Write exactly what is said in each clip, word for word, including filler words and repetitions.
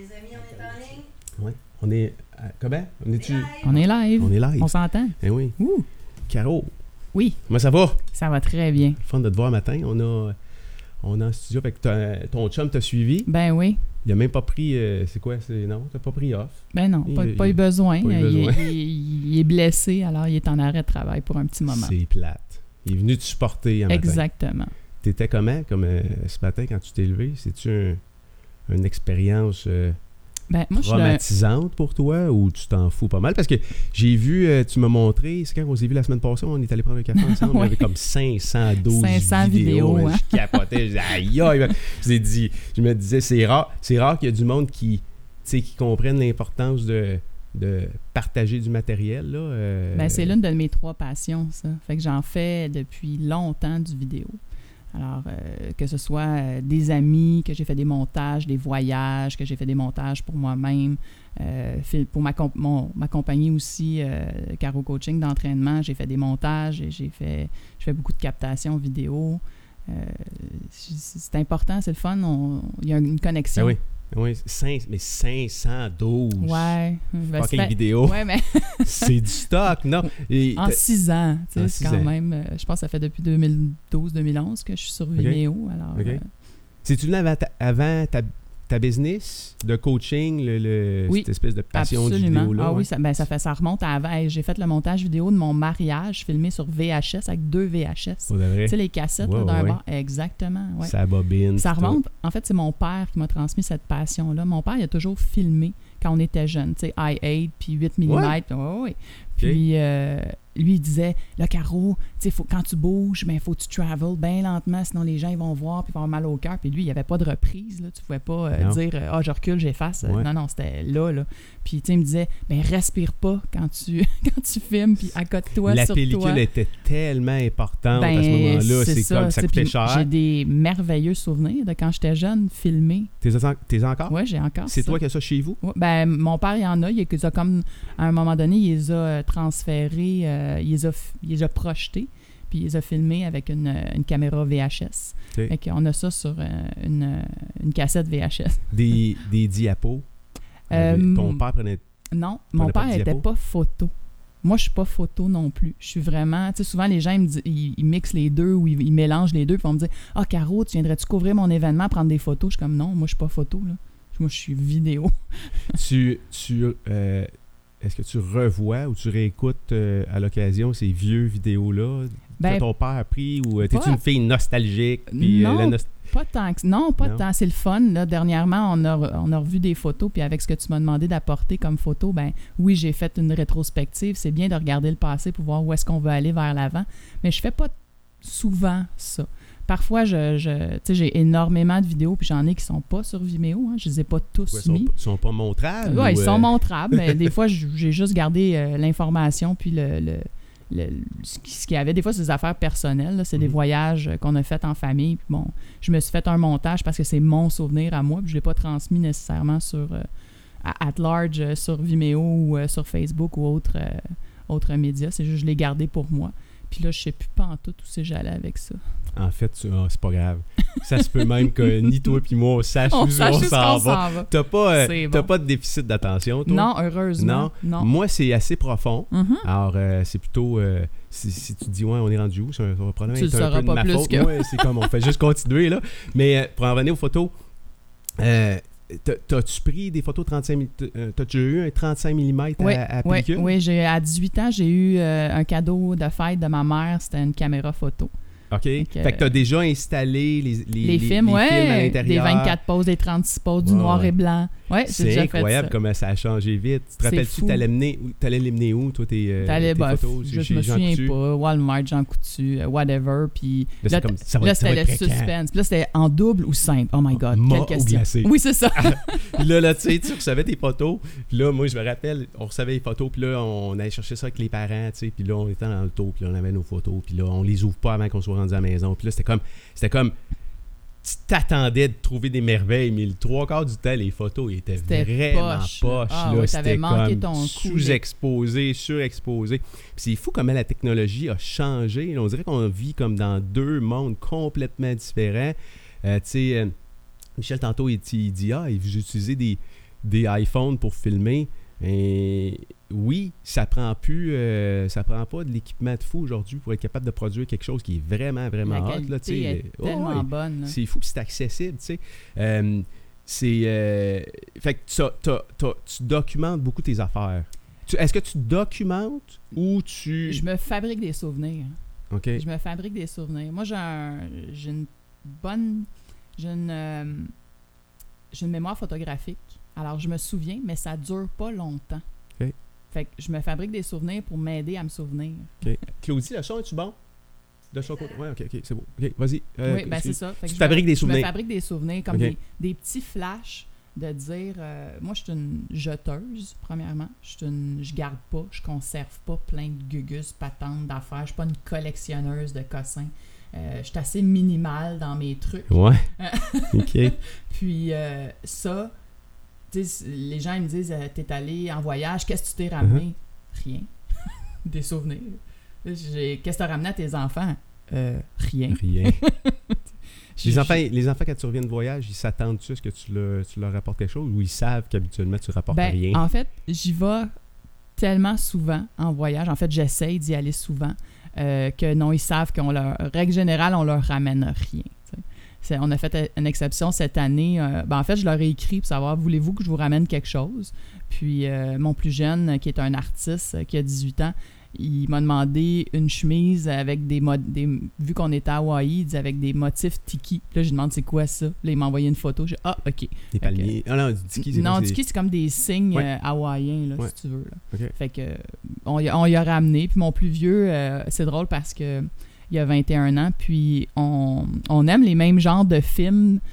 Les amis, on est en ligne? Oui. On est. euh, comment? On est-tu? On est live. On est live. On s'entend? Eh oui. Ouh. Caro, Oui, comment ça va? ça va très bien. Fun de te voir matin. On a. On est en studio avec ta- ton chum t'a suivi. Ben oui. Il a même pas pris. euh, c'est quoi? C'est, non, t'as pas pris off. Ben non, Il- pas, il- pas eu besoin. pas eu Il, besoin. est- il- il est blessé, alors il est en arrêt de travail pour un petit moment. C'est plate. Il est venu te supporter un matin. Exactement. T'étais comment, comme euh, ce matin, quand tu t'es levé? C'est-tu un- une expérience euh, Ben, moi, je suis d'un- traumatisante pour toi ou tu t'en fous pas mal? Parce que j'ai vu, euh, tu m'as montré, c'est quand on s'est vu la semaine passée, on est allé prendre un café ensemble, il y Ouais. avait comme cinq cent douze cinq cents vidéos. vidéos, hein. hein. Je capotais, je disais, aïe, aïe. Je vous ai dit, je me disais, c'est rare, c'est rare qu'il y a du monde qui, tu sais, qui comprenne l'importance de, de partager du matériel. Là, euh, Ben, c'est l'une de mes trois passions, ça. Fait que j'en fais depuis longtemps du vidéo. Alors, euh, que ce soit euh, des amis, que j'ai fait des montages, des voyages, que j'ai fait des montages pour moi-même, euh, fil- pour ma, comp- mon- ma compagnie aussi, euh, Caro Coaching d'entraînement, j'ai fait des montages et j'ai fait, je fais beaucoup de captations vidéo. Euh, c'est c'est important, c'est le fun, on- il y a une connexion. Ben oui, oui cinq, mais cinq cent douze. Ouais. Ben, Fucking c'est fait- vidéos. Ouais, mais C'est du stock, non? Et en t'as- six ans, tu En sais, six c'est quand ans. même, euh, je pense que ça fait depuis deux mille douze deux mille onze que je suis sur Vimeo. Alors, OK. euh, C'est-tu venu avant ta, avant ta, ta business de coaching, le, le- Oui, cette espèce de passion de absolument. vidéo-là? Ah ouais? oui, ça, ben, ça, fait, ça remonte à avant. Hey, j'ai fait le montage vidéo de mon mariage filmé sur V H S avec deux V H S. Pour de vrai? Tu sais, les cassettes Ouais, là, d'un ouais, bar. Exactement. Ouais. Ça bobine. Ça tout. remonte. En fait, c'est mon père qui m'a transmis cette passion-là. Mon père, il a toujours filmé quand on était jeune, tu sais, I eight puis huit millimètres. Ouais. Ouais, ouais. Puis euh, lui, il disait, là, Caro, tu sais, faut, quand tu bouges, ben, faut que tu travel bien lentement, sinon les gens, ils vont voir puis ils vont avoir mal au cœur. Puis lui, il n'y avait pas de reprise, là. Tu pouvais pas euh, Non. dire, ah, oh, je recule, j'efface. Ouais. Non, non, c'était là, là. Puis, tu sais, il me disait, ben, respire pas quand tu, quand tu filmes, puis accote-toi La sur toi. pellicule était tellement importante Ben, à ce moment-là. C'est, ça, comme ça tu sais, coûtait puis cher. J'ai des merveilleux souvenirs de quand j'étais jeune, filmé. T'es, en- t'es encore? Ouais, j'ai encore C'est ça. toi qui as ça chez vous? Ouais, ben, mon père, il en a. Il les a comme, à un moment donné, il les a euh, transférés, euh, il, les a, f- il les a projetés, puis il les a filmés avec une, euh, une caméra V H S. OK. Fait qu'on a ça sur euh, une, euh, une cassette V H S. Des, des diapos? Euh, Ton père prenait... Non, Prenez mon pas père de n'était diapo? pas photo. Moi, je suis pas photo non plus. Je suis vraiment... Tu sais, souvent, les gens, ils, me disent- ils, ils mixent les deux ou ils, ils mélangent les deux, puis ils vont me dire « Ah, Caro, tu viendrais-tu couvrir mon événement, prendre des photos? » Je suis comme « Non, moi, je suis pas photo, là. Moi, je suis vidéo. » tu, tu, euh, est-ce que tu revois ou tu réécoutes euh, à l'occasion ces vieux vidéos-là Ben, que ton père a pris ou euh, t'es-tu pas- une fille nostalgique? Puis, euh, Non. la nost- Pas tant que... Non, pas Non. tant. C'est le fun. Là. Dernièrement, on a, on a revu des photos, puis avec ce que tu m'as demandé d'apporter comme photo, ben oui, j'ai fait une rétrospective. C'est bien de regarder le passé pour voir où est-ce qu'on veut aller vers l'avant. Mais je fais pas souvent ça. Parfois, je, je, tu sais, j'ai énormément de vidéos, puis j'en ai qui sont pas sur Vimeo. Hein. Je les ai pas tous Ouais, sont, mis. sont pas montrables? Oui, ou, ils euh, sont montrables, mais des fois, j- j'ai juste gardé euh, l'information puis le, le, le- ce qui- ce qu'il y avait. Des fois, c'est des affaires personnelles. là. C'est des Mhm. voyages euh, qu'on a faits en famille. Puis bon, je me suis fait un montage parce que c'est mon souvenir à moi, puis je ne l'ai pas transmis nécessairement sur euh, à- at large euh, sur Vimeo ou euh, sur Facebook ou autre, euh, autre média. C'est juste que je l'ai gardé pour moi. Puis là, je ne sais plus pas en tout où c'est j'allais avec ça. En fait, tu- ah, c'est pas grave. Ça se peut même que ni toi puis moi, on sache On où sache on où s'en on va. s'en va. T'as pas, euh, C'est t'as bon. pas de déficit d'attention, toi? Non, heureusement. Non. Moi, c'est assez profond. Mhm. Alors, euh, c'est plutôt... euh, si, si tu te dis, ouais, on est rendu où? Ça, ça va probablement Tu être le un sauras peu de pas ma plus faute. que- Ouais, c'est comme, on fait juste continuer, là. Mais euh, pour en revenir aux photos, euh, t'as- t'as-tu pris des photos trente-cinq millimètres? euh, T'as-tu eu un trente-cinq millimètres Oui, à, à oui, pellicule? oui, j'ai, à dix-huit ans, j'ai eu euh, un cadeau de fête de ma mère. C'était une caméra photo. OK. Fait que- que t'as déjà installé les, les, Les, films, les ouais. films à Des l'intérieur. vingt-quatre poses, des trente-six poses, du Ouais, noir ouais. et blanc. Ouais, j'ai C'est déjà incroyable fait ça. comment ça a changé vite. Tu te C'est rappelles-tu, fou. t'allais mener, où- t'allais les mener où, toi, tes, euh, T'allais, tes bah, photos? je Chez me Jean souviens Coutu? pas. Walmart, Jean Coutu, euh, whatever. Puis Là, c'est là, comme, ça va là, être- ça va c'était le être fréquent. suspense. Puis là, c'était en double ou simple. Oh my God, Mât quelle ou question. glacé? Oui, c'est ça. Puis là, là tu sais, tu recevais tes photos. Puis là, moi, je me rappelle, on recevait les photos. Puis là, on allait chercher ça avec les parents, tu sais. Puis là, on était dans le taux. Puis là, on avait nos photos. Puis là, on les ouvre pas avant qu'on soit rendu à la maison. Puis là, c'était comme... C'était comme... Tu t'attendais de trouver des merveilles, mais le trois quarts du temps, les photos étaient C'était vraiment poche, poches. là. Ah là. ouais, t'avais C'était manqué comme ton coup, sous-exposé, surexposé. Puis c'est fou comment la technologie a changé. Là, on dirait qu'on vit comme dans deux mondes complètement différents. Euh, tu sais, euh, Michel, tantôt, il, il dit « Ah, vous utilisez des... des iPhones pour filmer. Et oui, ça prend plus, euh, ça prend pas de l'équipement de fou aujourd'hui pour être capable de produire quelque chose qui est vraiment, vraiment La hot. qualité Là, tu sais. est Oh, tellement ouais. bonne. Là. C'est fou, c'est accessible, tu sais. Euh, c'est, euh, fait que t'as, t'as, t'as, tu documentes beaucoup tes affaires. Tu, est-ce que tu documentes ou tu... Je me fabrique des souvenirs. OK. Je me fabrique des souvenirs. Moi, j'ai, un, j'ai une bonne... J'ai une, euh, j'ai une mémoire photographique. Alors, je me souviens, mais ça dure pas longtemps. OK. Fait que je me fabrique des souvenirs pour m'aider à me souvenir. OK. Claudie, le son, es-tu bon? De son côté? Oui, OK, OK, c'est bon. OK, vas-y. Euh, oui, ben c'est ça. Fait que tu je fabriques me, des je souvenirs. me fabrique des souvenirs comme OK. des, des petits flashs de dire... euh, moi, je suis une jeteuse, premièrement. Je suis une, je garde pas, je conserve pas plein de gugus, patentes, d'affaires. Je suis pas une collectionneuse de cossins. Euh, je suis assez minimale dans mes trucs. Ouais. OK. Puis euh, ça... Tu sais, les gens ils me disent euh, t'es allé en voyage, qu'est-ce que tu t'es ramené? Uh-huh. Rien. Des souvenirs. J'ai, qu'est-ce que tu as ramené à tes enfants? Euh, rien. Rien. les, enfants, les enfants, quand tu reviens de voyage, ils s'attendent-tu à ce que tu, le, tu leur rapportes quelque chose ou ils savent qu'habituellement tu rapportes ben, rien? En fait, j'y vais tellement souvent en voyage. En fait, j'essaye d'y aller souvent euh, que non, ils savent qu'on leur. Règle générale, on leur ramène rien. C'est, on a fait une exception cette année. Euh, ben en fait, je leur ai écrit pour savoir, voulez-vous que je vous ramène quelque chose? Puis euh, mon plus jeune, qui est un artiste, euh, qui a dix-huit ans, il m'a demandé une chemise avec des, mo- des vu qu'on était à Hawaï, il dit avec des motifs tiki. Puis là, je lui demande c'est quoi ça? Là, il m'a envoyé une photo. J'ai dit, ah, OK. Des palmiers. Ah non, du tiki, c'est Non, quoi, du tiki, c'est comme des signes ouais. euh, hawaïens, là, ouais. si tu veux. Là. Okay. Fait que, on y, a, on y a ramené. Puis mon plus vieux, euh, c'est drôle parce que il a vingt et un ans, puis on, on aime les mêmes genres de films,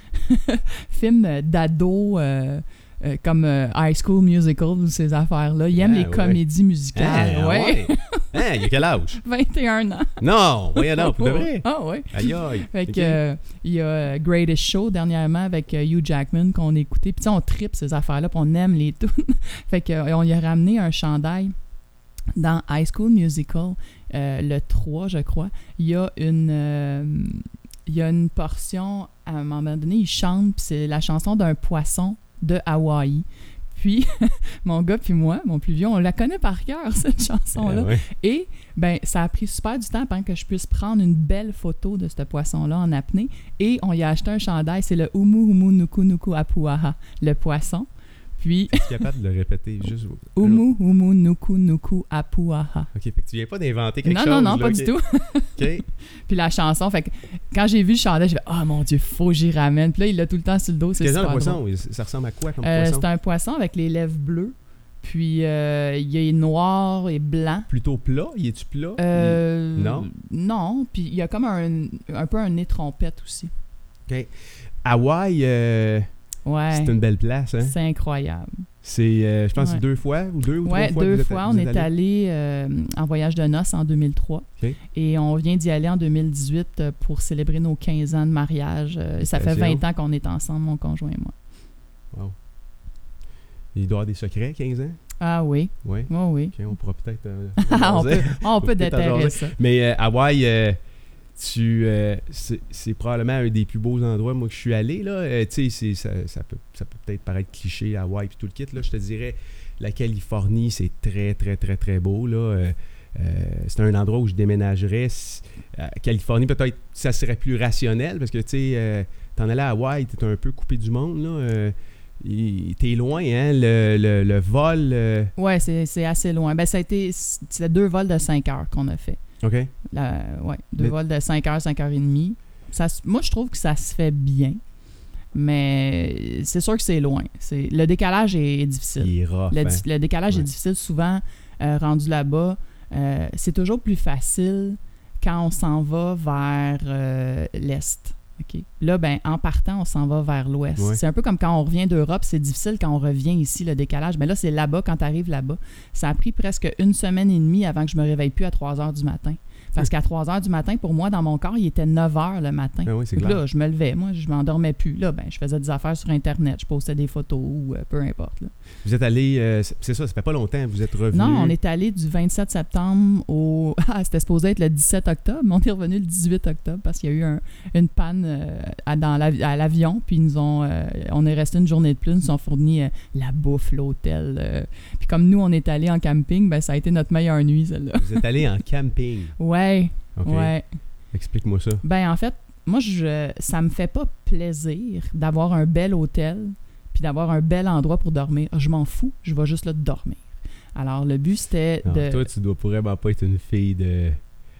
films d'ados, euh, euh, comme euh, High School Musical ou ces affaires-là. Il aime ah, les ouais. comédies musicales. Ah, ouais. ouais. Hein, il a quel âge? vingt et un ans. Non, voyons donc, pour de vrai. Ah oui. Aïe, aïe. Fait okay. que, euh, il y a Greatest Show dernièrement avec euh, Hugh Jackman qu'on a écouté. Puis tu sais, on tripe ces affaires-là, puis on aime les tunes. Fait que, euh, on y a ramené un chandail dans High School Musical, euh, le trois, je crois. Il y a une... Euh, il y a une portion, à un moment donné, il chante, puis c'est la chanson d'un poisson de Hawaï. Puis, mon gars puis moi, mon plus vieux, on la connaît par cœur, cette chanson-là. Ouais. Et, ben ça a pris super du temps avant que je puisse prendre une belle photo de ce poisson-là en apnée. Et on y a acheté un chandail, c'est le Umu Umu Nuku Nuku Apuaha, le poisson. Puis... Es-tu capable de le répéter juste... Umu Umu Nuku Nuku Apuaha. OK, fait que tu viens pas d'inventer quelque non, chose. Non, non, non, là, pas okay. du tout. OK. Puis la chanson, fait que quand j'ai vu le chandail, j'ai fait « Ah, oh, mon Dieu, faut que j'y ramène. » Puis là, il l'a tout le temps sur le dos, c'est super le poisson, drôle. ça ressemble à quoi comme euh, poisson? C'est un poisson avec les lèvres bleues. Puis euh, il est noir et blanc. Plutôt plat? Il est-tu plat? Euh, il... Non? Non, puis il y a comme un, un peu un nez trompette aussi. OK. Hawaï, euh, ouais, c'est une belle place, hein? C'est incroyable. C'est, euh, je pense, ouais. deux fois ou deux ou ouais, trois fois? deux vous êtes, fois. vous On êtes est allé euh, en voyage de noces en deux mille trois. Okay. Et on vient d'y aller en deux mille dix-huit pour célébrer nos quinze ans de mariage. Ça fait vingt ans qu'on est ensemble, mon conjoint et moi. Wow. Il doit y avoir des secrets, quinze ans? Ah oui. Oui. Oh, oui. Okay, on pourra peut-être... Euh, on peut, on peut déterrer ça. Mais euh, Hawaï... Euh, Tu, euh, c'est, c'est probablement un des plus beaux endroits moi que je suis allé là. Euh, tu sais, ça, ça peut, ça peut peut-être paraître cliché, Hawaï puis tout le kit là. Je te dirais, la Californie c'est très très très très beau là. Euh, euh, c'est un endroit où je déménagerais. Euh, Californie peut-être ça serait plus rationnel parce que tu sais, euh, t'en allais à Hawaï, t'es un peu coupé du monde là. Euh, Et t'es loin, hein? Le, le, le vol... Euh... Ouais, c'est, c'est assez loin. Ben, ça a été... C'était deux vols de cinq heures qu'on a fait. OK. La, ouais, deux mais... vols de cinq heures, cinq heures trente. Ça, moi, je trouve que ça se fait bien. Mais c'est sûr que c'est loin. C'est, le décalage est, est difficile. Il est rough, le, hein? le décalage ouais. est difficile. Souvent, euh, rendu là-bas, euh, c'est toujours plus facile quand on s'en va vers euh, l'Est. Okay. Là, ben, en partant, on s'en va vers l'ouest. Ouais. C'est un peu comme quand on revient d'Europe, c'est difficile quand on revient ici, le décalage. Mais là, c'est là-bas, quand tu arrives là-bas. Ça a pris presque une semaine et demie avant que je me réveille plus à trois heures du matin. Parce qu'à trois heures du matin, pour moi, dans mon corps, il était neuf heures le matin. Ben oui, c'est Puis clair. là, je me levais. Moi, je m'endormais plus. Là, ben, je faisais des affaires sur Internet. Je postais des photos ou euh, peu importe. Là. Vous êtes allé, euh, c'est ça, ça fait pas longtemps, vous êtes revenu. Non, on est allé du vingt-sept septembre au... Ah, c'était supposé être le dix-sept octobre, mais on est revenu le dix-huit octobre parce qu'il y a eu un, une panne euh, à, dans l'avi- à l'avion. Puis ils nous ont... Euh, on est resté une journée de plus. Ils nous ont fourni euh, la bouffe, l'hôtel. Euh. Puis comme nous, on est allé en camping, ben ça a été notre meilleure nuit, celle-là. Vous êtes allé en camping. Ouais, OK. ouais. Explique-moi ça. Ben en fait, moi, je, ça me fait pas plaisir d'avoir un bel hôtel puis d'avoir un bel endroit pour dormir. Je m'en fous, je vais juste là dormir. Alors, le but, c'était Non, de... toi, tu dois vraiment pas être une fille de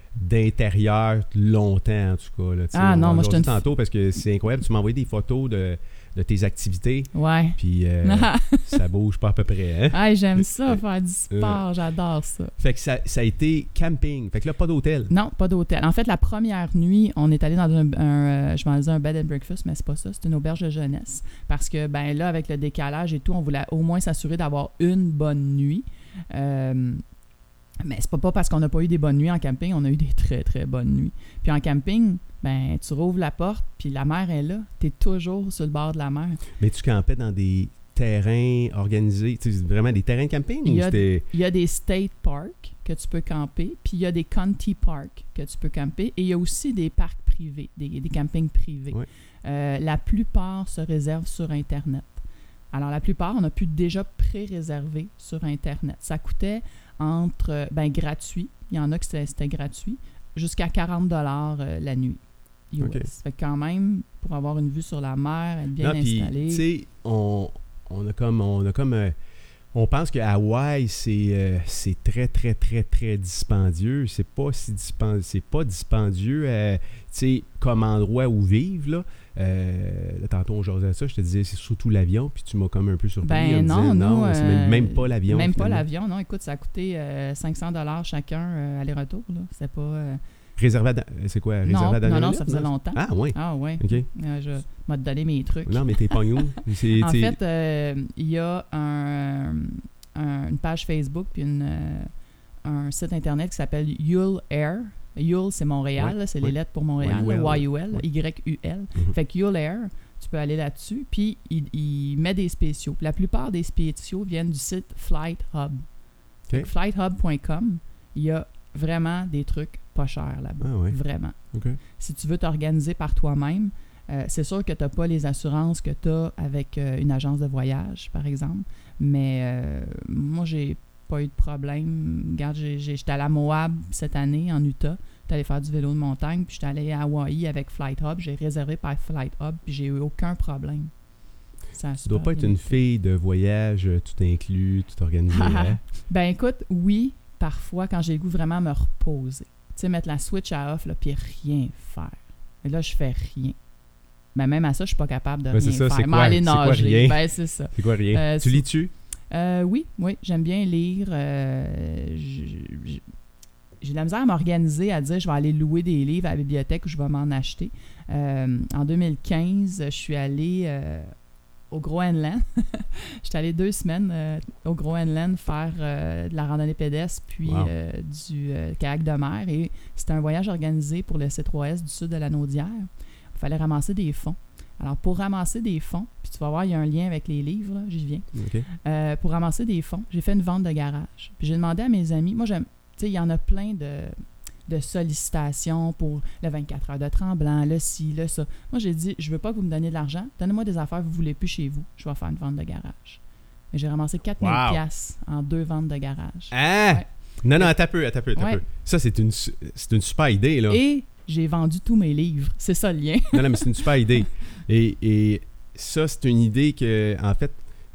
d'intérieur longtemps, en tout cas. Là, Ah, on non, va moi, je suis jaser une- tantôt parce que c'est incroyable. Tu m'as envoyé des photos de, de tes activités, Ouais. puis euh, ça bouge pas à peu près. Hein? Ah, j'aime ça, faire du sport, j'adore ça. Fait que ça, ça a été camping. Fait que là, pas d'hôtel. Non, pas d'hôtel. En fait, la première nuit, on est allé dans un, un euh, je m'en disais un bed and breakfast, mais c'est pas ça, c'est une auberge de jeunesse. Parce que, ben là, avec le décalage et tout, on voulait au moins s'assurer d'avoir une bonne nuit. Euh, mais c'est pas, pas parce qu'on n'a pas eu des bonnes nuits en camping, on a eu des très, très bonnes nuits. Puis en camping, ben tu rouvres la porte, puis la mer est là. T'es toujours sur le bord de la mer. Mais tu campais dans des terrains organisés, tu sais, vraiment des terrains de camping? Il y Ou a- c'était... Il y a des state parks que tu peux camper, puis il y a des county parks que tu peux camper, et il y a aussi des parcs privés, des, des campings privés. Ouais. Euh, la plupart se réservent sur Internet. Alors, la plupart, on a pu déjà pré-réserver sur Internet. Ça coûtait entre, ben gratuit, il y en a que c'était, c'était gratuit, jusqu'à quarante dollars euh, la nuit. U S. OK. Fait que quand même, pour avoir une vue sur la mer, être bien Non, puis, installé. tu sais, on, on a comme... On, a comme euh, on pense que Hawaï, c'est, euh, c'est très, très, très, très dispendieux. C'est pas si dispendieux, c'est pas dispendieux, euh, tu sais, comme endroit où vivre, là. Euh, là, tantôt, on jasait ça, je te disais, c'est surtout l'avion, puis tu m'as comme un peu surpris. Ben en me non, disant, nous, non, c'est même, euh, même pas l'avion. Même pas finalement. l'avion, non. Écoute, ça a coûté euh, cinq cents dollars chacun euh, aller-retour. Là. C'est pas... euh, Réservé à, Dan- c'est quoi? Réservé Non, à Daniel non, non, Huette, ça faisait longtemps. Ah, oui. Ah ouais. OK. Euh, je vais te donner mes trucs. Non, mais t'es pogné où? C'est, En t'es- fait, euh, il y a un, un- une page Facebook puis une, euh, un site Internet qui s'appelle Yule Air. Yule, c'est Montréal, Ouais, là, c'est ouais. les lettres pour Montréal, Y U L. Y U L, Ouais. Y U L. Mhm. Fait que Yule Air, tu peux aller là-dessus, puis il, il met des spéciaux. Puis la plupart des spéciaux viennent du site Flight Hub. Fait que flight hub point com, il y a vraiment des trucs pas chers là-bas. Ah, ouais. Vraiment. OK. Si tu veux t'organiser par toi-même, euh, c'est sûr que tu n'as pas les assurances que tu as avec euh, une agence de voyage, par exemple. Mais euh, moi, j'ai pas eu de problème. Regarde, j'ai, j'ai, j'étais allé à Moab cette année, en Utah. J'étais allé faire du vélo de montagne, puis j'étais allé à Hawaï avec Flight Hub. J'ai réservé par Flight Hub, puis j'ai eu aucun problème. Ça a Tu dois super pas être bien une été. fille de voyage, euh, tout inclus, tout organisé. hein? Ben écoute, oui, parfois, quand j'ai le goût vraiment me reposer. Tu sais, mettre la switch à off, là, puis rien faire. Et là, je fais rien. Ben même à ça, je suis pas capable de Ben, c'est rien ça, faire. c'est M'en quoi- aller c'est quoi nager. rien? Ben c'est ça. C'est quoi rien? Euh, tu c'est- lis-tu? Euh, oui, oui, j'aime bien lire. euh, j- j- j'ai de la misère à m'organiser, à dire je vais aller louer des livres à la bibliothèque ou je vais m'en acheter. Euh, en deux mille quinze, je suis allée euh, au Groenland. J'étais allée deux semaines euh, au Groenland faire euh, de la randonnée pédestre puis Wow. euh, du euh, kayak de mer. Et c'était un voyage organisé pour le C trois S du sud de la Naudière. Il fallait ramasser des fonds. Alors, pour ramasser des fonds, puis tu vas voir, il y a un lien avec les livres, là, j'y viens. OK. Euh, pour ramasser des fonds, j'ai fait une vente de garage. Puis j'ai demandé à mes amis, moi j'aime, tu sais, il y en a plein de, de sollicitations pour le vingt-quatre heures de Tremblant, le ci, le ça. Moi j'ai dit, je veux pas que vous me donniez de l'argent, donnez-moi des affaires que vous voulez plus chez vous, je vais faire une vente de garage. Et j'ai ramassé quatre mille Wow. piastres en deux ventes de garage. Ah! Ouais. Non, non, attends un peu, attends un peu, attends un Ouais. peu. Ça, c'est une, su- c'est une super idée, là. Et j'ai vendu tous mes livres. C'est ça le lien. Non, non, mais c'est une super idée. Et, et ça, c'est une idée que, en fait,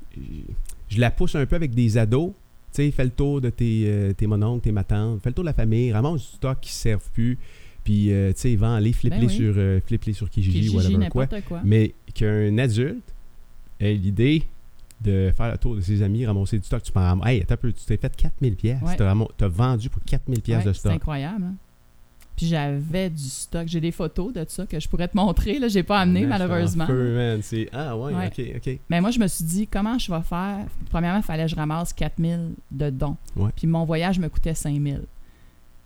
je la pousse un peu avec des ados. Tu sais, fais le tour de tes, euh, tes mononcles, tes matantes, fais le tour de la famille, ramasse du stock qui ne servent plus, puis, euh, tu sais, vends-les, flippe-les Ben oui. sur, euh, flippe-les sur Kijiji, Kijiji, whatever quoi. n'importe quoi. Mais qu'un adulte ait l'idée de faire le tour de ses amis, ramasser du stock, tu prends... Hey, attends un peu, tu t'es fait quatre mille piastres. Ouais. Tu as vendu pour quatre mille piastres Ouais, de c'est stock. incroyable. Hein? Puis j'avais du stock. J'ai des photos de ça que je pourrais te montrer. Là, j'ai pas amené, Un malheureusement. feu, man. C'est... Ah ouais, Ouais. ok, ok. Mais moi, je me suis dit, comment je vais faire? Premièrement, il fallait que je ramasse quatre mille de dons. Ouais. Puis mon voyage me coûtait cinq mille.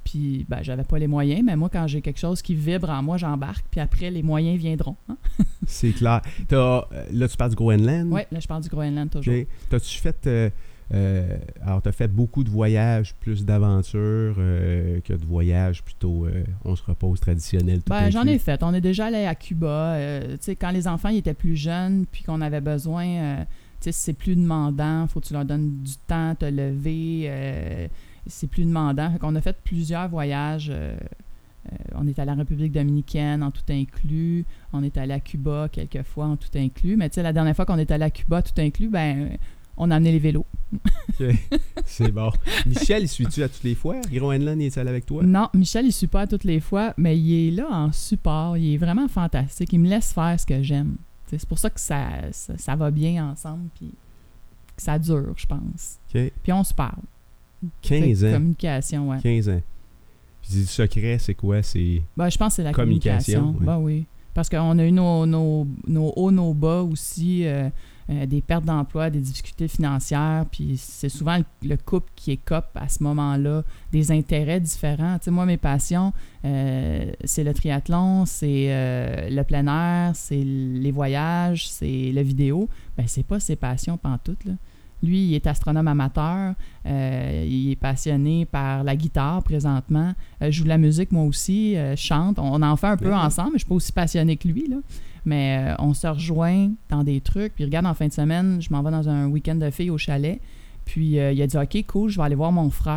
Puis, ben, j'avais pas les moyens, mais moi, quand j'ai quelque chose qui vibre en moi, j'embarque, puis après, les moyens viendront. Hein? C'est clair. T'as, là, tu parles du Groenland? Oui, là, je parle du Groenland toujours. Okay. T'as-tu fait... Euh, euh, alors, t'as fait beaucoup de voyages, plus d'aventures euh, que de voyages plutôt euh, on se repose traditionnel tout ben, j'en inclus. ai fait. On est déjà allé à Cuba. Euh, tu sais, quand les enfants ils étaient plus jeunes, puis qu'on avait besoin... Euh, tu sais, c'est plus demandant. Faut que tu leur donnes du temps, te lever... Euh, c'est plus demandant. Fait qu'on a fait plusieurs voyages. Euh, euh, on est allé en République dominicaine en tout inclus. On est allé à Cuba quelques fois en tout inclus. Mais tu sais, la dernière fois qu'on est allé à Cuba tout inclus, ben on a amené les vélos. OK. C'est bon. Michel, il suit-tu à toutes les fois? Groenland, il est allé avec toi? Non, Michel, il ne suit pas à toutes les fois, mais il est là en support. Il est vraiment fantastique. Il me laisse faire ce que j'aime. T'sais, c'est pour ça que ça, ça, ça va bien ensemble puis que ça dure, je pense. OK. Puis on se parle. quinze ans. Communication, oui. quinze ans. Puis le secret, c'est quoi? C'est ben, je pense que c'est la communication. communication. Ouais. Ben, oui. Parce qu'on a eu nos, nos, nos hauts, nos bas aussi, euh, euh, des pertes d'emploi, des difficultés financières. Puis c'est souvent le, le couple qui écope à ce moment-là, des intérêts différents. Tu sais, moi, mes passions, euh, c'est le triathlon, c'est euh, le plein air, c'est les voyages, c'est la vidéo. Ben, c'est pas ses passions pantoute, là. Lui, il est astronome amateur, euh, il est passionné par la guitare présentement, euh, je joue de la musique moi aussi, euh, je chante, on en fait un peu oui. ensemble, mais je ne suis pas aussi passionné que lui, là. Mais euh, on se rejoint dans des trucs, puis regarde, en fin de semaine, je m'en vais dans un week-end de filles au chalet, puis euh, il a dit « Ok, cool, je vais aller voir mon frère. »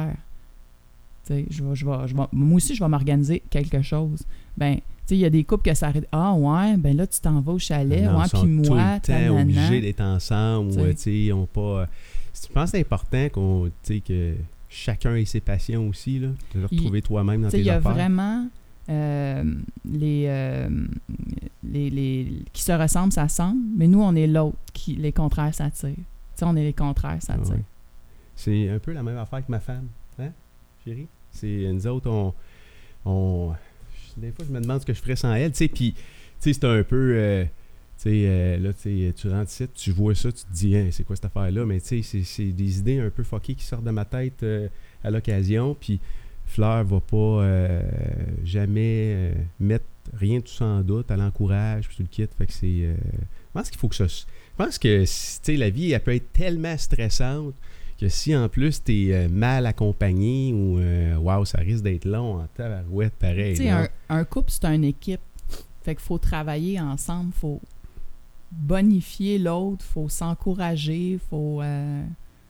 Tu sais, je vais, je vais, je vais, moi aussi, je vais m'organiser quelque chose. Ben, tu sais, il y a des couples que ça arrête. Ah ouais, ben là, tu t'en vas au chalet, non, ouais, puis moi, tout le temps nanana. obligés d'être ensemble. T'sais. Ou, t'sais, on pas, je pense que c'est important qu'on, t'sais, que chacun ait ses passions aussi, là, de le retrouver il, toi-même dans tes affaires. Il y a affaires. vraiment euh, les, euh, les, les qui se ressemblent, ça semble, mais nous, on est l'autre, qui les contraires s'attirent. Tu sais, on est les contraires s'attirent. Ah ouais. C'est un peu la même affaire que ma femme, hein, chérie? C'est nous autres, on, on... Des fois, je me demande ce que je ferais sans elle, tu sais, puis, tu sais, c'est un peu... Euh, tu sais, euh, là, tu rentres ici, tu vois ça, tu te dis, hein, c'est quoi cette affaire-là? Mais tu sais, c'est des idées un peu fuckées qui sortent de ma tête euh, à l'occasion, puis Fleur va pas euh, jamais euh, mettre rien de tout ça en doute, elle encourage, puis tout le kit, fait que c'est... Euh, je pense qu'il faut que ça... Je pense que, tu sais, la vie, elle peut être tellement stressante que si en plus t'es euh, mal accompagné ou euh, wow, ça risque d'être long en tabarouette pareil. Tu sais, un, un couple, c'est une équipe. Fait qu'il faut travailler ensemble, faut bonifier l'autre, faut s'encourager, faut euh,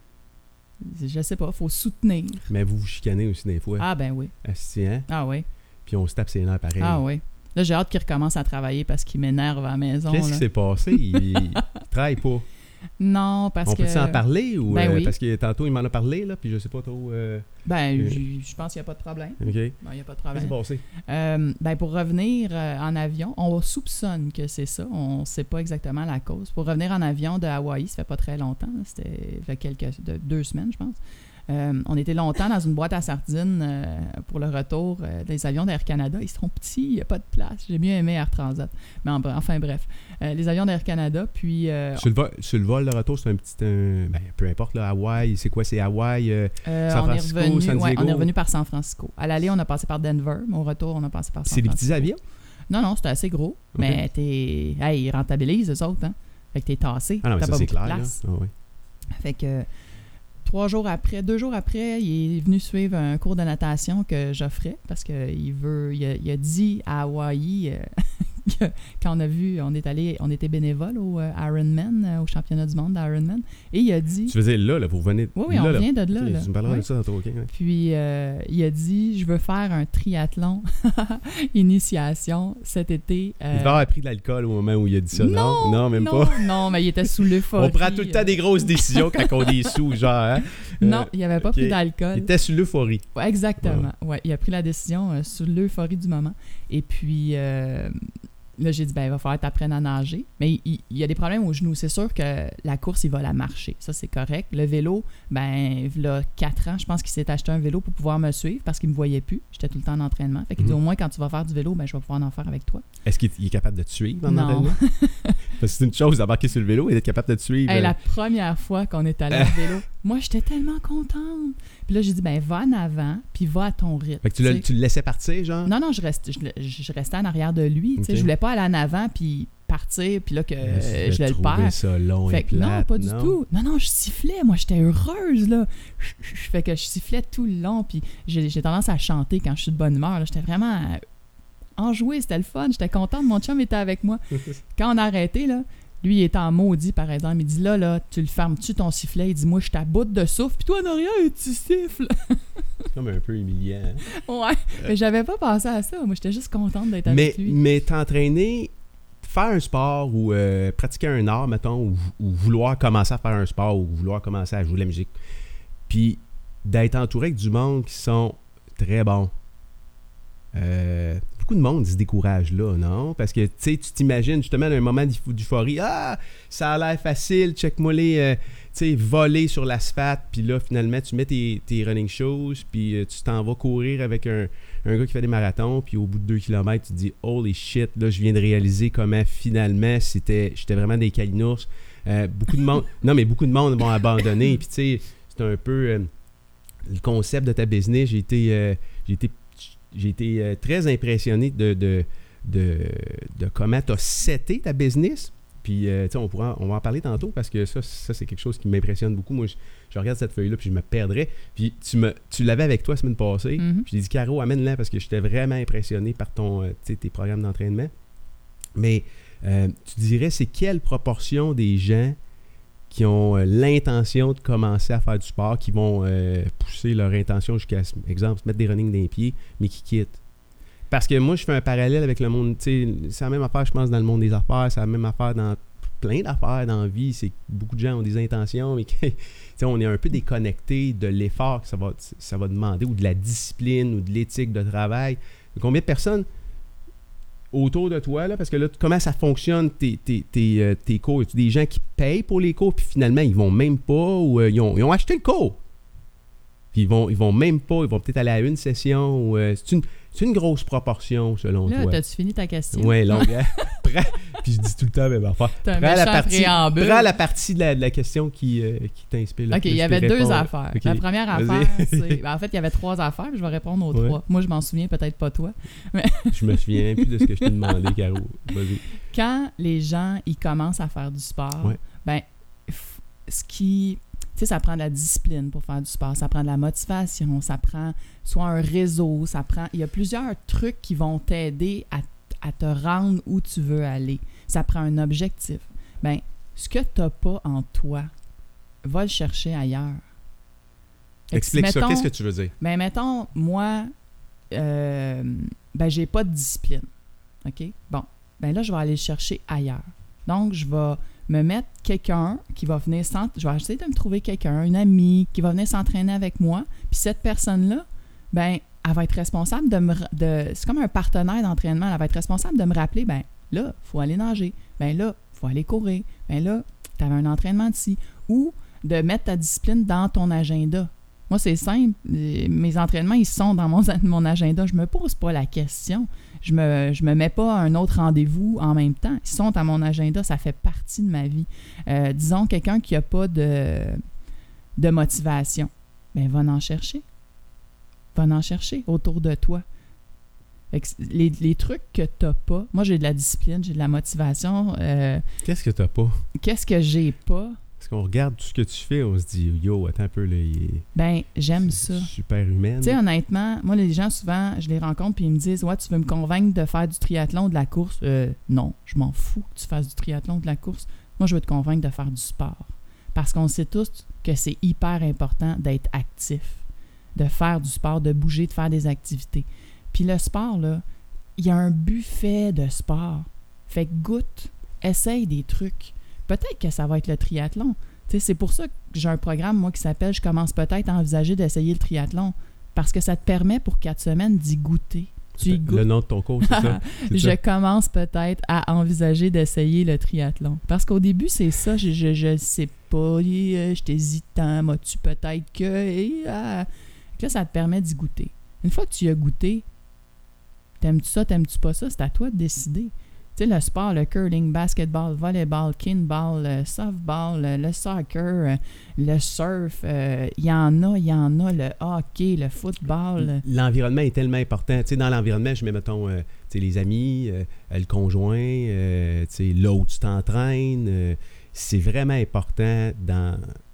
je sais pas, faut soutenir. Mais vous vous chicanez aussi des fois. Ah ben oui. Asti, hein? Ah oui. Puis on se tape ses nerfs pareil. Ah oui. Là, j'ai hâte qu'il recommence à travailler parce qu'il m'énerve à la maison. Qu'est-ce là. qui s'est passé? Il, il travaille pas. Non, parce on que... On peut s'en parler? Ou, ben euh, oui. Parce que tantôt, il m'en a parlé, là, puis je sais pas trop... Euh... Ben, euh... je pense qu'il n'y a pas de problème. OK. Il n'y a pas de problème. Qu'est-ce qui s'est passé? Euh, ben, pour revenir euh, en avion, on soupçonne que c'est ça. On ne sait pas exactement la cause. Pour revenir en avion de Hawaï, ça fait pas très longtemps. C'était fait quelques, de, deux semaines, je pense. Euh, on était longtemps dans une boîte à sardines euh, pour le retour euh, des avions d'Air Canada. Ils sont petits, il n'y a pas de place. J'ai mieux aimé Air Transat. Mais en, enfin, bref. Euh, les avions d'Air Canada, puis... Euh, sur, le vol, sur le vol de retour, c'est un petit... Un, ben, peu importe, là, Hawaï, c'est quoi? C'est Hawaï, euh, euh, San on Francisco, est revenu, San Diego? Ouais, on est revenu par San Francisco. À l'aller, on a passé par Denver, mais au retour, on a passé par San c'est Francisco. C'est des petits avions? Non, non, c'était assez gros. Okay. Mais t'es... Hey, ils rentabilisent, eux autres, hein? Fait que t'es tassé. Ah non, mais ça, c'est clair, là. Ah, ouais. Fait que... Trois jours après, deux jours après, il est venu suivre un cours de natation que j'offrais parce qu'il veut, il a, il a dit à Hawaï euh, que, quand on a vu, on est allé, on était bénévole au euh, Ironman, euh, au championnat du monde d'Ironman, et il a dit. Tu faisais là, là, vous venez. Oui, oui, là, on là. vient de là. Okay, là. tu me parleras oui. de ça tantôt, ok. Ouais. Puis euh, il a dit, je veux faire un triathlon initiation cet été. Euh... Il devait avoir pris de l'alcool au moment où il a dit ça, non? Non, non même non, pas. Non, mais il était sous l'euphorie. On prend tout le temps des grosses décisions quand on est sous, genre. Hein? Non, il n'avait pas okay. pris d'alcool. Il était sous l'euphorie. Ouais, exactement. Ouais. Ouais, il a pris la décision euh, sous l'euphorie du moment. Et puis, euh, là, j'ai dit, ben, il va falloir que tu apprennes à nager. Mais il, il y a des problèmes au genou. C'est sûr que la course, il va la marcher. Ça, c'est correct. Le vélo, ben, il y a quatre ans, je pense qu'il s'est acheté un vélo pour pouvoir me suivre parce qu'il ne me voyait plus. J'étais tout le temps en entraînement. Fait qu'il mm-hmm. dit, au moins, quand tu vas faire du vélo, ben, je vais pouvoir en faire avec toi. Est-ce qu'il est capable de te suivre en non. entraînement? Parce que c'est une chose d'embarquer sur le vélo et d'être capable de te suivre. Hey, euh... La première fois qu'on est allé en vélo, Moi, j'étais tellement contente. Puis là, j'ai dit, ben va en avant, puis va à ton rythme. Fait que tu, le, tu le laissais partir, genre? Non, non, je, reste, je, je restais en arrière de lui. Okay. Je voulais pas aller en avant, puis partir, puis là, que euh, je le perds. Ça long fait et que plate, non, pas non? du tout. Non, non, je sifflais. Moi, j'étais heureuse, là. Fait que je sifflais tout le long, puis j'ai, j'ai tendance à chanter quand je suis de bonne humeur. Là. J'étais vraiment enjouée, c'était le fun. J'étais contente, mon chum était avec moi. Quand on a arrêté, là, lui, il était en maudit, par exemple. Il dit, là, là, tu le fermes-tu ton sifflet? Il dit, moi, je t'aboute de souffle, puis toi, en arrière, tu siffles. C'est comme un peu humiliant. Hein? Ouais, euh... mais j'avais pas pensé à ça. Moi, j'étais juste contente d'être mais, avec lui. Mais t'entraîner, faire un sport ou euh, pratiquer un art, mettons, ou, ou vouloir commencer à faire un sport ou vouloir commencer à jouer de la musique, puis d'être entouré avec du monde qui sont très bons. Euh, beaucoup de monde se décourage là, non? Parce que tu sais, tu t'imagines justement d'un moment d'euphorie, ah, ça a l'air facile, check-moi les, euh, tu sais, voler sur l'asphalte, puis là, finalement, tu mets tes, tes running shoes, puis euh, tu t'en vas courir avec un, un gars qui fait des marathons, puis au bout de deux kilomètres, tu te dis, holy shit, là, je viens de réaliser comment finalement, c'était, j'étais vraiment des calinours. Euh, beaucoup de monde, non, mais beaucoup de monde vont abandonner, puis tu sais, c'est un peu euh, le concept de ta business. J'ai été, euh, j'ai été J'ai été euh, très impressionné de, de, de, de comment tu as seté ta business. Puis, euh, tu sais, on, pourra, on va en parler tantôt parce que ça, ça c'est quelque chose qui m'impressionne beaucoup. Moi, je, je regarde cette feuille-là puis je me perdrais. Puis, tu, me, tu l'avais avec toi la semaine passée. Mm-hmm. Puis, j'ai dit, Caro, amène-la parce que j'étais vraiment impressionné par ton, euh, tes programmes d'entraînement. Mais, euh, tu dirais, c'est quelle proportion des gens qui ont euh, l'intention de commencer à faire du sport, qui vont euh, pousser leur intention jusqu'à, exemple, se mettre des running dans les pieds, mais qui quittent. Parce que moi, je fais un parallèle avec le monde, tu sais, c'est la même affaire, je pense, dans le monde des affaires, c'est la même affaire dans plein d'affaires dans la vie, c'est que beaucoup de gens ont des intentions, mais que, on est un peu déconnecté de l'effort que ça va, ça va demander, ou de la discipline, ou de l'éthique de travail. Combien de personnes autour de toi, là, parce que là, comment ça fonctionne, tes, tes, tes, euh, tes cours? Y a-tu des gens qui payent pour les cours, puis finalement, ils vont même pas, ou euh, ils, ont, ils ont acheté le cours, puis ils vont, ils vont même pas, ils vont peut-être aller à une session, ou, euh, c'est, une, c'est une grosse proportion, selon là, toi. Là, t'as-tu fini ta question? Oui, longue. Prends, puis je dis tout le temps, mais enfin, prends la partie, prends la partie de la, de la question qui, euh, qui t'inspire. OK, il y avait deux répondre. affaires. Okay. La première Vas-y. affaire, c'est... Ben, en fait, il y avait trois affaires, puis je vais répondre aux ouais. trois. Moi, je m'en souviens, peut-être pas toi. Mais... je me souviens plus de ce que je t'ai demandé, Caro. Vas-y. Quand les gens, ils commencent à faire du sport, ouais. ben, ce qui... Tu sais, ça prend de la discipline pour faire du sport, ça prend de la motivation, ça prend soit un réseau, ça prend... Il y a plusieurs trucs qui vont t'aider à, à te rendre où tu veux aller. Ça prend un objectif. Bien, ce que tu n'as pas en toi, va le chercher ailleurs. Explique mettons, ça, qu'est-ce que tu veux dire? Bien, mettons, moi, euh, ben, j'ai pas de discipline. OK? Bon, bien là, je vais aller le chercher ailleurs. Donc, je vais... me mettre quelqu'un qui va venir, je vais essayer de me trouver quelqu'un, une amie qui va venir s'entraîner avec moi. Puis cette personne-là, ben, elle va être responsable de me, de, c'est comme un partenaire d'entraînement, elle va être responsable de me rappeler, ben là, il faut aller nager, ben là, il faut aller courir, ben là, tu avais un entraînement ici. Ou de mettre ta discipline dans ton agenda. Moi, c'est simple, mes entraînements, ils sont dans mon, mon agenda, je me pose pas la question. Je me, je me mets pas un autre rendez-vous en même temps. Ils sont à mon agenda, ça fait partie de ma vie. Euh, disons, quelqu'un qui n'a pas de, de motivation, bien, va en chercher. Va en chercher autour de toi. Fait que les, les trucs que tu n'as pas, moi, j'ai de la discipline, j'ai de la motivation. Euh, qu'est-ce que tu n'as pas? Qu'est-ce que j'ai pas? Parce qu'on regarde tout ce que tu fais, on se dit, yo, attends un peu, là, il est... Ben, j'aime ça. Super humaine. Tu sais, honnêtement, moi, les gens, souvent, je les rencontre puis ils me disent, ouais, tu veux me convaincre de faire du triathlon ou de la course? Euh, non, je m'en fous que tu fasses du triathlon ou de la course. Moi, je veux te convaincre de faire du sport. Parce qu'on sait tous que c'est hyper important d'être actif, de faire du sport, de bouger, de faire des activités. Puis le sport, là, il y a un buffet de sport. Fait que goûte, essaye des trucs. Peut-être que ça va être le triathlon. T'sais, c'est pour ça que j'ai un programme, moi, qui s'appelle « Je commence peut-être à envisager d'essayer le triathlon ». Parce que ça te permet, pour quatre semaines, d'y goûter. Tu y goûtes. Le nom de ton cours, c'est ça? C'est je ça. commence peut-être à envisager d'essayer le triathlon. Parce qu'au début, c'est ça. Je je, je sais pas, euh, je t'hésitant, m'as-tu peut-être que... Et, ah. Là, ça te permet d'y goûter. Une fois que tu y as goûté, t'aimes-tu ça, t'aimes-tu pas ça, c'est à toi de décider. Tu Tu sais, le sport, le curling, basketball, volleyball, kinball, le softball, le, le soccer, euh, le surf, il euh, y en a, il y en a, le hockey, le football. L'environnement est tellement important. Tu sais, dans l'environnement, je mets, mettons, euh, tu sais, les amis, euh, le conjoint, euh, tu sais, là où tu t'entraînes. Euh, c'est vraiment important dans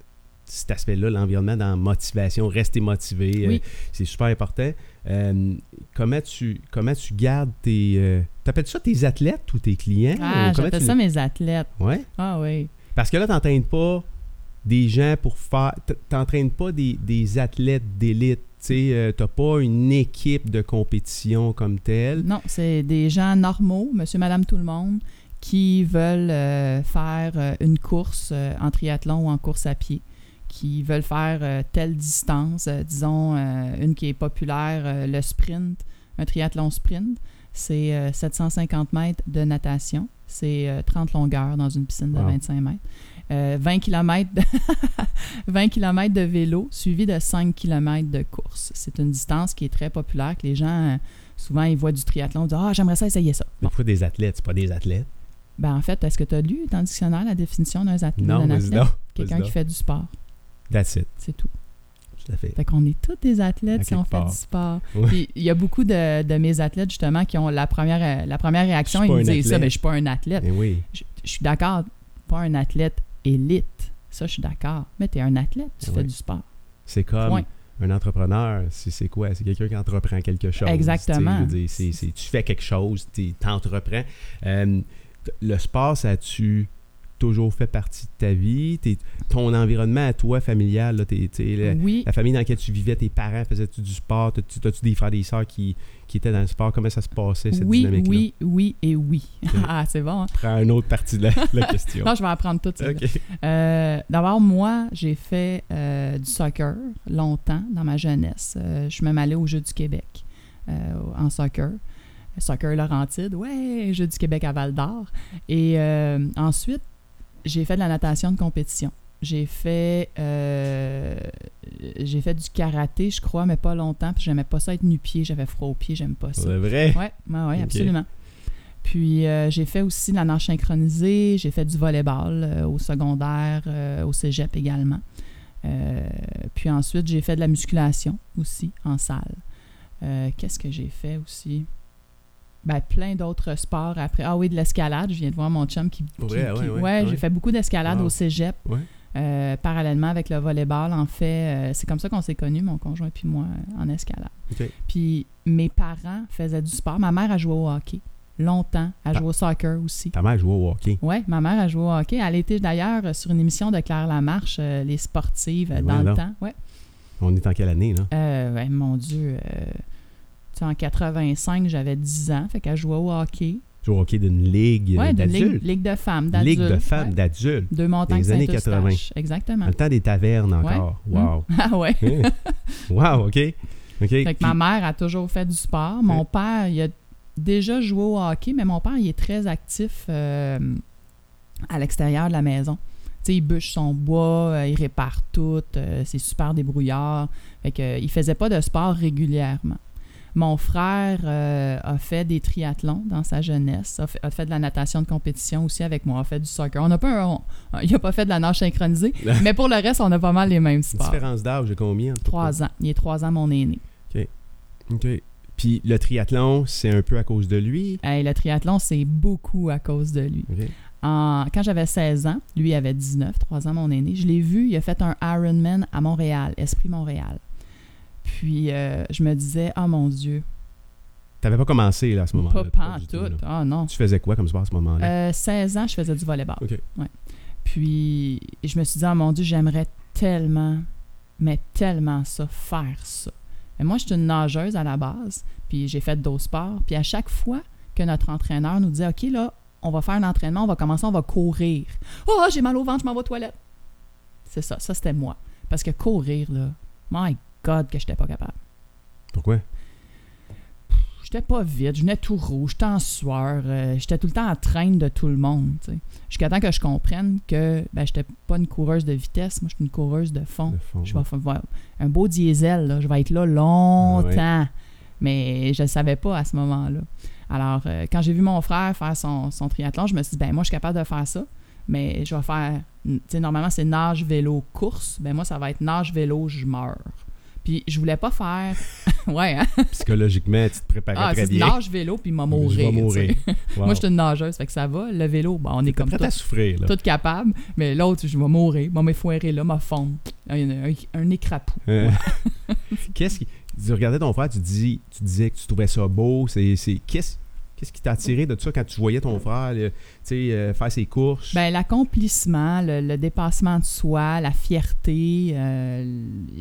cet aspect-là, l'environnement, dans la motivation, rester motivé. Oui. Euh, c'est super important. Euh, comment, tu, comment tu gardes tes... Euh, t'appelles ça tes athlètes ou tes clients? Ah, j'appelle tu... ça mes athlètes. Ouais? Ah oui. Parce que là, tu n'entraînes pas des gens pour faire... Tu n'entraînes pas des, des athlètes d'élite. Tu sais, euh, tu n'as pas une équipe de compétition comme telle. Non, c'est des gens normaux, monsieur, madame, tout le monde, qui veulent euh, faire euh, une course euh, en triathlon ou en course à pied, qui veulent faire euh, telle distance, euh, disons euh, une qui est populaire, euh, le sprint, un triathlon sprint, c'est euh, sept cent cinquante mètres de natation, c'est euh, trente longueurs dans une piscine de wow. vingt-cinq mètres, euh, vingt kilomètres de vingt kilomètres de vélo suivi de cinq kilomètres de course. C'est une distance qui est très populaire, que les gens, euh, souvent, ils voient du triathlon, ils disent « Ah, j'aimerais ça essayer ça. » Mais pourquoi des athlètes? C'est pas des athlètes? Ben en fait, est-ce que tu as lu dans le dictionnaire la définition d'un athlète? Non, d'un athlète? Non. Quelqu'un qui fait du sport. That's it. C'est tout. Tout à fait. Fait qu'on est tous des athlètes qui ont fait du sport. Oui. Puis il y a beaucoup de, de mes athlètes, justement, qui ont la première, la première réaction, ils me disent ça, mais je suis pas un athlète. Mais oui. Je, je suis d'accord, pas un athlète élite. Ça, je suis d'accord. Mais tu es un athlète, tu oui. fais du sport. C'est comme Point. Un entrepreneur, c'est, c'est quoi? C'est quelqu'un qui entreprend quelque chose. Exactement. Dire, c'est, c'est, tu fais quelque chose, tu entreprends. Euh, le sport, ça a-tu toujours fait partie de ta vie? T'es, ton environnement à toi, familial, là, t'es, t'es, la, oui. la famille dans laquelle tu vivais, tes parents, faisaient-tu du sport? T'as-tu, t'as-tu des frères et des sœurs qui, qui étaient dans le sport? Comment ça se passait, cette oui, dynamique-là? Oui, oui et oui. Okay. Ah, c'est bon. Hein? Prends une autre partie de la, la question. Non, je vais apprendre tout ça. Okay. Euh, d'abord, moi, j'ai fait euh, du soccer longtemps dans ma jeunesse. Euh, je suis même allée aux Jeux du Québec euh, en soccer. Soccer Laurentide, ouais, Jeux du Québec à Val-d'Or. Et euh, ensuite, j'ai fait de la natation de compétition. J'ai fait euh, j'ai fait du karaté, je crois, mais pas longtemps, puis j'aimais pas ça être nu-pied, j'avais froid aux pieds, j'aime pas ça. C'est vrai? Oui, ouais, ouais, okay. absolument. Puis euh, j'ai fait aussi de la nage synchronisée, j'ai fait du volleyball euh, au secondaire, euh, au cégep également. Euh, puis ensuite, j'ai fait de la musculation aussi, en salle. Euh, qu'est-ce que j'ai fait aussi? Ben, plein d'autres sports après. Ah oui, de l'escalade. Je viens de voir mon chum qui... qui, ouais, qui ouais, ouais, ouais, j'ai ouais. fait beaucoup d'escalade wow. au cégep. Ouais. Euh, parallèlement avec le volleyball, en fait, euh, c'est comme ça qu'on s'est connus, mon conjoint puis moi, en escalade. Okay. Puis mes parents faisaient du sport. Ma mère a joué au hockey longtemps. Elle a joué au soccer aussi. Ta mère jouait au hockey? Oui, ma mère a joué au hockey. Elle était d'ailleurs sur une émission de Claire Lamarche, euh, les sportives, euh, dans ouais, le temps. Ouais. On est en quelle année, là? Euh, ouais, mon Dieu... Euh, en quatre-vingt-cinq, j'avais dix ans, fait qu'elle jouait au hockey. Jouer au hockey d'une ligue ouais, d'adultes? Oui, d'une ligue de femmes, d'adultes. Ligue de femmes, ouais. d'adultes. Deux montagnes des années quatre-vingt. Exactement. Dans le temps des tavernes encore. Ouais. Wow. Ah ouais. Wow, OK. okay. Fait que ma mère a toujours fait du sport. Mon ouais. père, il a déjà joué au hockey, mais mon père, il est très actif euh, à l'extérieur de la maison. Tu sais, il bûche son bois, euh, il répare tout, euh, c'est super débrouillard. Fait que, euh, il faisait pas de sport régulièrement. Mon frère euh, a fait des triathlons dans sa jeunesse, a fait, a fait de la natation de compétition aussi avec moi, a fait du soccer. On n'a pas un, on, il n'a pas fait de la nage synchronisée, mais pour le reste, on a pas mal les mêmes sports. Différence d'âge de combien? Trois ans. Il est trois ans, mon aîné. OK. OK. Puis le triathlon, c'est un peu à cause de lui? Hey, le triathlon, c'est beaucoup à cause de lui. Okay. En, quand j'avais seize ans, lui avait dix-neuf, trois ans, mon aîné, je l'ai vu, il a fait un Ironman à Montréal, Esprit Montréal. Puis, euh, je me disais, oh mon Dieu. Tu n'avais pas commencé là, à ce moment-là? Pas, pas tout. tout. Ah non. Tu faisais quoi comme sport à ce moment-là? Euh, seize ans, je faisais du volleyball. OK. Ouais. Puis, je me suis dit, oh mon Dieu, j'aimerais tellement, mais tellement ça, faire ça. Mais moi, je suis une nageuse à la base, puis j'ai fait d'autres sports. Puis à chaque fois que notre entraîneur nous dit, OK, là, on va faire un entraînement, on va commencer, on va courir. Oh, j'ai mal au ventre, je m'en vais aux toilettes. C'est ça, ça c'était moi. Parce que courir, là, my God, que j'étais pas capable. Pourquoi? J'étais pas vite, je venais tout rouge, j'étais en sueur, euh, j'étais tout le temps en train de tout le monde, tu sais. Jusqu'à temps que je comprenne que ben, j'étais pas une coureuse de vitesse, moi, je suis une coureuse de fond. De fond je vais faire un beau diesel, là, je vais être là longtemps. Ouais. Mais je le savais pas à ce moment-là. Alors, euh, quand j'ai vu mon frère faire son, son triathlon, je me suis dit, ben moi, je suis capable de faire ça, mais je vais faire, tu sais, normalement, c'est nage, vélo, course. Ben moi, ça va être nage, vélo, je meurs. Puis je voulais pas faire... ouais, hein? Psychologiquement, tu te préparais ah, très c'est bien. nage, vélo, puis m'a mourir. Je vais mourir. Wow. Moi, je suis une nageuse, fait que ça va. Le vélo, bon, on est T'es comme prête tout, à souffrir, là. tout capable. Mais l'autre, je vais mourir. Moi, m'effoirer là, m'a fondre. Un, un, un écrapou. Euh, Ouais. Qu'est-ce qui... Tu regardais ton frère, tu, dis, tu disais que tu trouvais ça beau. C'est, c'est... Qu'est-ce... Qu'est-ce qui t'a attiré de ça quand tu voyais ton frère là, euh, faire ses courses? Ben, l'accomplissement, le, le dépassement de soi, la fierté, euh,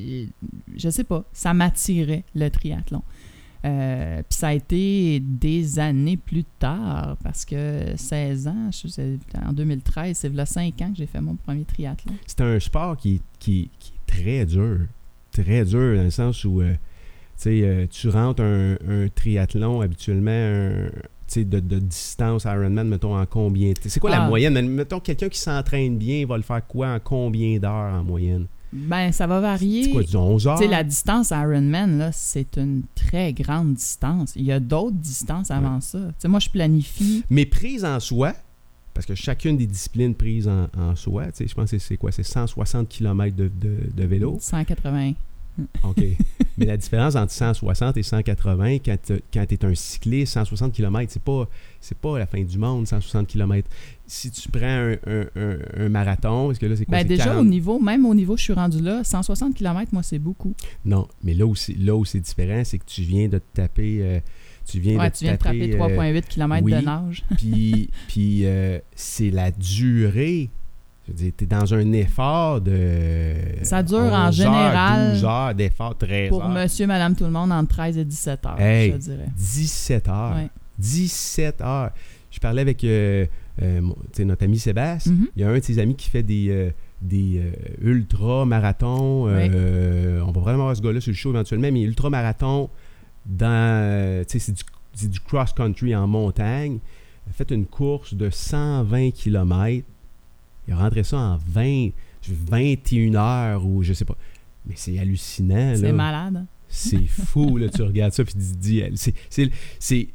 je sais pas, ça m'attirait, le triathlon. Euh, Puis ça a été des années plus tard, parce que seize ans, je sais, en deux mille treize, c'est là cinq ans que j'ai fait mon premier triathlon. C'est un sport qui, qui, qui est très dur. Très dur dans le sens où... Euh, tu sais, euh, tu rentres un, un triathlon habituellement, un, de, de distance Ironman, mettons, en combien... C'est quoi ah. la moyenne? Mettons, quelqu'un qui s'entraîne bien va le faire quoi en combien d'heures en moyenne? Ben, ça va varier. C'est quoi, du onze heures? Tu sais, la distance Ironman, là, c'est une très grande distance. Il y a d'autres distances avant ouais. ça. Tu sais, moi, je planifie... Mais prise en soi, parce que chacune des disciplines prises en, en soi, tu sais, je pense que c'est quoi? C'est cent soixante kilomètres de, de, de vélo? cent quatre-vingts. OK. Mais la différence entre cent soixante et cent quatre-vingts, quand tu es un cycliste, cent soixante kilomètres, c'est pas, c'est pas la fin du monde, cent soixante kilomètres. Si tu prends un, un, un, un marathon, est-ce que là, c'est quoi? Ben c'est déjà, quarante... au niveau, même au niveau, je suis rendu là, cent soixante kilomètres, moi, c'est beaucoup. Non, mais là où c'est, là où c'est différent, c'est que tu viens de te taper... Euh, tu viens ouais, de tu viens taper, de taper trois virgule huit kilomètres oui, de nage. Puis, puis euh, c'est la durée... Je veux dire, t'es dans un effort de... Ça dure en général... douze heures d'effort, treize pour heures. Pour monsieur, madame, tout le monde, entre treize et dix-sept heures, hey, je dirais. dix-sept heures. Ouais. dix-sept heures. Je parlais avec euh, euh, notre ami Sébastien. Mm-hmm. Il y a un de ses amis qui fait des, euh, des euh, ultra-marathons. Euh, oui. On va vraiment voir ce gars-là sur le show éventuellement, mais ultra-marathon dans... Euh, tu sais, c'est du, c'est du cross-country en montagne. Il a fait une course de cent vingt kilomètres. Il a rentré ça en vingt, vingt et une heures ou je sais pas. Mais c'est hallucinant. C'est là. malade. C'est fou, là. Tu regardes ça et tu te dis... C'est, c'est, c'est,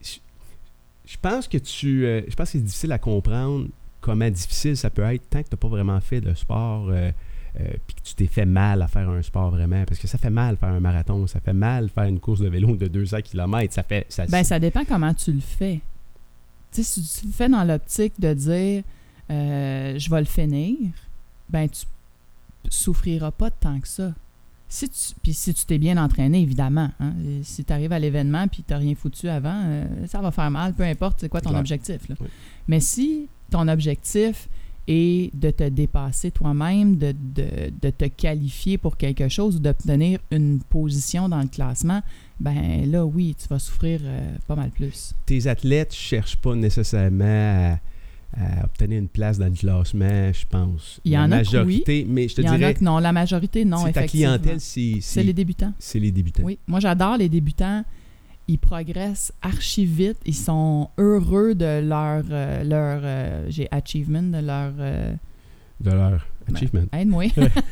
je pense que tu... Euh, je pense que c'est difficile à comprendre comment difficile ça peut être tant que tu n'as pas vraiment fait de sport euh, euh, puis que tu t'es fait mal à faire un sport vraiment. Parce que ça fait mal faire un marathon, ça fait mal faire une course de vélo de deux cents kilomètres. Ça fait... Ça, ben, ça dépend comment tu le fais. Tu sais, si tu le fais dans l'optique de dire... Euh, je vais le finir, ben tu souffriras pas tant que ça. Si tu, puis si tu t'es bien entraîné, évidemment. Hein, si tu arrives à l'événement puis tu n'as rien foutu avant, euh, ça va faire mal, peu importe c'est quoi ton objectif. Là. Oui. Mais si ton objectif est de te dépasser toi-même, de, de, de te qualifier pour quelque chose ou d'obtenir une position dans le classement, ben là, oui, tu vas souffrir euh, pas mal plus. Tes athlètes ne cherchent pas nécessairement à... à obtenir une place dans le classement, je pense. Il y en la a majorité, que oui. mais je te Il y dirais... en a que non, la majorité, non, c'est effectivement. Ta clientèle, c'est, c'est... C'est les débutants. C'est les débutants. Oui, moi j'adore les débutants. Ils progressent archi vite. Ils sont heureux de leur... Euh, leur euh, j'ai achievement, de leur... Euh, de leur achievement. Ben, aide-moi.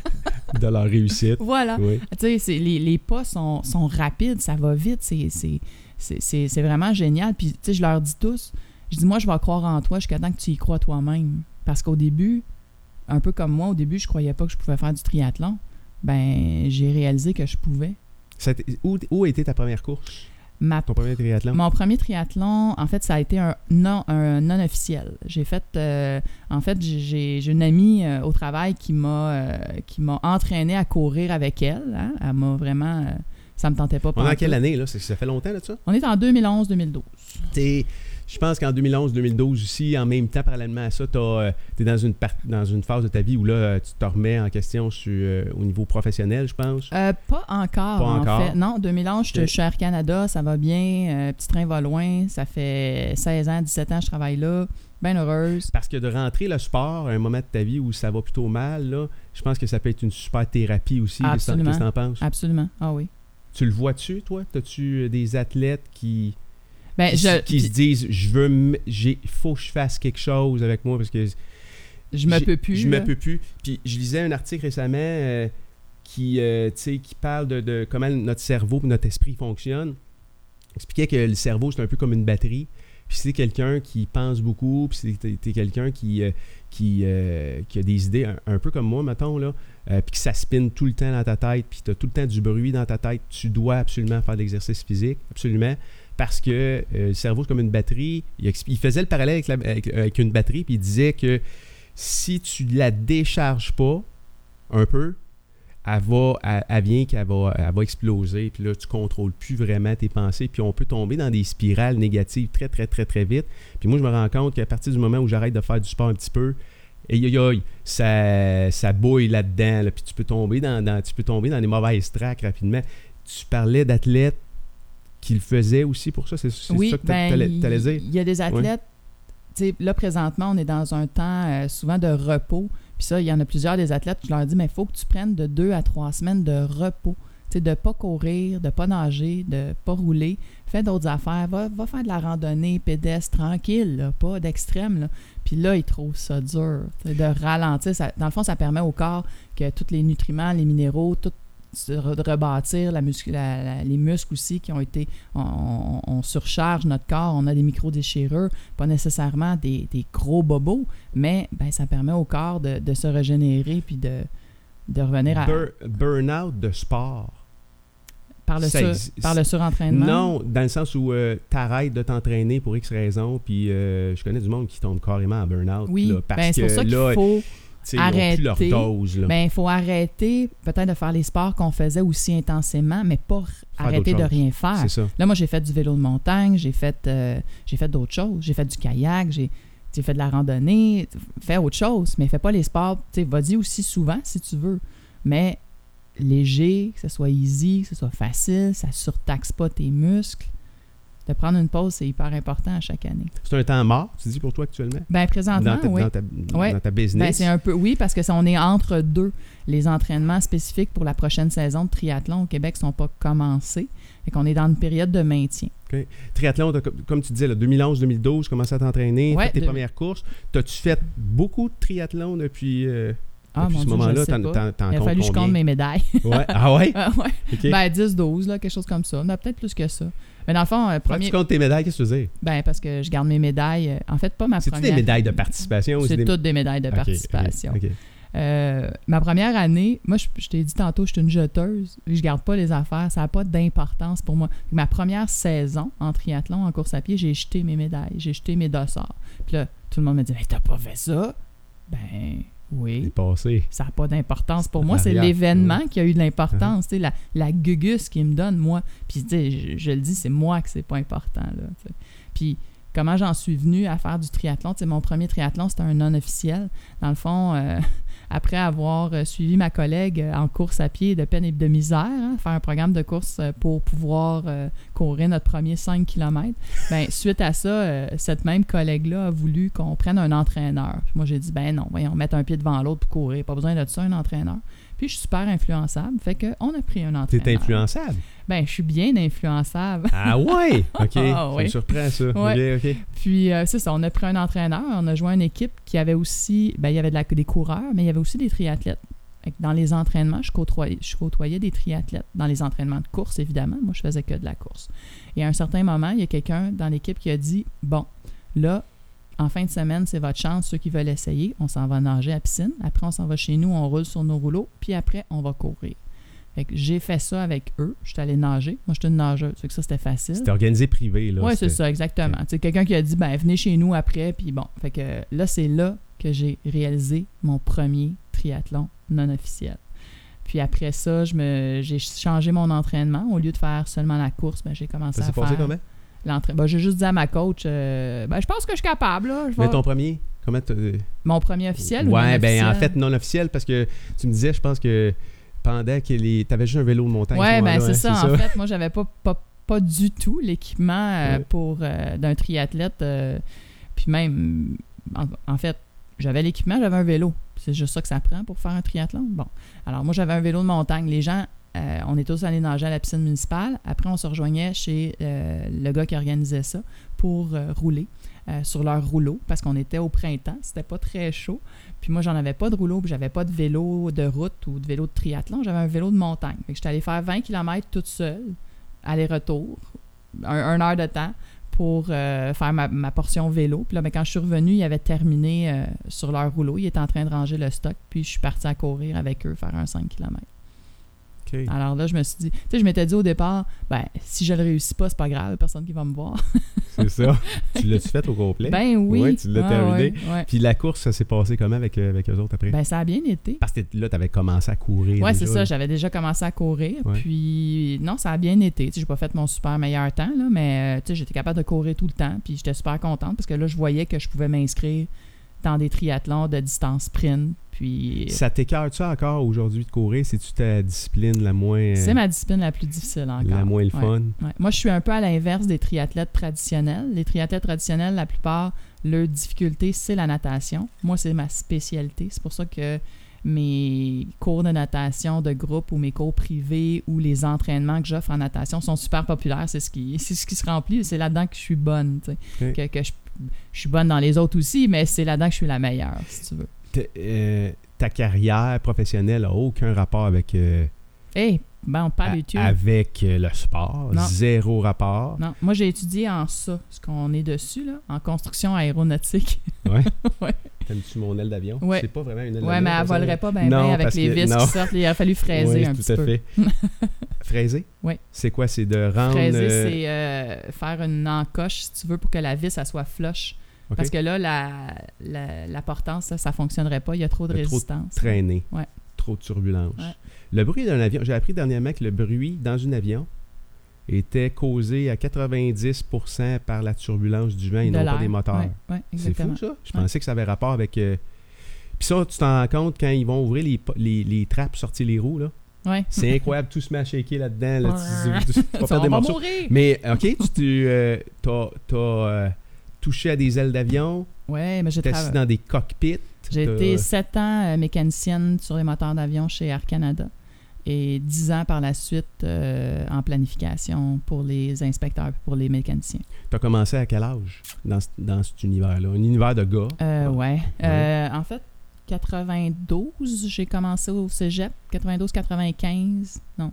De leur réussite. Voilà. Oui. Tu sais, les, les pas sont, sont rapides, ça va vite. C'est, c'est, c'est, c'est, c'est vraiment génial. Puis, tu sais, je leur dis tous... Je dis, moi, je vais croire en toi jusqu'à temps que tu y crois toi-même. Parce qu'au début, un peu comme moi, au début, je croyais pas que je pouvais faire du triathlon. Ben, j'ai réalisé que je pouvais. Ça, où, où a été ta première course? Ma, Ton premier triathlon? Mon premier triathlon, en fait, ça a été un non, un non officiel. J'ai fait... Euh, en fait, j'ai, j'ai une amie euh, au travail qui m'a, euh, qui m'a entraîné à courir avec elle. Hein? Elle m'a vraiment... Euh, ça me tentait pas. On est en quelle année, là? Ça fait longtemps, là, de ça? On est en deux mille onze deux mille douze. T'es... Je pense qu'en deux mille onze deux mille douze aussi, en même temps, parallèlement à ça, tu es dans une, part, dans une phase de ta vie où là, tu te remets en question sur, euh, au niveau professionnel, je pense. Euh, pas encore, pas en encore. fait. Non, deux mille onze, je suis à Air Canada, ça va bien. Euh, petit train va loin. Ça fait seize ans, dix-sept ans, je travaille là. Bien heureuse. Parce que de rentrer le sport à un moment de ta vie où ça va plutôt mal, là, je pense que ça peut être une super thérapie aussi. Absolument. Qu'est-ce que tu en penses? Absolument. Ah oui. Tu le vois-tu, toi? As-tu des athlètes qui... Ben, qui, je, qui se disent je veux il faut que je fasse quelque chose avec moi parce que je me peux plus je là. me peux plus puis je lisais un article récemment euh, qui euh, tu sais qui parle de, de comment notre cerveau et notre esprit fonctionnent. Il expliquait que le cerveau c'est un peu comme une batterie Puis si t'es quelqu'un qui pense beaucoup, puis si t'es, t'es quelqu'un qui, euh, qui, euh, qui a des idées un, un peu comme moi, mettons, là, euh, puis que ça spinne tout le temps dans ta tête, puis t'as tout le temps du bruit dans ta tête, tu dois absolument faire de l'exercice physique, absolument, parce que euh, le cerveau, c'est comme une batterie. Il, il faisait le parallèle avec, la, avec, avec une batterie, puis il disait que si tu la décharges pas un peu, elle, va, elle, elle vient qu'elle va, elle va exploser, puis là, tu ne contrôles plus vraiment tes pensées, puis on peut tomber dans des spirales négatives très, très, très, très vite. Puis moi, je me rends compte qu'à partir du moment où j'arrête de faire du sport un petit peu, aïe, aïe, aïe, ça, ça bouille là-dedans, là, puis tu peux tomber dans, dans, tu peux tomber dans des mauvaises tracks rapidement. Tu parlais d'athlètes qui le faisaient aussi pour ça, c'est, c'est oui, ça que ben, tu allais dire? Il y a des athlètes, ouais. Là, présentement, on est dans un temps euh, souvent de repos. Puis ça, il y en a plusieurs des athlètes, je leur dis, mais il faut que tu prennes de deux à trois semaines de repos. Tu sais, de ne pas courir, de ne pas nager, de ne pas rouler. Fais d'autres affaires. Va, va faire de la randonnée pédestre tranquille, là, pas d'extrême. Là. Puis là, ils trouvent ça dur. De ralentir. Ça, dans le fond, ça permet au corps que tous les nutriments, les minéraux, tout de rebâtir la muscu- la, la, les muscles aussi qui ont été... On, on, on surcharge notre corps, on a des micro-déchirures, pas nécessairement des, des gros bobos, mais ben, ça permet au corps de, de se régénérer puis de, de revenir à... Bur- burn-out de sport. Par le, sur, ex- par le surentraînement? Non, dans le sens où euh, tu arrêtes de t'entraîner pour X raisons, puis euh, je connais du monde qui tombe carrément en burn-out. Oui, là, parce ben, c'est pour que ça qu'il là, faut... arrêter. Leur dose, ben, il faut arrêter peut-être de faire les sports qu'on faisait aussi intensément, mais pas faire arrêter de rien faire. C'est ça. Là, moi, j'ai fait du vélo de montagne, j'ai fait, euh, j'ai fait d'autres choses. J'ai fait du kayak, j'ai, j'ai fait de la randonnée. Fais autre chose, mais fais pas les sports. Vas-y aussi souvent si tu veux, mais léger, que ce soit easy, que ce soit facile, ça surtaxe pas tes muscles. De prendre une pause, c'est hyper important à chaque année. C'est un temps mort, tu dis, pour toi actuellement? Bien, présentement, dans ta, oui. Dans ta, ouais. dans ta business? Ben, c'est un peu, oui, parce que ça, on est entre deux. Les entraînements spécifiques pour la prochaine saison de triathlon au Québec ne sont pas commencés. Fait qu'on est dans une période de maintien. OK. Triathlon, comme tu disais, là, deux mille onze deux mille douze, tu commençais à t'entraîner, ouais, fait tes de... premières courses. T'as-tu fait beaucoup de triathlon depuis... Euh... Ah, Depuis mon ce Dieu, moment-là, t'en, t'en, t'en il a fallu que je compte mes médailles. Ouais. Ah ouais? ah ouais. Okay. Ben, dix douze, là, quelque chose comme ça. Mais peut-être plus que ça. Mais dans le fond, euh, premier... Tu comptes tes médailles, qu'est-ce que tu veux dire? Ben, parce que je garde mes médailles. Euh, en fait, pas ma C'est première... C'est-tu des médailles de participation? C'est des... toutes des médailles de okay, participation. Okay, okay. Euh, ma première année, moi, je, je t'ai dit tantôt, je suis une jeteuse. Je garde pas les affaires. Ça n'a pas d'importance pour moi. Ma première saison en triathlon, en course à pied, j'ai jeté mes médailles. J'ai jeté mes dossards. Puis là, tout le monde me dit « Mais t'as pas fait ça? » Ben... Oui. Passé. Ça n'a pas d'importance pour moi. C'est l'événement oui. qui a eu de l'importance. Uh-huh. La, la gugus qui me donne, moi. Puis, je, je le dis, c'est moi que c'est pas important. Là, t'sais. Puis, comment j'en suis venue à faire du triathlon? T'sais, mon premier triathlon, c'était un non-officiel. Dans le fond, euh, après avoir suivi ma collègue en course à pied de peine et de misère, hein, faire un programme de course pour pouvoir euh, courir notre premier cinq kilomètres, ben, suite à ça, euh, cette même collègue-là a voulu qu'on prenne un entraîneur. Moi, j'ai dit, ben non, voyons, mettre un pied devant l'autre pour courir. Pas besoin de ça, un entraîneur. Puis, je suis super influençable. Fait qu'on a pris un entraîneur. T'es influençable? Ben, je suis bien influençable. Ah ouais? OK. Ah, ça oui. me surprend, ça. Ouais. OK, OK. Puis, euh, c'est ça, on a pris un entraîneur. On a joué à une équipe qui avait aussi... Ben, il y avait de la, des coureurs, mais il y avait aussi des triathlètes. Fait que dans les entraînements, je côtoyais, je côtoyais des triathlètes. Dans les entraînements de course, évidemment. Moi, je faisais que de la course. Et à un certain moment, il y a quelqu'un dans l'équipe qui a dit, bon, là... En fin de semaine, c'est votre chance, ceux qui veulent essayer. On s'en va nager à la piscine. Après, on s'en va chez nous, on roule sur nos rouleaux. Puis après, on va courir. Fait que j'ai fait ça avec eux. Je suis allée nager. Moi, j'étais une nageuse. Fait que ça, c'était facile. C'était organisé privé, là. Oui, c'est ça, exactement. Okay. C'est quelqu'un qui a dit, ben venez chez nous après. Puis bon, fait que là, c'est là que j'ai réalisé mon premier triathlon non officiel. Puis après ça, je me, j'ai changé mon entraînement. Au lieu de faire seulement la course, ben, j'ai commencé ça à faire... Ça s'est passé comment? L'entra... Ben, j'ai juste dit à ma coach, euh, ben, je pense que je suis capable. Là. Je vais... Mais ton premier, comment tu... Mon premier officiel ouais, ou non ben officiel? en fait non officiel parce que tu me disais, je pense que pendant que les... tu avais juste un vélo de montagne. Oui, ben c'est, hein, ça. c'est en ça. fait, moi, j'avais pas, pas, pas du tout l'équipement euh, ouais. pour euh, d'un triathlète. Euh, puis même, en, en fait, j'avais l'équipement, j'avais un vélo. C'est juste ça que ça prend pour faire un triathlon. Bon, alors moi, j'avais un vélo de montagne. Les gens... Euh, on est tous allés nager à la piscine municipale. Après, on se rejoignait chez euh, le gars qui organisait ça pour euh, rouler euh, sur leur rouleau parce qu'on était au printemps. C'était pas très chaud. Puis moi, j'en avais pas de rouleau, puis j'avais pas de vélo de route ou de vélo de triathlon. J'avais un vélo de montagne. Fait que j'étais allée faire vingt kilomètres toute seule, aller-retour, un, un heure de temps pour euh, faire ma, ma portion vélo. Puis là, ben, quand je suis revenue, ils avaient terminé euh, sur leur rouleau. Ils étaient en train de ranger le stock. Puis je suis partie à courir avec eux, faire un cinq kilomètres. Okay. Alors là, je me suis dit... Tu sais, je m'étais dit au départ, ben si je le réussis pas, c'est pas grave, personne qui va me voir. C'est ça. Tu l'as-tu fait au complet? Ben oui. Oui, tu l'as ouais, terminé. Ouais, ouais. Puis la course, ça s'est passé comment avec, avec eux autres après? Ben ça a bien été. Parce que là, tu avais commencé à courir. Oui, c'est déjà, ça. là. J'avais déjà commencé à courir. Ouais. Puis non, ça a bien été. Tu sais, j'ai pas fait mon super meilleur temps, là, mais tu sais, j'étais capable de courir tout le temps. Puis j'étais super contente parce que là, je voyais que je pouvais m'inscrire dans des triathlons de distance sprint. Puis ça t'écœure ça encore aujourd'hui de courir? C'est-tu ta discipline la moins... c'est ma discipline la plus difficile encore. La moins le ouais. fun? Ouais. Moi, je suis un peu à l'inverse des triathlètes traditionnels. Les triathlètes traditionnels, la plupart, leur difficulté, c'est la natation. Moi, c'est ma spécialité. C'est pour ça que mes cours de natation de groupe ou mes cours privés ou les entraînements que j'offre en natation sont super populaires. C'est ce qui, c'est ce qui se remplit. C'est là-dedans que je suis bonne. Tu sais. Okay. Que, que je, je suis bonne dans les autres aussi, mais c'est là-dedans que je suis la meilleure, si tu veux. Euh, ta carrière professionnelle n'a aucun rapport avec... Euh, hey, ben on parle a, avec euh, le sport. Non. Zéro rapport. Non, moi j'ai étudié en ça, ce qu'on est dessus, là, en construction aéronautique. Ouais. Ouais. T'aimes-tu mon aile d'avion? Ouais. C'est pas vraiment une aile ouais, d'avion. mais elle volerait pas bien bien avec les vis qui sortent. Il a fallu fraiser oui, un tout petit à peu. Fait. Fraiser? Oui. C'est quoi? C'est de rendre... Fraiser, euh... c'est euh, faire une encoche, si tu veux, pour que la vis, elle soit flush. Okay. Parce que là, la, la, la portance, ça ne fonctionnerait pas. Il y a trop de résistance. Trop traîné. Ouais. Trop de turbulence. Ouais. Le bruit d'un avion... J'ai appris dernièrement que le bruit dans un avion était causé à quatre-vingt-dix pour cent par la turbulence du vent et non pas des moteurs. Ouais, ouais, c'est fou, ça? Je ouais. pensais que ça avait rapport avec... Euh... Puis ça, tu t'en rends compte quand ils vont ouvrir les, les, les trappes, sortir les roues, là? Ouais. C'est incroyable, tout se met à shaker là-dedans. Là, tu, tu, tu, tu vas perdre des morceaux. Mourir. Mais, OK, tu, tu euh, t'as, t'as euh, touché à des ailes d'avion. Oui, mais j'ai travaillé. T'es assis dans des cockpits. J'ai t'as... été sept ans euh, mécanicienne sur les moteurs d'avion chez Air Canada et dix ans par la suite euh, en planification pour les inspecteurs et pour les mécaniciens. Tu as commencé à quel âge dans, dans cet univers-là? Un univers de gars? Euh, ouais. ouais. Euh, en fait, quatre-vingt-douze, j'ai commencé au cégep. quatre-vingt-douze quatre-vingt-quinze. Non.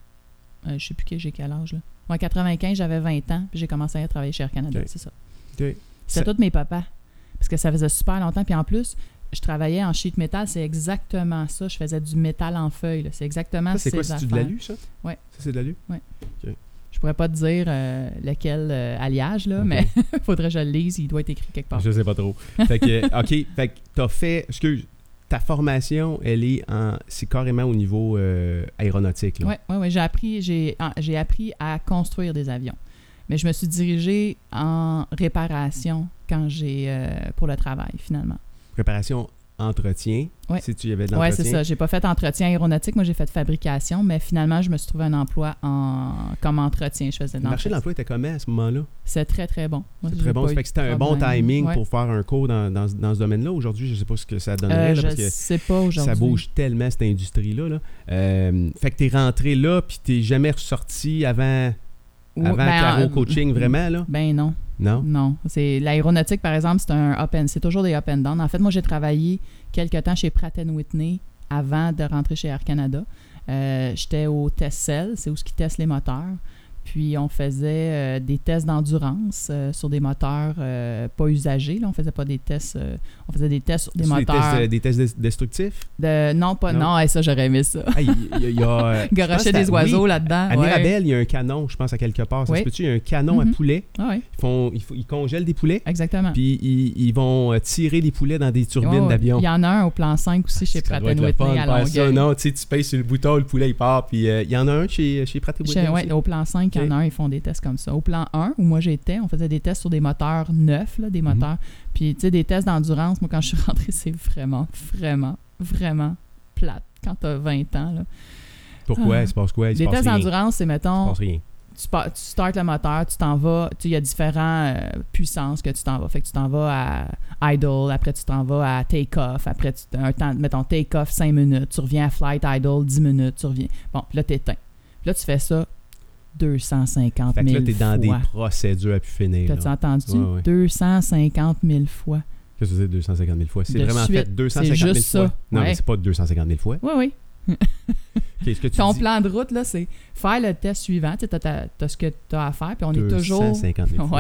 Euh, je sais plus que j'ai quel âge, là. Ouais, quatre-vingt-quinze, j'avais vingt ans, puis j'ai commencé à travailler chez Air Canada, okay. C'est ça. Okay. C'était ça... tous mes papas. Parce que ça faisait super longtemps. Puis en plus, je travaillais en sheet metal, c'est exactement ça. Je faisais du métal en feuille. Là. C'est exactement ça. C'est quoi, c'est de l'alu, ça? Oui. Ça, c'est de l'alu? Oui. Okay. Je pourrais pas te dire euh, lequel euh, alliage, là, okay. Mais il faudrait que je le lise. Il doit être écrit quelque part. Je sais pas trop. Fait que, OK. Fait que t'as fait... Excuse, ta formation, elle est en... C'est carrément au niveau euh, aéronautique, là. Oui, oui, oui. J'ai appris, j'ai, j'ai appris à construire des avions. Mais je me suis dirigée en réparation quand j'ai euh, pour le travail, finalement. Réparation, entretien. Oui, si tu y avais de l'entretien. Oui, c'est ça. J'ai pas fait entretien aéronautique. Moi, j'ai fait fabrication, mais finalement, je me suis trouvé un emploi en... comme entretien. Je faisais de Le marché de l'emploi était comment à ce moment-là? C'est très, très bon. Moi, c'est très bon. Ça fait que c'était un bon timing ouais. pour faire un cours dans, dans, dans ce domaine-là. Aujourd'hui, je ne sais pas ce que ça donnerait. Euh, là, je parce que sais pas aujourd'hui. Ça bouge tellement, cette industrie-là. Là. Euh, fait que tu es rentré là, puis tu n'es jamais ressorti avant... Avant ben, Caro Coaching, euh, vraiment, là? Ben non. Non? Non. C'est, l'aéronautique, par exemple, c'est un up and, c'est toujours des up and down. En fait, moi, j'ai travaillé quelque temps chez Pratt and Whitney avant de rentrer chez Air Canada. Euh, j'étais au test cell, c'est où ce qui teste les moteurs. Puis, on faisait euh, des tests d'endurance euh, sur des moteurs euh, pas usagés. Là. On faisait pas des tests... Euh, on faisait des tests sur des c'est moteurs... Des tests, des tests destructifs? De, non, pas... Non, non hey, ça, j'aurais aimé ça. Il ah, y, y, y a... Garocher des oiseaux oui, là-dedans. À Mirabel, il ouais. y a un canon, je pense, à quelque part. Ça oui. se peut-tu? Il y a un canon mm-hmm. à poulet. Ah, oui. Ils, font, ils, ils congèlent des poulets. Exactement. Puis, ils, ils vont tirer les poulets dans des turbines oh, d'avion. Il y en a un au plan cinq aussi chez Pratt and Whitney à Longueuil. Non, tu sais, tu payes sur le bouton, le poulet, il part. Puis, il euh, y en a un chez, chez Pratt and Whitney Oui, au plan cinq, il okay. y en a un, ils font des tests comme ça. Au plan un, où moi j'étais, on faisait des tests sur des moteurs neufs, là, des moteurs. Mm-hmm. Puis, tu sais, des tests d'endurance, moi, quand je suis rentrée, c'est vraiment, vraiment, vraiment plate quand tu as vingt ans. Là. Pourquoi? Ah. Il se passe quoi? Il les se passe tests rien. d'endurance, c'est, mettons, il se passe rien. Tu, tu startes le moteur, tu t'en vas, il y a différentes euh, puissances que tu t'en vas. Fait que tu t'en vas à idle, après tu t'en vas à take-off, après tu, un temps, mettons, take-off cinq minutes, tu reviens à flight idle dix minutes, tu reviens. Bon, puis là, t'éteins. Puis là, tu fais ça deux cent cinquante mille fois. Fait que là, t'es dans des procédures à pu finir. T'as-tu entendu? Ouais, ouais. deux cent cinquante mille fois. Qu'est-ce que c'est deux cent cinquante mille fois? C'est de vraiment suite, fait deux cent cinquante mille fois? Ça. Non, ouais. mais c'est pas deux cent cinquante mille fois. Oui, oui. Okay, ce que tu Ton dis... plan de route, là, c'est faire le test suivant. Tu as, as ce que tu as à faire, puis on est toujours... deux cent cinquante mille fois. Ouais.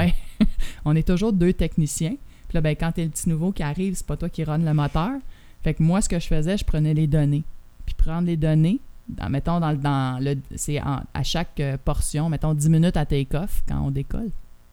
on est toujours deux techniciens. Puis là, ben, quand t'es le petit nouveau qui arrive, c'est pas toi qui run le moteur. Fait que moi, ce que je faisais, je prenais les données. Puis prendre les données, dans, mettons, dans, dans le, c'est en, à chaque euh, portion, mettons dix minutes à take-off quand on décolle.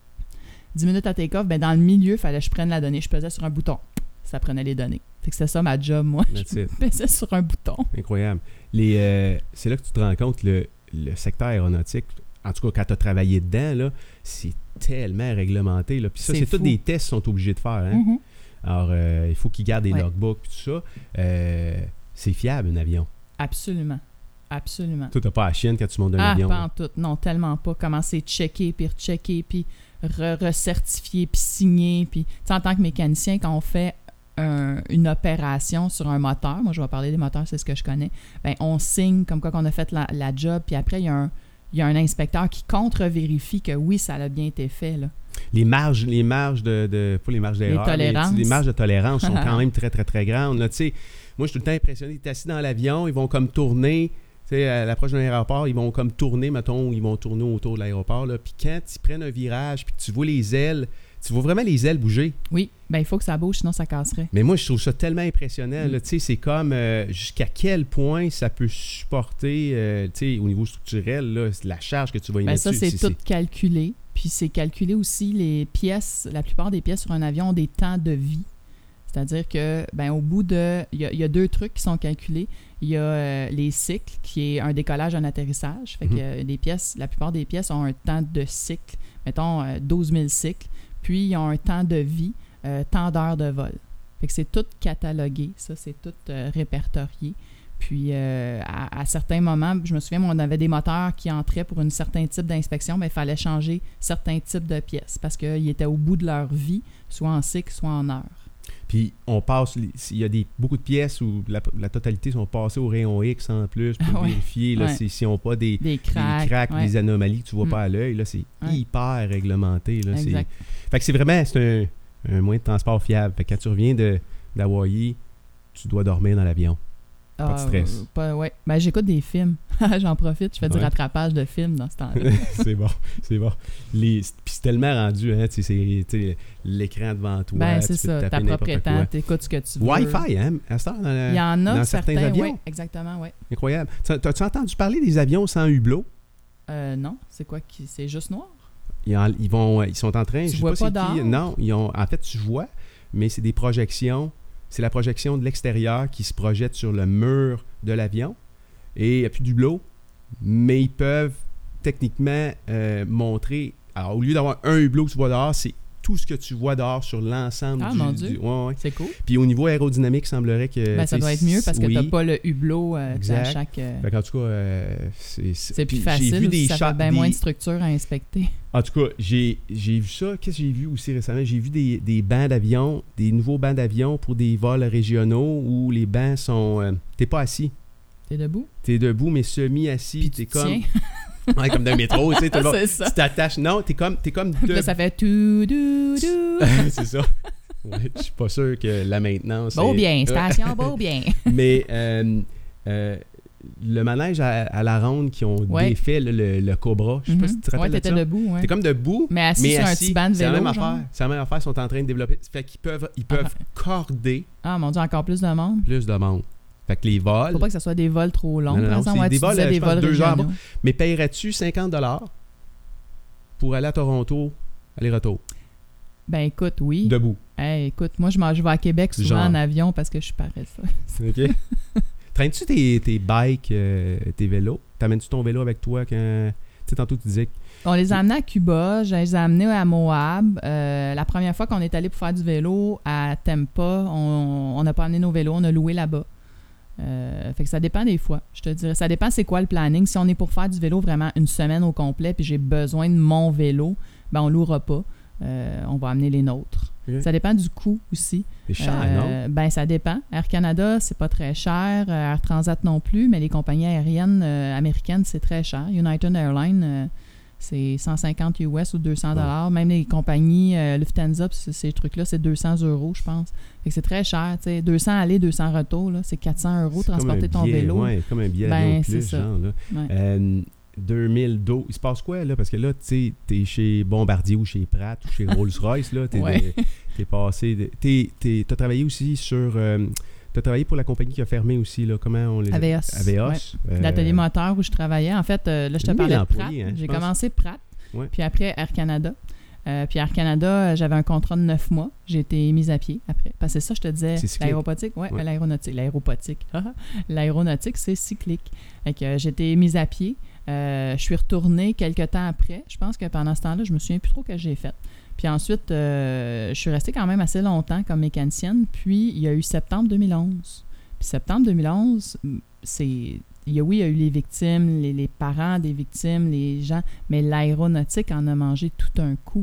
dix minutes à take-off, ben, dans le milieu, il fallait que je prenne la donnée. Je pesais sur un bouton. Ça prenait les données. Fait que c'était ça ma job, moi. That's Je it. pesais sur un bouton. Incroyable. Les, euh, c'est là que tu te rends compte, le, le secteur aéronautique, en tout cas, quand tu as travaillé dedans, là, c'est tellement réglementé. Là. Puis ça, C'est c'est fou. tous des tests qu'ils sont obligés de faire. Hein? Mhm. Alors, euh, il faut qu'ils gardent des Ouais. logbooks et tout ça. Euh, c'est fiable, un avion. Absolument. Absolument. Toi, t'as pas la chienne quand tu montes un Ah, avion. pas là. en tout. Non, tellement pas. Commencer checker, puis rechecker, puis re- recertifier, puis signer. Puis, tu sais, en tant que mécanicien, quand on fait un- une opération sur un moteur, moi, je vais parler des moteurs, c'est ce que je connais, ben on signe comme quoi qu'on a fait la, la job, puis après, il y a un, il y a un inspecteur qui contre-vérifie que oui, ça a bien été fait, là. Les marges, les marges de, de pas les marges d'erreur, Les tolérances. mais les marges de tolérance sont quand même très, très, très grandes. Là, tu sais, moi, je suis tout le temps impressionné. Tu es assis dans l'avion, ils vont comme tourner. Tu sais, à l'approche d'un aéroport, ils vont comme tourner, mettons, ils vont tourner autour de l'aéroport. Là. Puis quand ils prennent un virage, puis que tu vois les ailes, tu vois vraiment les ailes bouger. Oui, ben il faut que ça bouge, sinon ça casserait. Mais moi, je trouve ça tellement impressionnant. Mm. Là, tu sais, c'est comme euh, jusqu'à quel point ça peut supporter, euh, tu sais, au niveau structurel, là, la charge que tu vas y Ben mettre ça, dessus. c'est tout calculé. Puis c'est calculé aussi, les pièces, la plupart des pièces sur un avion ont des temps de vie. C'est-à-dire que, ben au bout de... Il y a, il y a deux trucs qui sont calculés. Il y a euh, les cycles, qui est un décollage, un atterrissage. Fait que Mhm. euh, les pièces, la plupart des pièces ont un temps de cycle, mettons euh, douze mille cycles. Puis, ils ont un temps de vie, euh, tant d'heures de vol. Fait que c'est tout catalogué, ça, c'est tout euh, répertorié. Puis, euh, à, à certains moments, je me souviens, on avait des moteurs qui entraient pour un certain type d'inspection, mais il fallait changer certains types de pièces parce qu'ils étaient au bout de leur vie, soit en cycle, soit en heure. Puis on passe, les- il y a des, beaucoup de pièces où la, la totalité sont passées au rayon X en plus pour Ah ouais. vérifier là, Ouais. si- s'ils n'ont pas des, Des des cracks. cracks, ouais. des anomalies que tu vois Mm. pas à l'œil. Là, c'est Ouais. hyper réglementé. Là, c'est... Exact. Fait que c'est vraiment c'est un, un moyen de transport fiable. Fait que quand tu reviens de, d'Hawaï, tu dois dormir dans l'avion. Pas de Ah, stress. euh, pas, ouais. Ben, j'écoute des films. J'en profite. Je fais du Ouais. rattrapage de films dans ce temps-là. c'est bon, c'est bon. Les, puis c'est tellement rendu, hein, tu sais, c'est, tu sais, l'écran devant toi. Ben, tu c'est peux te ça. taper Ta n'importe propre quoi. temps, t'écoutes ce que tu veux. Wi-Fi, hein, à ce temps, dans, la- Il y en a dans certains, certains avions. oui, exactement, oui. Incroyable. T'as- T'as-tu entendu parler des avions sans hublot? Euh, non, c'est quoi qui c'est juste noir? Ils, en- ils vont, ils sont en train, Tu je sais vois pas, pas c'est qui. dehors? Non, ils ont, en fait, tu vois, mais c'est des projections. C'est la projection de l'extérieur qui se projette sur le mur de l'avion. Et il n'y a plus d'hublot, mais ils peuvent techniquement euh, montrer. Alors, au lieu d'avoir un hublot que tu vois dehors, c'est tout ce que tu vois dehors sur l'ensemble Ah, du. mon du- Dieu. ouais, ouais. C'est cool. Puis au niveau aérodynamique, il semblerait que. Ben, tu ça sais, doit être mieux parce que oui. t'as pas le hublot euh, tu sais, à Exact. chaque... euh, Fait qu'en tout cas, euh, c'est. c'est plus puis facile, J'ai vu aussi, des ça shots- fait bien des- moins de structure à inspecter. En tout cas, j'ai, j'ai vu ça. Qu'est-ce que j'ai vu aussi récemment? J'ai vu des, des bancs d'avion, des nouveaux bancs d'avion pour des vols régionaux où les bancs sont. euh, t'es pas assis. T'es debout? T'es debout, mais semi-assis. Puis T'es tu comme. tiens. Ouais, comme dans le métro, tu sais. tout le monde- C'est ça. Tu t'attaches. Non, t'es comme. T'es comme Puis de- là, ça fait tout, dou, dou. c'est ça. Ouais, je suis pas sûr que la maintenance. Beau est- bien, Ouais. station beau bien. Mais euh, euh, le manège à, à la ronde qui ont Ouais. défait là, le, le Cobra, je sais pas si tu te Ouais, rappelles de t'étais ça. debout, ouais. T'es comme debout, Mais assis mais sur un assis. petit banc de C'est la vélo, même genre. affaire. C'est la même affaire. Ils sont en train de développer. Fait qu'ils peuvent, ils peuvent corder Ah, mon Dieu, encore plus de monde. plus de monde. Fait que les vols. Faut pas que ce soit des vols trop longs, Non, non, par non, exemple. c'est Ouais, des tu vols, disais je des pense, vols deux heures, régionaux. Mais payerais-tu cinquante dollars pour aller à Toronto, aller-retour, Ben écoute, oui. debout? Hey, écoute, moi, je, m'en- je vais à Québec souvent Genre. en avion parce que je suis paresseuse. OK? Traînes-tu tes, tes bikes, euh, tes vélos? T'amènes-tu ton vélo avec toi quand. Tu sais, tantôt, tu disais que. On les a amenés à Cuba, je les ai amenés à Moab. Euh, la première fois qu'on est allé pour faire du vélo à Tampa, on on n'a pas amené nos vélos, on a loué là-bas. Euh, fait que ça dépend des fois, je te dirais. Ça dépend c'est quoi le planning. Si on est pour faire du vélo vraiment une semaine au complet puis j'ai besoin de mon vélo, ben on louera pas. Euh, on va amener les nôtres. Ok. Ça dépend du coût aussi. C'est cher, Euh, non? Ben, ça dépend. Air Canada, c'est pas très cher. Euh, Air Transat non plus, mais les compagnies aériennes euh, américaines, c'est très cher. United Airlines, euh, c'est cent cinquante U S ou deux cents dollars. Même les compagnies euh, Lufthansa, pis c- ces trucs-là, c'est deux cents euros, je pense. Fait que c'est très cher. tu sais. deux cents aller, deux cents retour, là, c'est quatre cents euros C'est comme transporter un ton billet, vélo. Ouais, comme un billet Ben, d'avion de c'est plus, ça. genre. Là. Ouais. Euh, deux mille douze. Il se passe quoi, là? Parce que là, tu sais, t'es chez Bombardier ou chez Pratt ou chez Rolls-Royce, là. T'es, Ouais. de- t'es passé... De, t'es, t'es, t'as travaillé aussi sur... Euh, t'as travaillé pour la compagnie qui a fermé aussi, là. Comment on les... Aveos. Aveos. Ouais. Euh, L'atelier moteur où je travaillais. En fait, euh, là, je te mille parlais de employés, Pratt. hein, je J'ai pense. commencé Pratt, Ouais. puis après Air Canada. Euh, puis Air Canada, euh, j'avais un contrat de neuf mois. J'ai été mise à pied après. Parce que c'est ça, je te disais, C'est cyclique. l'aéropotique, ouais, Ouais. l'aéronautique, l'aéropotique. L'aéronautique, c'est cyclique. Fait que euh, j'ai été mise à pied. Euh, je suis retournée quelques temps après. Je pense que pendant ce temps-là, je me souviens plus trop ce que j'ai fait. Puis ensuite, euh, je suis restée quand même assez longtemps comme mécanicienne. Puis il y a eu septembre deux mille onze. Puis septembre deux mille onze, c'est... Il y a, oui, il y a eu les victimes, les, les parents des victimes, les gens, mais l'aéronautique en a mangé tout un coup.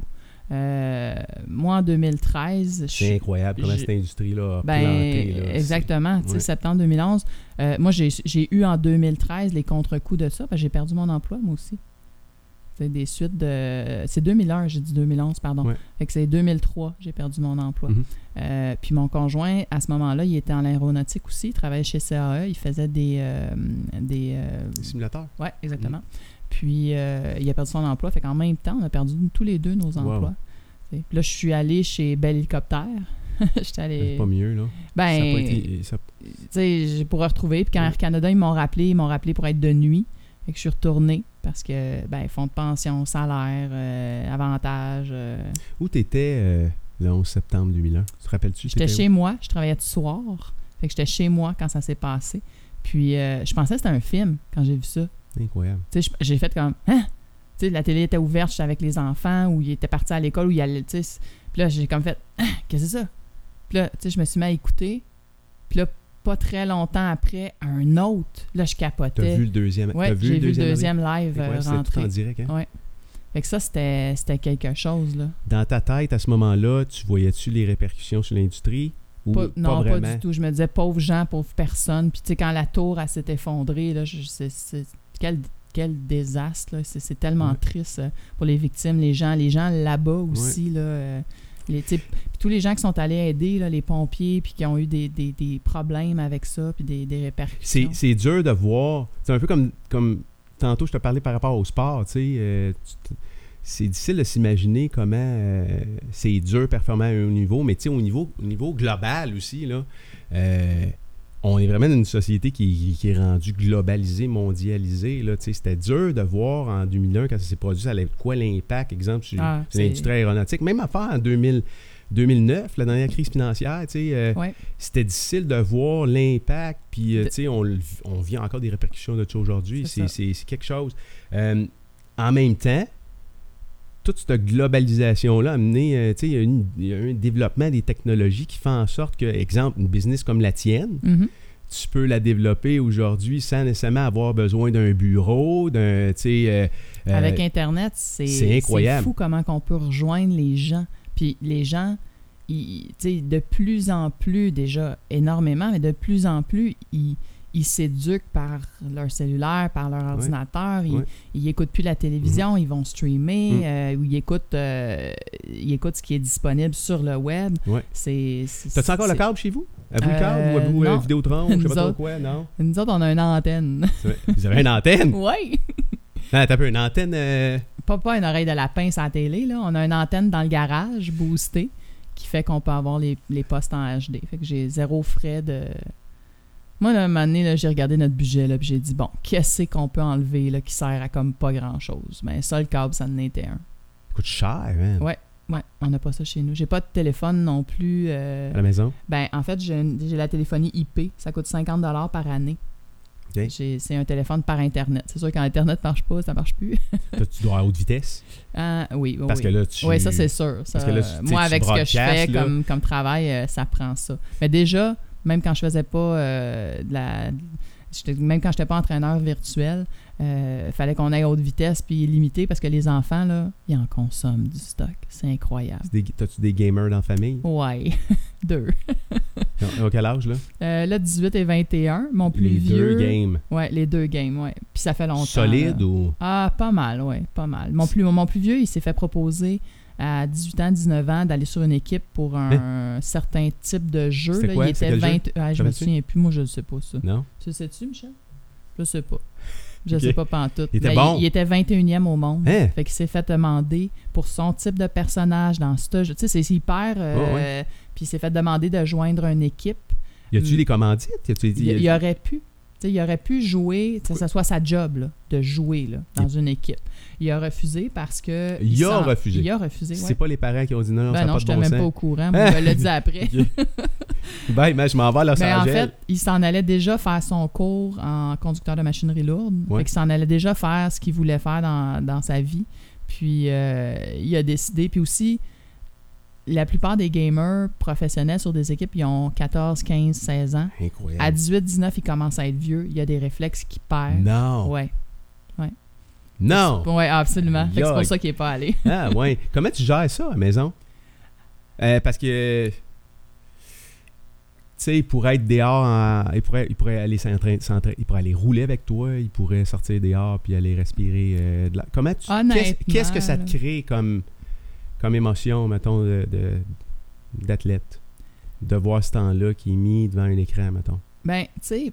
Euh, moi, en deux mille treize... C'est je- incroyable comment je- cette industrie-là a ben, planté. Là. exactement. Tu sais, ouais. septembre deux mille onze. Euh, moi, j'ai, j'ai eu en deux mille treize les contre-coups de ça, parce que j'ai perdu mon emploi, moi aussi. C'est des suites de... C'est deux mille un, j'ai dit deux mille onze, pardon. Ouais. Fait que c'est deux mille trois, j'ai perdu mon emploi. Mhm. Euh, puis mon conjoint, à ce moment-là, il était en aéronautique aussi. Il travaillait chez C A E. Il faisait des... euh, des euh, Les simulateurs. oui, exactement. Puis euh, il a perdu son emploi. Fait qu'en même temps, on a perdu tous les deux nos emplois. Wow. T'sais. Puis là, je suis allée chez Bell Hélicoptère. J'étais allée... C'est pas mieux, là. Ben, Ça a pas été- ça- tu sais, j'ai pour retrouver. Puis quand Ouais. Air Canada, ils m'ont rappelé, ils m'ont rappelé pour être de nuit. Fait que je suis retournée parce que, ben, fonds de pension, salaire, euh, avantages. euh, Où t'étais euh, le onze septembre deux mille un? Tu te rappelles-tu? J'étais t'étais chez moi, je travaillais du soir. Fait que j'étais chez moi quand ça s'est passé. Puis euh, je pensais que c'était un film quand j'ai vu ça. où? Incroyable. Tu sais, je- j'ai fait comme hein? Tu sais, la télé était ouverte, j'étais avec les enfants, ou ils étaient partis à l'école, ou il allait, tu sais. Puis là, j'ai comme fait hein? Qu'est-ce que c'est ça? Puis là, tu sais, je me suis mis à écouter. Puis là, pas très longtemps après, un autre. Là, je capotais. T'as vu le deuxième? Ouais, t'as vu j'ai le vu le deuxième? deuxième live Incroyable, euh, c'était tout rentrer. en direct, hein? Ouais. Fait que ça, c'était, c'était quelque chose, là. Dans ta tête, à ce moment-là, tu voyais-tu les répercussions sur l'industrie? Ou Pas- pas, non, pas, vraiment? du tout. Je me disais, pauvres gens, pauvres personnes. Puis, tu sais, quand la tour, elle s'est effondrée, là, je, c'est, c'est- quel, quel désastre, là. C'est, c'est tellement Ouais. triste euh, pour les victimes, les gens, les gens là-bas aussi, là. euh, les, tu sais, puis tous les gens qui sont allés aider, là, les pompiers, puis qui ont eu des, des, des problèmes avec ça, puis des, des C'est, répercussions. c'est dur de voir. C'est un peu comme, comme tantôt, je te parlais par rapport au sport, tu sais. euh, tu te- c'est difficile de s'imaginer comment euh, c'est dur performer à un haut niveau, mais tu sais, au niveau, au niveau global aussi, là, euh, on est vraiment dans une société qui, qui est rendue globalisée, mondialisée. Là, tu sais, c'était dur de voir en deux mille un, quand ça s'est produit, ça allait être quoi l'impact, exemple, sur, Ah, sur c'est- l'industrie aéronautique. Même affaire en deux mille, deux mille neuf, la dernière crise financière, tu sais, euh, Ouais. c'était difficile de voir l'impact, puis euh, De- tu sais, on, le- on vit encore des répercussions de ça aujourd'hui. C'est C'est, ça. c'est, c'est quelque chose. Euh, en même temps, toute cette globalisation-là a amené, euh, tu sais, il y a une- il y a un développement des technologies qui fait en sorte que, exemple, une business comme la tienne, Mhm. tu peux la développer aujourd'hui sans nécessairement avoir besoin d'un bureau, d'un, tu sais... euh, euh, Avec Internet, c'est, c'est incroyable. c'est fou comment on peut rejoindre les gens. Puis les gens, ils, tu sais, de plus en plus, déjà énormément, mais de plus en plus, ils, ils s'éduquent par leur cellulaire, par leur ordinateur. Ils, Ouais. ils écoutent plus la télévision, ils vont streamer, Mhm. euh, ou ils écoutent, euh, ils écoutent ce qui est disponible sur le web. Ouais. C'est, c'est, T'as-tu encore c'est- le câble chez vous? Avez-vous le câble Euh, ou avez-vous euh, non. Vidéotron? Je sais Nous pas trop autres. quoi, non? Nous autres, on a une antenne. Vous avez une antenne? Oui! Ah, t'as peu une antenne... euh, Pas, pas une oreille de lapin sur la télé, là. On a une antenne dans le garage boostée qui fait qu'on peut avoir les, les postes en H D. Fait que j'ai zéro frais de... Moi, là, un moment donné, là, j'ai regardé notre budget, là, puis j'ai dit, bon, qu'est-ce qu'on peut enlever là, qui sert à comme pas grand-chose? Ben, ça, le câble, ça en était un. Ça coûte cher, hein? Ouais. Ouais, on n'a pas ça chez nous. J'ai pas de téléphone non plus. euh, À la maison? Ben, en fait, j'ai, une- j'ai la téléphonie I P. Ça coûte cinquante dollars par année. Ok. J'ai- c'est un téléphone par Internet. C'est sûr, quand Internet marche pas, ça marche plus. Toi, tu dois à haute vitesse? Ah, oui, oui, Parce oui. que là, tu... Oui, ça, c'est sûr. Ça, Parce que là, tu- tu sais, moi, tu avec ce que je broadcastes, fais là. comme, comme travail, euh, ça prend ça. Mais déjà, même quand je faisais pas euh, de la... j'étais- Même quand je n'étais pas entraîneur virtuel, il fallait qu'on aille à haute vitesse puis limité parce que les enfants, là, ils en consomment du stock. C'est incroyable. C'est des- T'as-tu des gamers dans la famille? Ouais, deux. Ils ont quel âge, là? Euh, là, dix-huit et vingt et un. Mon plus Les vieux... deux games. Ouais, les deux games, ouais. Puis ça fait longtemps. Solide là. ou... Ah, pas mal, oui, pas mal. Mon plus, mon plus vieux, il s'est fait proposer à dix-huit ans, dix-neuf ans d'aller sur une équipe pour un certain type de jeu. C'était là. quoi? Il C'était était quel jeu? vingt... Ah, je me Savais-tu? souviens plus, moi je ne sais pas ça. Non? Tu sais-tu, Michel? Je sais pas. Je Ok. sais pas pantoute. Il était Mais bon? Il, il était vingt et unième au monde. Hein? Fait qu'il s'est fait demander pour son type de personnage dans ce jeu. Tu sais, c'est c'est hyper... euh, Ouais, ouais. Puis il s'est fait demander de joindre une équipe. Y a-tu Mm. des commandites? Y a-tu Il, il aurait pu. Tu sais, il aurait pu jouer, que ce soit sa job, là, de jouer là, dans une équipe. Il a refusé parce que... Il a s'en- refusé. Il a refusé, C'est ouais. pas les parents qui ont dit non, non, Ben ça n'a non, pas je de n'étais bon même sens. pas au courant. Moi, il me l'a dit après. Ben, mais je m'en vais à Los Mais en Angeles. fait, il s'en allait déjà faire son cours en conducteur de machinerie lourde. Ouais. Fait qu'il s'en allait déjà faire ce qu'il voulait faire dans, dans sa vie. Puis, euh, il a décidé. Puis aussi, la plupart des gamers professionnels sur des équipes, ils ont quatorze, quinze, seize ans. Incroyable. À dix-huit, dix-neuf, ils commencent à être vieux. Il y a des réflexes qui perdent. Non. Ouais. Non. Ouais, absolument. Fait que c'est pour Yoï. ça qu'il n'est pas allé. Ah, ouais. Comment tu gères ça à la maison? Euh, parce que... Tu sais, il pourrait être dehors, en- il, pourrait, il pourrait aller s'entraîner, s'entraîner- il pourrait aller rouler avec toi, il pourrait sortir dehors puis aller respirer euh, de la... Comment tu... Honnêtement, Qu'est-ce, qu'est-ce que ça te là. crée comme, comme émotion, mettons, de, de- d'athlète? De voir ce temps-là qui est mis devant un écran, mettons. Ben, tu sais,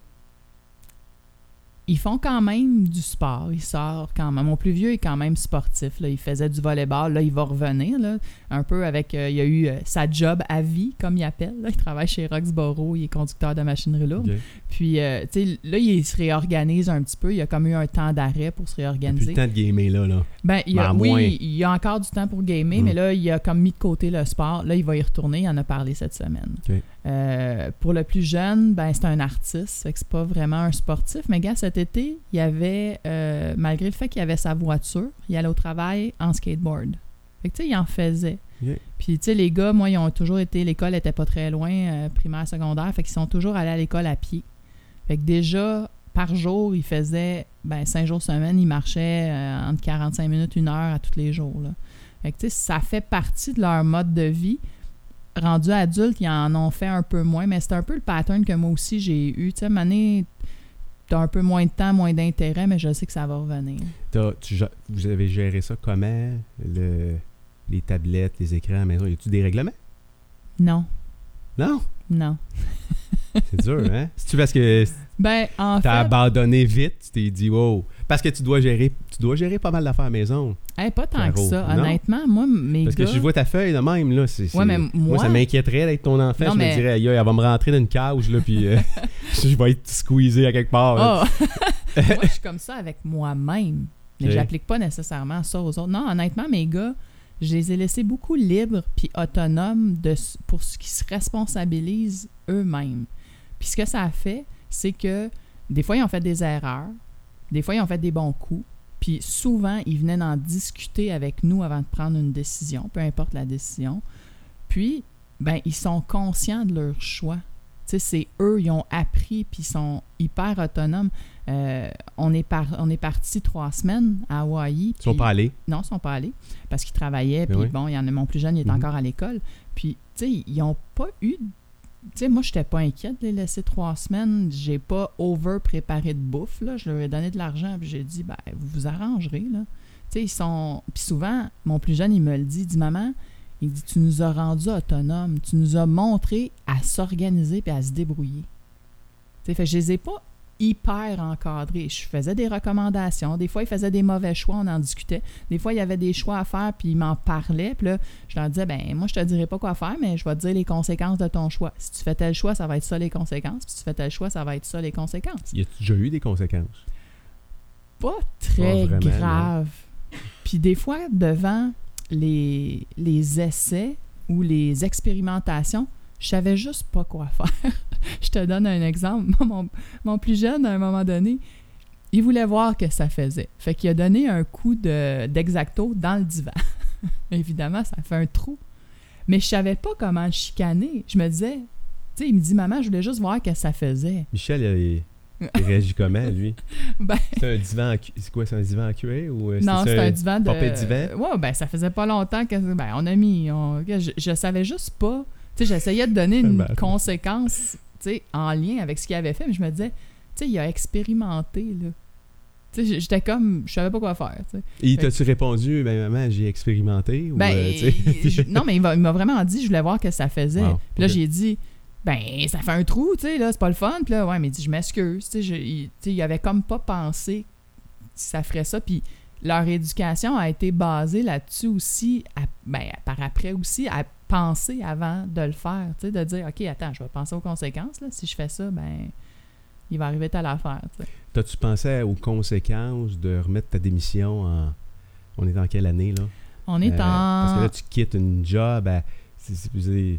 ils font quand même du sport. Ils sortent quand même. Mon plus vieux est quand même sportif. Là. Il faisait du volleyball. Là, il va revenir. Là, un peu avec... euh, il a eu euh, sa job à vie, comme il appelle. Là. Il travaille chez Roxborough. Il est conducteur de machinerie lourde. Ok. Puis, euh, tu sais, là, il se réorganise un petit peu. Il a comme eu un temps d'arrêt pour se Plus réorganiser. le temps de gamer, là. là. Ben, il a, Ben, à moins. oui, il y a encore du temps pour gamer, Mm. mais là, il a comme mis de côté le sport. Là, il va y retourner. Il en a parlé cette semaine. Ok. Euh, pour le plus jeune, ben, c'est un artiste. Fait que c'est pas vraiment un sportif. Mais gars, cet été, il y avait, euh, malgré le fait qu'il avait sa voiture, il allait au travail en skateboard. Fait que, tu sais, il en faisait. Ok. Puis, tu sais, les gars, moi, ils ont toujours été... L'école était pas très loin, euh, primaire, secondaire. Fait qu'ils sont toujours allés à l'école à pied. Fait que déjà, par jour, il faisait... Ben, cinq jours semaine, il marchait euh, entre quarante-cinq minutes, une heure à tous les jours, là. Fait que, tu sais, ça fait partie de leur mode de vie. Rendus adultes, ils en ont fait un peu moins, mais c'est un peu le pattern que moi aussi j'ai eu. Tu sais, à un moment donné, t'as un peu moins de temps, moins d'intérêt, mais je sais que ça va revenir. T'as- tu gères- vous avez géré ça comment? Le, les tablettes, les écrans à la maison, y a-tu des règlements? Non, Non? non. C'est dur, hein? C'est-tu parce que Ben, en t'as fait, abandonné vite, tu t'es dit, wow. Parce que tu dois gérer, tu dois gérer pas mal d'affaires à la maison. hey, pas tant Caro, que ça. non? Honnêtement, moi, mes Parce gars... que je vois ta feuille de même, là. C'est, c'est- Ouais, mais moi, moi- ça m'inquiéterait d'être ton enfant. Non, je mais- me dirais, aïe, elle va me rentrer dans une cage, là, puis euh, je vais être squeezé à quelque part. là. Ah! Moi, je suis comme ça avec moi-même. Mais Ok. j'applique pas nécessairement ça aux autres. Non, honnêtement, mes gars, je les ai laissés beaucoup libres puis autonomes de, pour ce qui se responsabilisent eux-mêmes. Puis ce que ça a fait, c'est que des fois, ils ont fait des erreurs. Des fois, ils ont fait des bons coups. Puis souvent, ils venaient d'en discuter avec nous avant de prendre une décision, peu importe la décision. Puis, ben, ils sont conscients de leur choix. Tu sais, c'est eux, ils ont appris, puis ils sont hyper autonomes. Euh, on est, par, on est parti trois semaines à Hawaï. Ils sont puis- pas allés. Non, ils sont pas allés parce qu'ils travaillaient. Puis oui. bon, il y en a, mon plus jeune, il est Mhm. encore à l'école. Puis, tu sais, ils n'ont pas eu... Tu sais, moi, je n'étais pas inquiète de les laisser trois semaines. J'ai pas over-préparé de bouffe, là. Je leur ai donné de l'argent, puis j'ai dit, ben, vous vous arrangerez, là. Tu sais, ils sont... Puis souvent, mon plus jeune, il me le dit, il dit, maman, il dit, tu nous as rendus autonomes. Tu nous as montré à s'organiser puis à se débrouiller. Tu sais, fait que je les ai pas hyper encadrés. Je faisais des recommandations. Des fois, ils faisaient des mauvais choix, on en discutait. Des fois, il y avait des choix à faire, puis ils m'en parlaient. Puis là, je leur disais, ben moi, je te dirai pas quoi faire, mais je vais te dire les conséquences de ton choix. Si tu fais tel choix, ça va être ça les conséquences. Puis si tu fais tel choix, ça va être ça les conséquences. Y a déjà eu des conséquences? Pas très Pas vraiment, grave. Puis des fois, devant les, les essais ou les expérimentations, je savais juste pas quoi faire. Je te donne un exemple. Mon, mon plus jeune, à un moment donné, il voulait voir que ça faisait. Fait qu'il a donné un coup de, d'X-Acto dans le divan. Évidemment, ça fait un trou. Mais je savais pas comment le chicaner. Je me disais, tu sais, il me dit, maman, je voulais juste voir que ça faisait. Michel, il, il réagit comment, lui? Ben, C'est un divan en cu- C'est quoi, c'est un divan en cuir ou euh, non, c'est un un divan de... popé divan? Ouais, ben ça faisait pas longtemps que... Ben, on a mis... on- Je, je savais juste pas... Tu sais, j'essayais de donner une Ben, conséquence, tu sais, en lien avec ce qu'il avait fait, mais je me disais, tu sais, il a expérimenté, là. Tu sais, j'étais comme... Je savais pas quoi faire, tu sais. Et t'as-tu répondu, ben maman, j'ai expérimenté? Ou, Ben, euh, tu sais? je- non, mais il m'a, il m'a vraiment dit, je voulais voir que ça faisait. Wow, Puis là, ok. j'ai dit, ben, ça fait un trou, tu sais, là, c'est pas le fun. Puis là, ouais, mais il dit, je m'excuse. Tu sais, je- il, tu sais, il avait comme pas pensé ça ferait ça. Puis leur éducation a été basée là-dessus aussi, à, ben, par après aussi, à penser avant de le faire, tu sais, de dire, OK, attends, je vais penser aux conséquences, là. Si je fais ça, ben il va arriver telle affaire, tu sais. T'as-tu pensé aux conséquences de remettre ta démission en... On est en quelle année, là? On est euh, en... Parce que là, tu quittes une job à... C'est, c'est, c'est,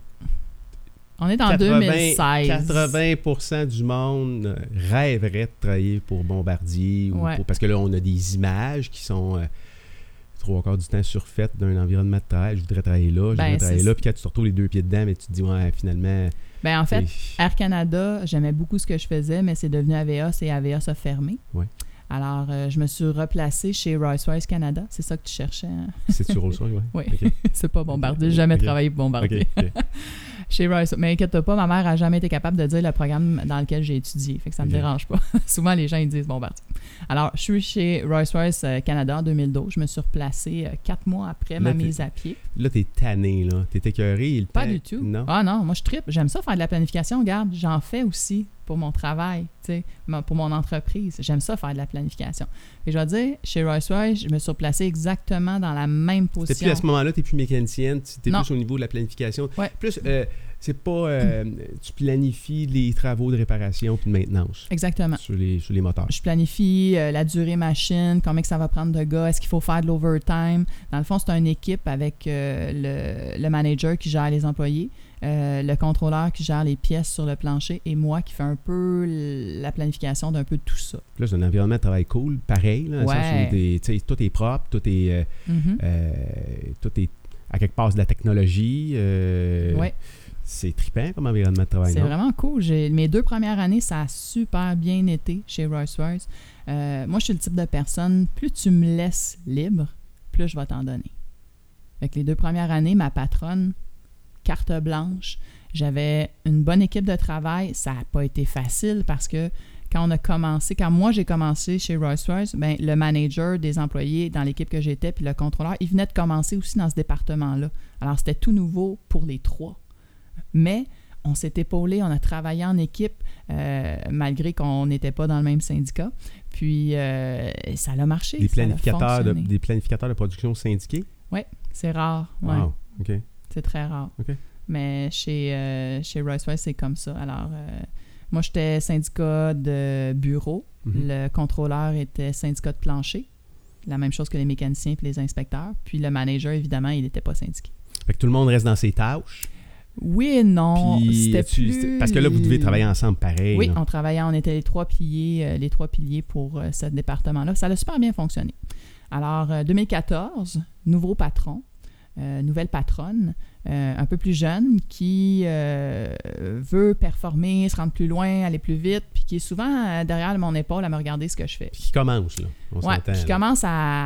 On est en quatre-vingts, deux mille seize. quatre-vingts pour cent du monde rêverait de travailler pour Bombardier. Ou ouais. pour, parce que là, on a des images qui sont... Euh, trois quarts du temps surfaites d'un environnement de travail. Je voudrais travailler là, je ben, voudrais travailler c'est... là. Puis quand tu te retrouves les deux pieds dedans, mais tu te dis, ouais, finalement... Ben en fait, c'est... Air Canada, j'aimais beaucoup ce que je faisais, mais c'est devenu Avios et Avios a fermé. Ouais. Alors, euh, je me suis replacée chez Rolls-Royce Canada. C'est ça que tu cherchais, hein? C'est sur Rolls-Royce, oui? Oui. Okay. C'est pas Bombardier. J'ai jamais okay. travaillé pour Bombardier. Okay. Okay. Chez Rolls-Royce. Mais inquiète pas, ma mère a jamais été capable de dire le programme dans lequel j'ai étudié. Fait que ça me okay. dérange pas. Souvent, les gens, ils disent Bombardier. Alors, je suis chez Rolls-Royce Canada en deux mille douze. Je me suis replacée euh, quatre mois après là, ma mise à pied. Là, t'es tanné, là. T'es écœuré. Il pas t'a... du tout. Non? Ah non, moi, je trippe. J'aime ça faire de la planification. Regarde, j'en fais aussi pour mon travail, tu sais, pour mon entreprise. J'aime ça faire de la planification. Et je vais dire, chez Rolls-Royce, je me suis replacée exactement dans la même position. T'es plus à ce moment-là, t'es plus mécanicienne, t'es non. plus au niveau de la planification. Ouais. Plus, euh, c'est pas... Euh, tu planifies les travaux de réparation puis de maintenance. Exactement. Sur les, sur les moteurs. Je planifie euh, la durée machine, combien que ça va prendre de gars, est-ce qu'il faut faire de l'overtime. Dans le fond, c'est une équipe avec euh, le, le manager qui gère les employés, euh, le contrôleur qui gère les pièces sur le plancher et moi qui fais un peu la planification d'un peu de tout ça. Là, c'est un environnement de travail cool, pareil, là, dans ouais. le sens où t'es, t'sais, tout est propre, tout est, euh, mm-hmm. euh, tout est à quelque part de la technologie. Euh, ouais. C'est trippant comme environnement de travail, C'est non? vraiment cool. J'ai, mes deux premières années, ça a super bien été chez Rolls-Royce. Euh, moi, je suis le type de personne, plus tu me laisses libre, plus je vais t'en donner. Fait que les deux premières années, ma patronne, carte blanche, j'avais une bonne équipe de travail. Ça n'a pas été facile parce que quand on a commencé, quand moi j'ai commencé chez Rolls-Royce, ben, le manager des employés dans l'équipe que j'étais, puis le contrôleur, ils venaient de commencer aussi dans ce département-là. Alors, c'était tout nouveau pour les trois. Mais on s'est épaulé, on a travaillé en équipe, euh, malgré qu'on n'était pas dans le même syndicat. Puis, euh, ça a marché. Des planificateurs, de, de, des planificateurs de production syndiqués? Oui, c'est rare. Ouais. Wow, OK. C'est très rare. OK. Mais chez, euh, chez Rolls-Royce, c'est comme ça. Alors, euh, moi, j'étais syndicat de bureau. Mm-hmm. Le contrôleur était syndicat de plancher. La même chose que les mécaniciens et les inspecteurs. Puis le manager, évidemment, il n'était pas syndiqué. Fait que tout le monde reste dans ses tâches? Oui et non. Puis, c'était tu, plus... Parce que là, vous devez travailler ensemble pareil. Oui, là. on travaillait, on était les trois piliers, euh, les trois piliers pour euh, ce département-là. Ça a super bien fonctionné. Alors, euh, deux mille quatorze, nouveau patron, euh, nouvelle patronne, euh, un peu plus jeune, qui euh, veut performer, se rendre plus loin, aller plus vite, puis qui est souvent euh, derrière mon épaule à me regarder ce que je fais. Puis qui commence, là. On ouais, s'entend, puis qui là. commence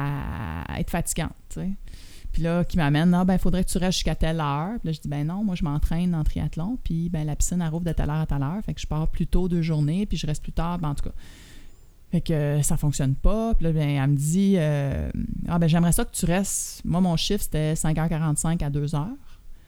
à, à être fatigante, tu sais. Puis là, qui m'amène, ah, ben, il faudrait que tu restes jusqu'à telle heure. Puis là, je dis, ben non, moi, je m'entraîne en triathlon. Puis, ben, la piscine, elle rouvre de telle heure à telle heure. Fait que je pars plus tôt deux journées, puis je reste plus tard. Ben, en tout cas, fait que euh, ça fonctionne pas. Puis là, ben, elle me dit, euh, ah, ben, j'aimerais ça que tu restes. Moi, mon chiffre, c'était cinq heures quarante-cinq à deux heures.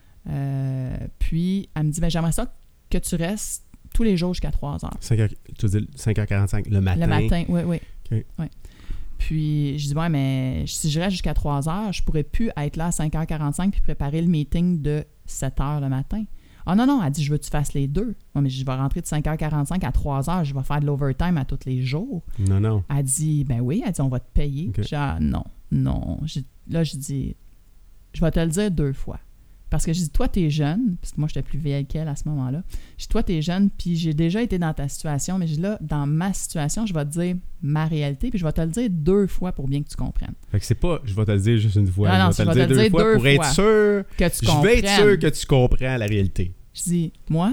Euh, puis, elle me dit, ben, j'aimerais ça que tu restes tous les jours jusqu'à trois heures. cinq heures, tu veux dire cinq heures quarante-cinq le matin? Le matin, oui, oui. OK. Oui. Puis, je dis, ouais, mais si je reste jusqu'à trois heures, je pourrais plus être là à cinq heures quarante-cinq puis préparer le meeting de sept heures le matin. Ah non, non, elle dit, je veux que tu fasses les deux. Ouais, mais je vais rentrer de cinq heures quarante-cinq à trois heures, je vais faire de l'overtime à tous les jours. Non, non. Elle dit, ben oui, elle dit, on va te payer. Okay. Je dis, ah non, non. Je, là, je dis, je vais te le dire deux fois. Parce que je dis, toi, t'es jeune, parce que moi, j'étais plus vieille qu'elle à ce moment-là. Je dis, toi, t'es jeune, puis j'ai déjà été dans ta situation, mais je dis, là, dans ma situation, je vais te dire ma réalité, puis je vais te le dire deux fois pour bien que tu comprennes. Fait que c'est pas, je vais te le dire juste une fois. Non, non, je vais te le dire deux, dire fois deux pour fois être sûr que tu je comprennes. vais être sûr que tu comprends la réalité. Je dis, moi,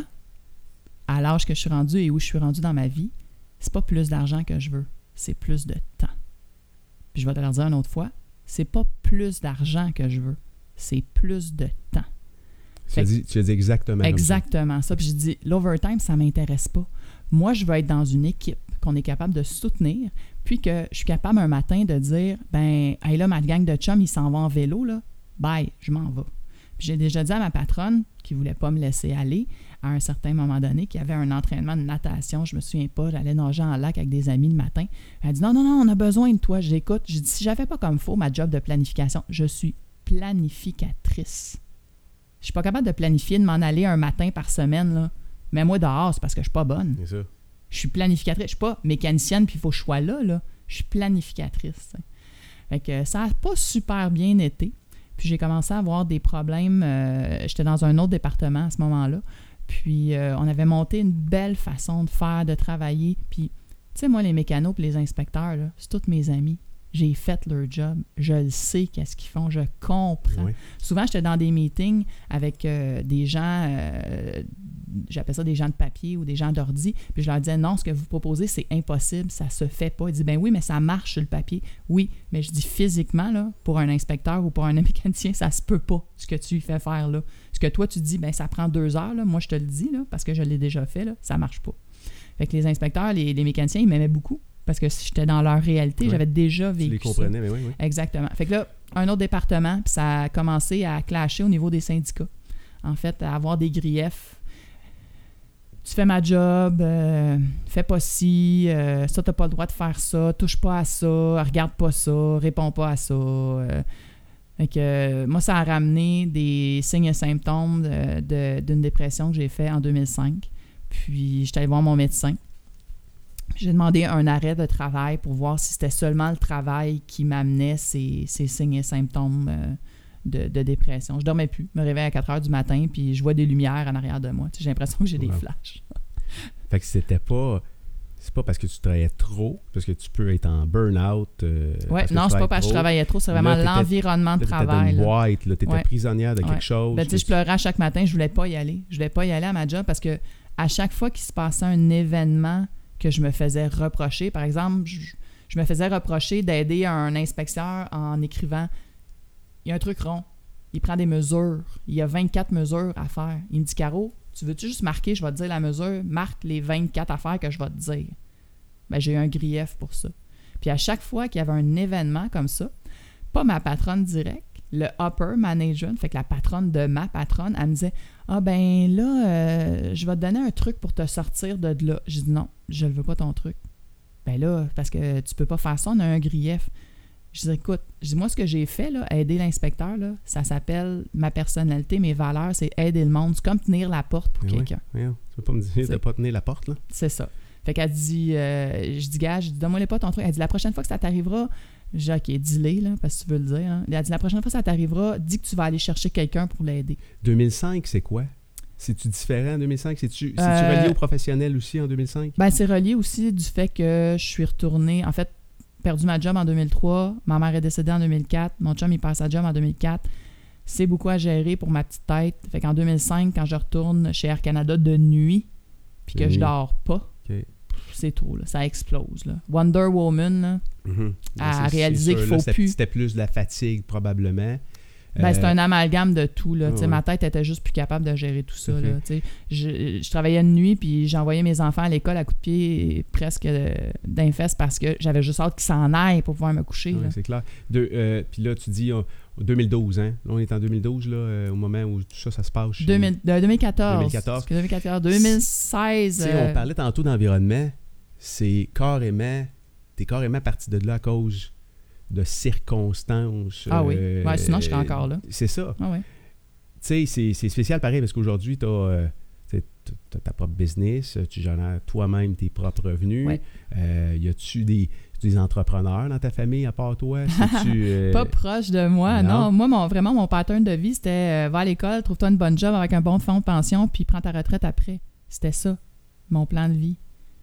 à l'âge que je suis rendu et où je suis rendu dans ma vie, c'est pas plus d'argent que je veux, c'est plus de temps. Puis je vais te le dire une autre fois, c'est pas plus d'argent que je veux, c'est plus de temps. Tu as, dit, tu as dit exactement Exactement ça. ça. Puis je dis, l'overtime, ça ne m'intéresse pas. Moi, je veux être dans une équipe qu'on est capable de soutenir, puis que je suis capable un matin de dire, ben, hey là, ma gang de chums, ils s'en vont en vélo, là. Bye, je m'en vais. Puis j'ai déjà dit à ma patronne, qui ne voulait pas me laisser aller, à un certain moment donné, qu'il y avait un entraînement de natation, je me souviens pas, j'allais nager en lac avec des amis le matin. Elle a dit « Non, non, non, on a besoin de toi. » J'écoute. Je dis « Si j'avais pas comme faux ma job de planification, je suis planificatrice. Je suis pas capable de planifier, de m'en aller un matin par semaine, là. Mais moi, dehors, c'est parce que je suis pas bonne. C'est ça. Je suis planificatrice. Je suis pas mécanicienne, puis il faut que je sois là, là. Je suis planificatrice. T'sais. Fait que ça n'a pas super bien été. Puis j'ai commencé à avoir des problèmes. Euh, j'étais dans un autre département à ce moment-là. Puis euh, on avait monté une belle façon de faire, de travailler. Puis, tu sais, moi, les mécanos et les inspecteurs, là, c'est tous mes amis. J'ai fait leur job. Je le sais, qu'est-ce qu'ils font. Je comprends. Oui. Souvent, j'étais dans des meetings avec euh, des gens, euh, j'appelle ça des gens de papier ou des gens d'ordi, puis je leur disais, non, ce que vous proposez, c'est impossible, ça se fait pas. Ils disent, ben oui, mais ça marche sur le papier. Oui, mais je dis physiquement, là, pour un inspecteur ou pour un mécanicien, ça se peut pas, ce que tu lui fais faire là. Ce que toi, tu dis, ben ça prend deux heures, là. Moi, je te le dis, là, parce que je l'ai déjà fait, là, ça marche pas. Fait que les inspecteurs, les, les mécaniciens, ils m'aimaient beaucoup. Parce que j'étais dans leur réalité, ouais. J'avais déjà vécu ça. Tu les comprenais, mais oui, oui. Exactement. Fait que là, un autre département, puis ça a commencé à clasher au niveau des syndicats. En fait, à avoir des griefs. Tu fais ma job, euh, fais pas ci, euh, ça, t'as pas le droit de faire ça, touche pas à ça, regarde pas ça, réponds pas à ça. Euh, fait que, euh, moi, ça a ramené des signes et symptômes de, de, d'une dépression que j'ai fait en deux mille cinq. Puis, j'étais allée voir mon médecin. J'ai demandé un arrêt de travail pour voir si c'était seulement le travail qui m'amenait ces, ces signes et symptômes euh, de, de dépression. Je dormais plus. Je me réveille à quatre heures du matin puis je vois des lumières en arrière de moi. J'ai l'impression que j'ai des wow. flashs. Fait que c'était pas... C'est pas parce que tu travaillais trop, parce que tu peux être en burn-out. Euh, oui, non, c'est pas parce que je travaillais trop, c'est vraiment là, l'environnement de travail. Tu étais dans une boîte, tu étais ouais. prisonnière de quelque ouais. chose. Ben, tu sais, je pleurais à chaque matin, je voulais pas y aller. Je voulais pas y aller à ma job parce que à chaque fois qu'il se passait un événement que je me faisais reprocher. Par exemple, je, je me faisais reprocher d'aider un inspecteur en écrivant « Il y a un truc rond, il prend des mesures, il y a vingt-quatre mesures à faire. » Il me dit « Caro, tu veux-tu juste marquer, je vais te dire la mesure, marque les vingt-quatre affaires que je vais te dire. » Ben, j'ai eu un grief pour ça. Puis à chaque fois qu'il y avait un événement comme ça, pas ma patronne directe, le upper management, fait que la patronne de ma patronne, elle me disait « Ah ben là, euh, je vais te donner un truc pour te sortir de là. » Je dis « Non, je ne veux pas ton truc. » Ben là, parce que tu peux pas faire ça, on a un grief. Je dis « Écoute, je dis, moi, ce que j'ai fait, là, aider l'inspecteur, là, ça s'appelle ma personnalité, mes valeurs, c'est aider le monde. C'est comme tenir la porte pour oui, quelqu'un. Oui, oui. Tu peux pas me dire de ne pas tenir la porte, là? C'est ça. Fait qu'elle dit, euh, je dis, gars, je dis, donne-moi les pas ton truc. Elle dit, la prochaine fois que ça t'arrivera, je dis, OK, dis-le, là, parce que tu veux le dire. Hein. Elle dit, la prochaine fois que ça t'arrivera, dis que tu vas aller chercher quelqu'un pour l'aider. deux mille cinq, c'est quoi? C'est-tu différent en deux mille cinq? C'est-tu, c'est-tu euh, relié au professionnel aussi en deux mille cinq? Ben, c'est relié aussi du fait que je suis retournée, en fait, perdu ma job en deux mille trois, ma mère est décédée en deux mille quatre, mon chum, il perd sa job en deux mille quatre. C'est beaucoup à gérer pour ma petite tête. Fait qu'en deux mille cinq, quand je retourne chez Air Canada de nuit, puis que oui. je dors pas, okay. c'est trop, là, ça explose. Là. Wonder Woman, là, mm-hmm. à c'est, réaliser c'est sûr, qu'il faut là, plus... C'était plus de la fatigue, probablement. Ben, euh... c'est un amalgame de tout. Là. Ouais. Ma tête était juste plus capable de gérer tout ça. Okay. Là, je, je travaillais de nuit, puis j'envoyais mes enfants à l'école à coups de pied presque d'infest parce que j'avais juste hâte qu'ils s'en aillent pour pouvoir me coucher. Ouais, là. C'est clair. De, euh, puis là, tu dis... Oh, deux mille douze, hein? Là, on est en deux mille douze, là, euh, au moment où tout ça, ça se passe. Chez... deux mille, de deux mille quatorze. deux mille quatorze. deux mille quatorze. deux mille seize. Euh... On parlait tantôt d'environnement. C'est carrément... T'es carrément parti de là à cause de circonstances. Ah oui. Euh, ouais, sinon, je serais encore là. C'est ça. Ah oui. Tu sais, c'est, c'est spécial pareil parce qu'aujourd'hui, t'as... Euh, tu as ta propre business, tu génères toi-même tes propres revenus. Ouais. Euh, y a-tu des, des entrepreneurs dans ta famille à part toi? Euh... Pas proche de moi, non. non. Moi, mon, vraiment, mon pattern de vie, c'était euh, va à l'école, trouve-toi une bonne job avec un bon fonds de pension, puis prends ta retraite après. C'était ça, mon plan de vie.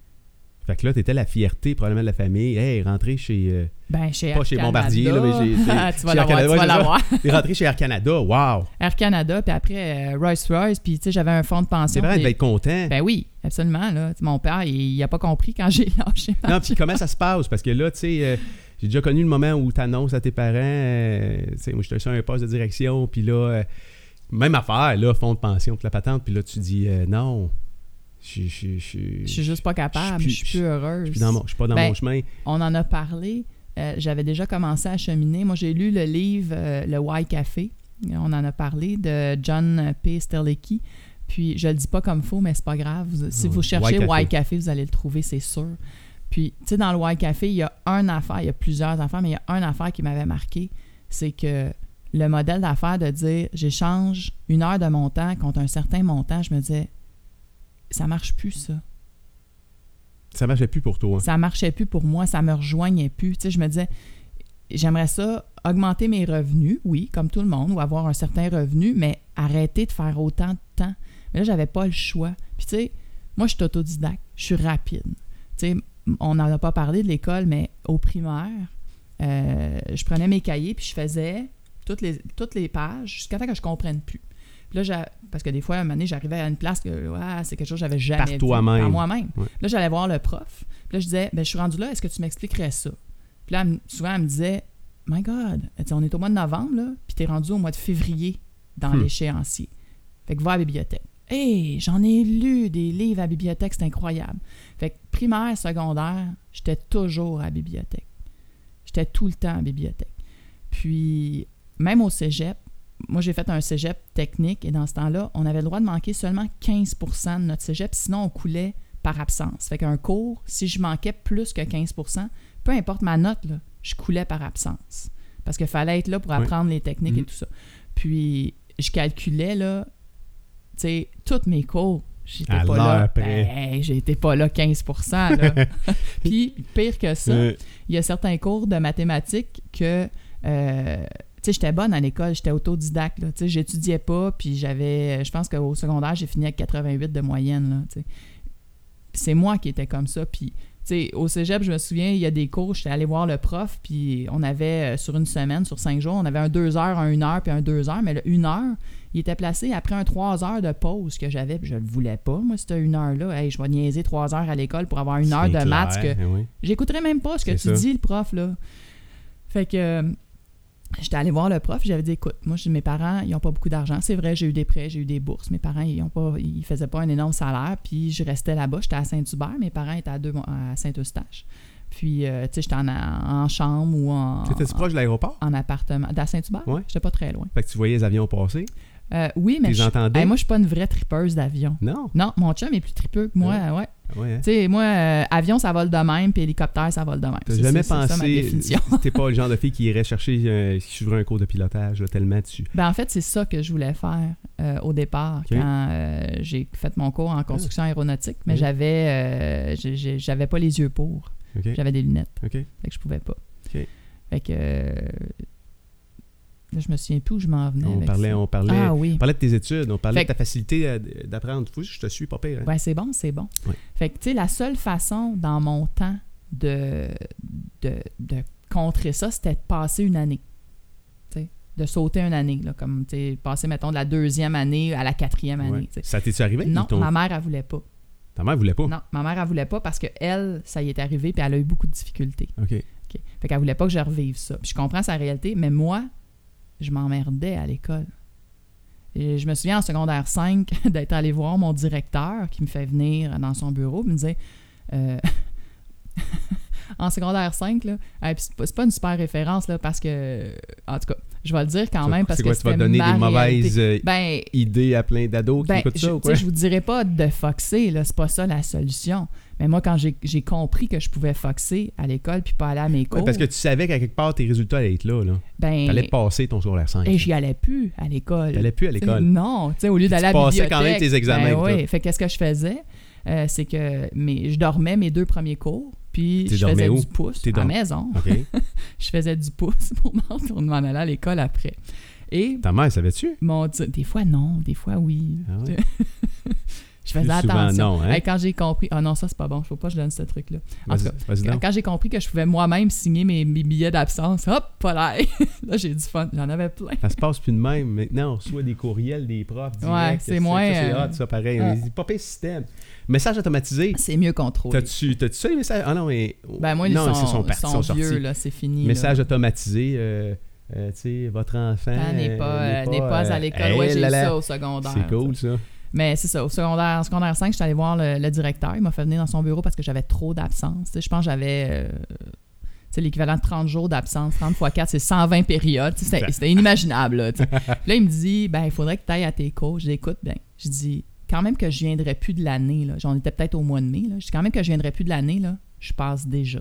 Fait que là, t'étais la fierté probablement de la famille. Hey, rentrer chez... Euh, ben, chez Pas Air chez Canada. Bombardier, là, mais chez, chez, tu vas l'avoir, tu vas l'avoir. T'es rentré chez Air Canada, wow! Air Canada, puis après euh, Rolls-Royce, puis tu sais, j'avais un fonds de pension. C'est vrai, puis... d'être content. Ben oui, absolument, là. Mon père, il n'a pas compris quand j'ai lâché. Non, puis comment ça se passe? Parce que là, tu sais, euh, j'ai déjà connu le moment où tu annonces à tes parents, euh, tu sais, moi, je te sur un poste de direction, puis là, euh, même affaire, là, fonds de pension, puis la patente, puis là, tu dis euh, non... Je, je, je, je suis juste pas capable, je suis plus, plus heureuse. Je ne suis pas dans ben, mon chemin. On en a parlé. Euh, j'avais déjà commencé à cheminer. Moi, j'ai lu le livre euh, Le Why Café On en a parlé, de John P. Sterlecki. Puis, je le dis pas comme faux, mais c'est pas grave. Vous, si vous cherchez Y Café, vous allez le trouver, c'est sûr. Puis, tu sais, dans le Y Café, il y a une affaire, il y a plusieurs affaires, mais il y a une affaire qui m'avait marqué, c'est que le modèle d'affaires de dire j'échange une heure de mon temps contre un certain montant, je me disais, ça marche plus, ça. Ça marchait plus pour toi. Ça marchait plus pour moi, ça me rejoignait plus. Tu sais, je me disais, j'aimerais ça augmenter mes revenus, oui, comme tout le monde, ou avoir un certain revenu, mais arrêter de faire autant de temps. Mais là, j'avais pas le choix. Puis, tu sais, moi, je suis autodidacte, je suis rapide. Tu sais, on n'en a pas parlé de l'école, mais au primaire, euh, je prenais mes cahiers puis je faisais toutes les, toutes les pages jusqu'à temps que je ne comprenne plus. Puis là, parce que des fois, à un moment donné, j'arrivais à une place que ouais, c'est quelque chose que j'avais jamais par toi-même. Par moi-même. Ouais. Là, j'allais voir le prof. Puis là, je disais, ben, je suis rendu là, est-ce que tu m'expliquerais ça? Puis là, souvent, elle me disait, My God, on est au mois de novembre, là, puis t'es rendu au mois de février dans hmm. l'échéancier. Fait que va à la bibliothèque. Hey, j'en ai lu des livres à la bibliothèque, c'est incroyable. Fait que primaire, secondaire, j'étais toujours à la bibliothèque. J'étais tout le temps à la bibliothèque. Puis, même au cégep, moi, j'ai fait un cégep technique et dans ce temps-là, on avait le droit de manquer seulement quinze pour cent de notre cégep, sinon on coulait par absence. Fait qu'un cours, si je manquais plus que quinze pour cent, peu importe ma note, là, je coulais par absence. Parce qu'il fallait être là pour apprendre oui. les techniques mmh. et tout ça. Puis, je calculais, là, tu sais, tous mes cours, j'étais à pas là. Ben, j'étais pas là quinze pour cent. Là. Puis, pire que ça, il y a certains cours de mathématiques que, euh, tu sais, j'étais bonne à l'école, j'étais autodidacte. Tu sais, j'étudiais pas, puis j'avais, je pense qu'au secondaire, j'ai fini avec quatre-vingt-huit de moyenne. Là, tu sais. C'est moi qui étais comme ça. Puis, tu sais, au cégep, je me souviens, il y a des cours, j'étais allée voir le prof, puis on avait, sur une semaine, sur cinq jours, on avait un deux heures, un une heure, puis un deux heures, mais le une heure, il était placé après un trois heures de pause que j'avais, puis je le voulais pas, moi, cette une heure-là. Hey, je vais niaiser trois heures à l'école pour avoir une heure de maths que oui. j'écouterais même pas ce que C'est tu ça. dis, le prof, là. Fait que euh, j'étais allée voir le prof, j'avais dit, écoute, moi, mes parents, ils n'ont pas beaucoup d'argent. C'est vrai, j'ai eu des prêts, j'ai eu des bourses. Mes parents, ils ont pas, ils faisaient pas un énorme salaire, puis je restais là-bas. J'étais à Saint-Hubert, mes parents étaient à, deux, à Saint-Eustache. Puis, euh, tu sais, j'étais en, en chambre ou en... Tu étais proche de l'aéroport? En appartement. À Saint-Hubert? Oui. J'étais pas très loin. Fait que tu voyais les avions passer? Euh, oui, mais je, hey, moi, je suis pas une vraie tripeuse d'avion. Non? Non, mon chum est plus tripeux que moi, ouais. ouais hein? Tu sais, moi, euh, avion, ça vole de même, puis hélicoptère, ça vole de même. T'as jamais c'est, pensé... c'est ça, ma définition. T'es pas le genre de fille qui irait chercher, euh, qui suivrait un cours de pilotage, là, tellement tu... Ben, en fait, c'est ça que je voulais faire euh, au départ, okay. quand euh, j'ai fait mon cours en construction ah. aéronautique, mais okay. j'avais euh, j'ai, j'ai, j'avais pas les yeux pour. Okay. J'avais des lunettes. Okay. Fait que je pouvais pas. Okay. Fait que... Euh, là, je me souviens plus où je m'en venais. On avec parlait, ça. on parlait, ah, oui. on parlait de tes études, on parlait fait de ta facilité d'apprendre. Faut que je te suis, pas pire. Hein? Ouais, c'est bon, c'est bon. Ouais. Fait que, tu sais, la seule façon dans mon temps de, de, de contrer ça, c'était de passer une année. T'sais, de sauter une année. Là, comme, tu sais, passer, mettons, de la deuxième année à la quatrième année. Ouais. Ça t'est-tu arrivé? Non, ton... ma mère, elle voulait pas. Ta mère voulait pas? Non, ma mère, elle voulait pas parce qu'elle, ça y est arrivé, puis elle a eu beaucoup de difficultés. OK. okay. Fait qu'elle voulait pas que je revive ça. Puis je comprends sa réalité, mais moi, je m'emmerdais à l'école. Et je me souviens en secondaire cinq d'être allé voir mon directeur qui me fait venir dans son bureau et me disait euh, en secondaire cinq, là, c'est pas, c'est pas une super référence là, parce que, en tout cas, je vais le dire quand même parce c'est quoi, que tu vas donner des mauvaises euh, ben, idées à plein d'ados ben, qui écoutent je, ça ou quoi? Je vous dirais pas de foxer, là, c'est pas ça la solution. Mais moi, quand j'ai, j'ai compris que je pouvais foxer à l'école puis pas aller à mes cours... Oui, parce que tu savais qu'à quelque part, tes résultats allaient être là. là. Ben, t'allais passer ton secondaire cinq. Et j'y allais plus à l'école. T'allais plus à l'école? T'sais, non, tu sais, au lieu d'aller à la bibliothèque... Tu passais quand même tes examens. Ben oui, fait qu'est-ce que je faisais? Euh, c'est que mes, je dormais mes deux premiers cours, puis T'es je faisais où? du pouce T'es à la dorm... maison. Okay. Je faisais du pouce pour m'en retourner m'en aller à l'école après. Et ta mère, savais-tu? Mon, des fois, non. Des fois, oui. Ah ouais. Je faisais Plus attention. Non, hein? hey, quand j'ai compris... Ah non, ça, c'est pas bon. Faut pas que je donne ce truc-là. En vas-y, tout cas, vas-y quand, quand j'ai compris que je pouvais moi-même signer mes, mes billets d'absence, hop, pas là. Là, j'ai du fun. J'en avais plein. Ça se passe plus de même. Maintenant, on reçoit des courriels des profs direct. Ouais, c'est moins... Ça, c'est hot, ça, pareil. Euh... C'est pas pire système. Message automatisé. C'est mieux contrôlé. T'as-tu, t'as-tu ça, les messages? Ah non, mais... Ben moi, non, ils sont, sont, partis, sont, sont vieux, sortis. là, c'est fini. Message là. automatisé... Euh... Euh, tu sais, votre enfant euh, n'est, pas, euh, n'est, pas, n'est pas à l'école. Euh, ouais, j'ai là, eu là. ça au secondaire. C'est cool, ça. Mais c'est ça, au secondaire, au secondaire cinq, je suis allée voir le, le directeur. Il m'a fait venir dans son bureau parce que j'avais trop d'absence. Tu sais, je pense que j'avais... Euh, tu sais, l'équivalent de trente jours d'absence, trente fois quatre, c'est cent vingt périodes. C'était, c'était inimaginable. Là, là, il me dit, ben, il faudrait que tu ailles à tes cours. Je dis, écoute, bien, je dis, quand même que je viendrais plus de l'année, là, j'en étais peut-être au mois de mai, là, je dis, quand même que je viendrais plus de l'année, là, je passe déjà.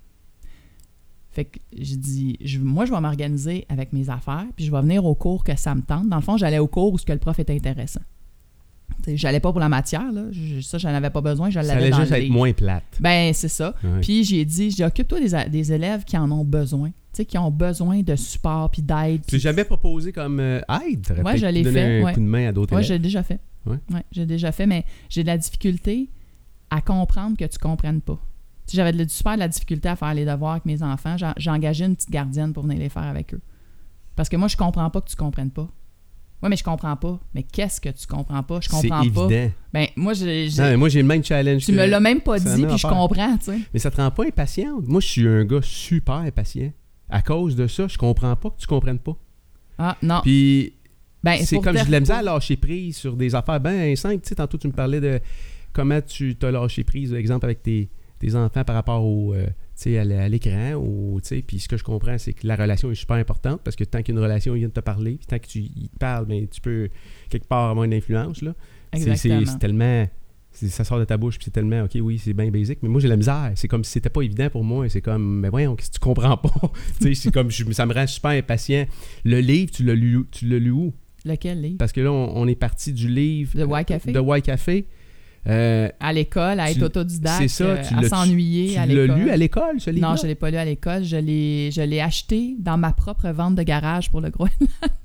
Fait que je dis, je, moi, je vais m'organiser avec mes affaires, puis je vais venir au cours que ça me tente. Dans le fond, j'allais au cours où ce que le prof était intéressant. T'sais, j'allais pas pour la matière, là. Je, ça, j'en avais pas besoin, je l'avais dans le livre. Ça allait juste être livre. moins plate. Ben, c'est ça. Ouais. Puis j'ai dit, j'ai occupe-toi des, des élèves qui en ont besoin. Tu sais, qui ont besoin de support puis d'aide. Tu l'as jamais proposé comme euh, aide? T'aurais Ouais, je peut-être l'ai donné fait, un ouais. coup de main à d'autres Ouais, élèves. j'ai déjà fait. Ouais. Ouais, j'ai déjà fait, mais j'ai de la difficulté à comprendre que tu comprennes pas. Si j'avais de, super de la difficulté à faire les devoirs avec mes enfants, j'ai, j'ai engagé une petite gardienne pour venir les faire avec eux. Parce que moi, je comprends pas que tu comprennes pas. Oui, mais je comprends pas. Mais qu'est-ce que tu comprends pas? Je comprends c'est pas. évident. Ben, moi, j'ai, j'ai... Non, mais moi, j'ai le même challenge. Tu que... me l'as même pas c'est dit, la même puis je affaire. comprends, tu sais. Mais ça te rend pas impatiente. Moi, je suis un gars super impatient. À cause de ça, je comprends pas que tu comprennes pas. Ah, non. Puis, Ben, c'est pour comme dire- j'ai de la misère à lâcher prise sur des affaires bien simples. Tu sais, tantôt, tu me parlais de comment tu t'as lâché prise, exemple, avec tes, tes enfants par rapport au, euh, tu sais, à, l- à l'écran. Ou, tu sais, puis ce que je comprends, c'est que la relation est super importante parce que tant qu'il y a une relation, il vient de te parler. Puis tant que tu il te parle, ben, tu peux quelque part avoir une influence. Là. C'est, Exactement. c'est, c'est tellement... c'est- ça sort de ta bouche, puis c'est tellement, OK, oui, c'est bien basique. Mais moi, j'ai la misère. C'est comme si c'était pas évident pour moi. C'est comme, mais voyons, qu'est-ce que tu comprends pas? Tu sais, c'est comme, je- ça me rend super impatient. Le livre, tu l'as lu, tu l'as lu où? Lequel livre? Parce que là, on, on est parti du livre De Y Café? de Y Café. Euh, À l'école, à Tu- être autodidacte, c'est ça, euh, tu à l'as- s'ennuyer tu à l'as l'école. lu à l'école, ce livre-là? Non, je ne l'ai pas lu à l'école. Je l'ai, je l'ai acheté dans ma propre vente de garage pour le Groenland.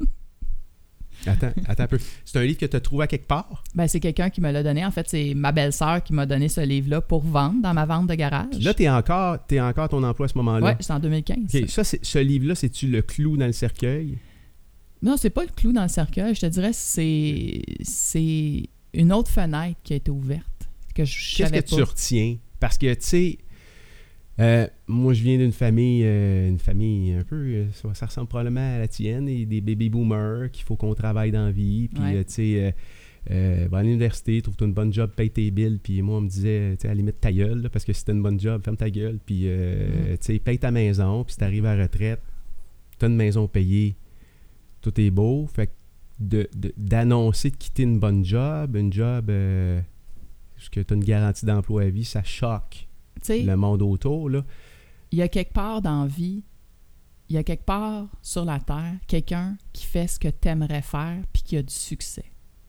Attends, attends un peu. C'est un livre que tu as trouvé à quelque part? Ben, c'est quelqu'un qui me l'a donné. En fait, c'est ma belle-sœur qui m'a donné ce livre-là pour vendre dans ma vente de garage. Puis là, tu es encore, t'es encore à ton emploi à ce moment-là. Oui, c'est en deux mille quinze. OK, ça, c'est, ce livre-là, c'est-tu le clou dans le cercueil? Non, c'est pas le clou dans le cercueil. Je te dirais c'est c'est une autre fenêtre qui a été ouverte que je Qu'est-ce savais que pas. tu retiens? Parce que, tu sais, euh, moi, je viens d'une famille, euh, une famille un peu, euh, ça, ça ressemble probablement à la tienne, et des baby boomers qu'il faut qu'on travaille dans la vie. Puis, Ouais. euh, tu sais, euh, euh, va à l'université, trouve-toi une bonne job, paye tes billes. Puis moi, on me disait, tu sais, à la limite, ta gueule, là, parce que si t'as une bonne job, ferme ta gueule. Puis, euh, Mm. tu sais, paye ta maison. Puis si t'arrives à la retraite, t'as une maison payée, tout est beau. Fait que de, de- d'annoncer de quitter une bonne job, une job, euh, parce que t'as une garantie d'emploi à vie, ça choque Tu sais, le monde autour, là. il y a quelque part dans la vie, il y a quelque part sur la terre, quelqu'un qui fait ce que tu aimerais faire puis qui a du succès.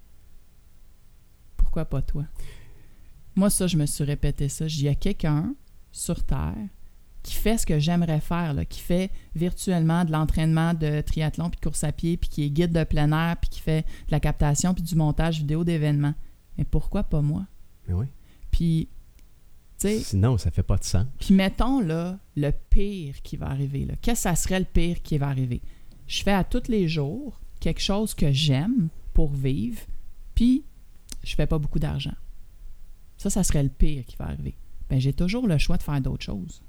Pourquoi pas toi? Moi, ça, je me suis répété ça. Il y a quelqu'un sur terre qui fait ce que j'aimerais faire, là, qui fait virtuellement de l'entraînement de triathlon puis de course à pied, puis qui est guide de plein air, puis qui fait de la captation puis du montage vidéo d'événements. Mais pourquoi pas moi? Mais oui. Puis, tu sais, Sinon, ça fait pas de sens. puis mettons, là, le pire qui va arriver. Là. Qu'est-ce que ça serait le pire qui va arriver? Je fais à tous les jours quelque chose que j'aime pour vivre, puis je fais pas beaucoup d'argent. Ça, ça serait le pire qui va arriver. Ben, j'ai toujours le choix de faire d'autres choses.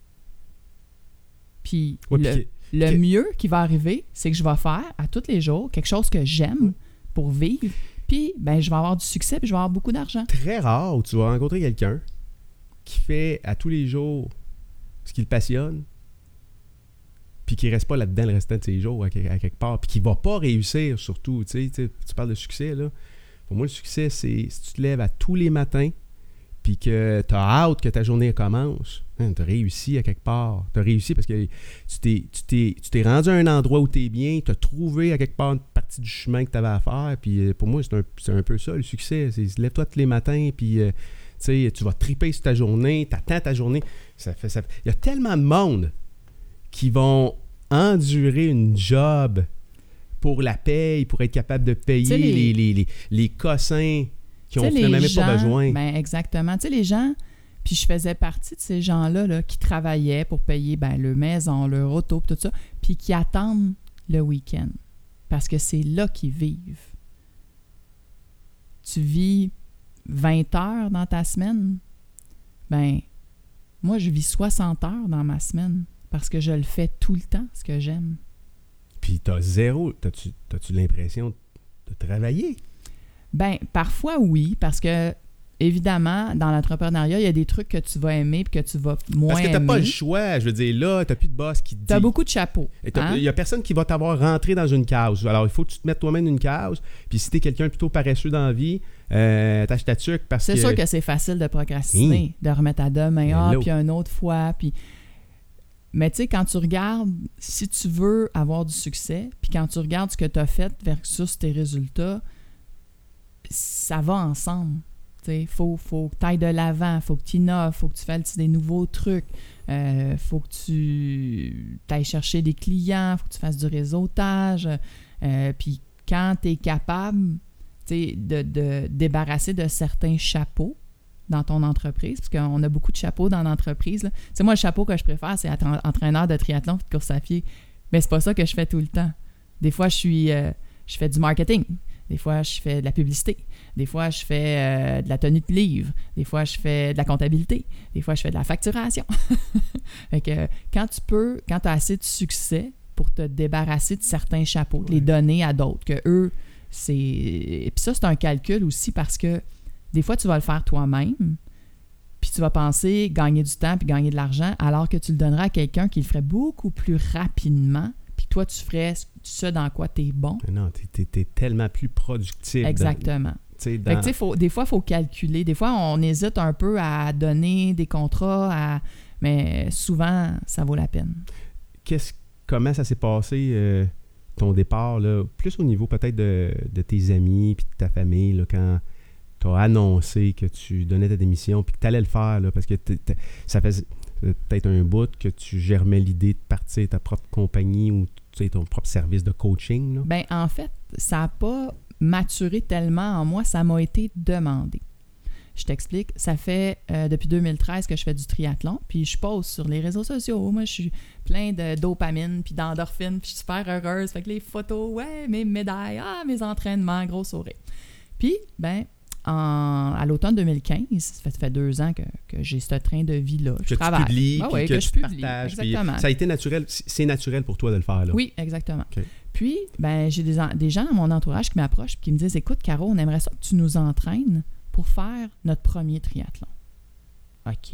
Puis Ouais, le, puis le que- mieux qui va arriver, c'est que je vais faire à tous les jours quelque chose que j'aime pour vivre, puis ben, je vais avoir du succès, puis je vais avoir beaucoup d'argent. très rare où tu vas rencontrer quelqu'un qui fait à tous les jours ce qui le passionne, puis qui reste pas là-dedans le restant de ses jours à, à quelque part, puis qui va pas réussir surtout. Tu sais, tu sais, tu parles de succès, là. Pour moi, le succès, c'est si tu te lèves à tous les matins, puis que tu as hâte que ta journée commence, hein, tu as réussi à quelque part. Tu as réussi parce que tu t'es, tu t'es, tu t'es rendu à un endroit où tu es bien, tu as trouvé à quelque part une partie du chemin que tu avais à faire. Puis euh, pour moi, c'est un, c'est un peu ça, le succès. C'est lève-toi tous les matins, puis euh, tu sais, tu vas triper sur ta journée, tu attends ta journée. Ça fait, ça fait- Il y a tellement de monde qui vont endurer une job pour la paye, pour être capable de payer Tu sais, les- les, les, les, les cossins qui Tu ont sais, finalement les même pas gens- besoin. Ben exactement. Tu sais, les gens, puis je faisais partie de ces gens-là là, qui travaillaient pour payer ben, leur maison, leur auto, puis tout ça, puis qui attendent le week-end. Parce que c'est là qu'ils vivent. Tu vis vingt heures dans ta semaine, ben moi, je vis soixante heures dans ma semaine parce que je le fais tout le temps, ce que j'aime. Puis t'as zéro. T'as-tu, t'as-tu l'impression de travailler? Ben, parfois oui, parce que évidemment, dans l'entrepreneuriat, il y a des trucs que tu vas aimer et que tu vas moins aimer. Parce que t'as pas le choix. Je veux dire, là, t'as plus de boss qui te dit... T'as beaucoup de chapeaux. Il hein? y a personne qui va t'avoir rentré dans une case. Alors, il faut que tu te mettes toi-même une case. Puis si t'es quelqu'un plutôt paresseux dans la vie, euh, tâche ta tuque parce c'est que... C'est sûr que c'est facile de procrastiner, mmh. de remettre à demain, ah, puis une autre fois, puis... Mais tu sais, quand tu regardes, si tu veux avoir du succès, puis quand tu regardes ce que tu as fait versus tes résultats, ça va ensemble. Il faut, faut que tu ailles de l'avant, il faut que tu innoves, il faut que tu fasses des nouveaux trucs, il euh, faut que tu ailles chercher des clients, il faut que tu fasses du réseautage. Euh, puis quand tu es capable de, de débarrasser de certains chapeaux, dans ton entreprise, parce qu'on a beaucoup de chapeaux dans l'entreprise. Tu sais, moi, le chapeau que je préfère, c'est être entraîneur de triathlon et de course à pied. Mais c'est pas ça que je fais tout le temps. Des fois, je suis, euh, je fais du marketing. Des fois, je fais de la publicité. Des fois, je fais euh, de la tenue de livre. Des fois, je fais de la comptabilité. Des fois, je fais de la facturation. Fait que quand tu peux, quand tu as assez de succès pour te débarrasser de certains chapeaux, ouais. les donner à d'autres, que eux, c'est... Et puis ça, c'est un calcul aussi parce que des fois, tu vas le faire toi-même, puis tu vas penser gagner du temps puis gagner de l'argent, alors que tu le donneras à quelqu'un qui le ferait beaucoup plus rapidement, puis toi, tu ferais ce dans quoi tu es bon. Mais non, tu es tellement plus productif. Exactement. Dans, dans... Fait que, faut, des fois, il faut calculer. Des fois, on hésite un peu à donner des contrats, à... mais souvent, ça vaut la peine. Qu'est-ce, comment ça s'est passé, euh, ton départ, là, plus au niveau peut-être de, de tes amis puis de ta famille, là, quand... tu as annoncé que tu donnais ta démission puis que tu allais le faire, là, parce que t'es, t'es, ça faisait peut-être un bout que tu germais l'idée de partir ta propre compagnie ou ton propre service de coaching. Là. Bien, en fait, ça n'a pas maturé tellement en moi, ça m'a été demandé. Je t'explique, ça fait euh, depuis deux mille treize que je fais du triathlon, puis je poste sur les réseaux sociaux. Moi, je suis plein de dopamine, puis d'endorphine, puis je suis super heureuse. Fait que les photos, ouais, mes médailles, ah, mes entraînements, gros sourire. Puis, ben En, à l'automne deux mille quinze, ça fait, ça fait deux ans que, que j'ai ce train de vie-là. Je que travaille. tu publies, ah ouais, que, que tu je publie, partages. exactement. Ça a été naturel, c'est naturel pour toi de le faire, là. Oui, exactement. Okay. Puis, ben, j'ai des, des gens dans mon entourage qui m'approchent et qui me disent « Écoute, Caro, on aimerait ça que tu nous entraînes pour faire notre premier triathlon. » OK.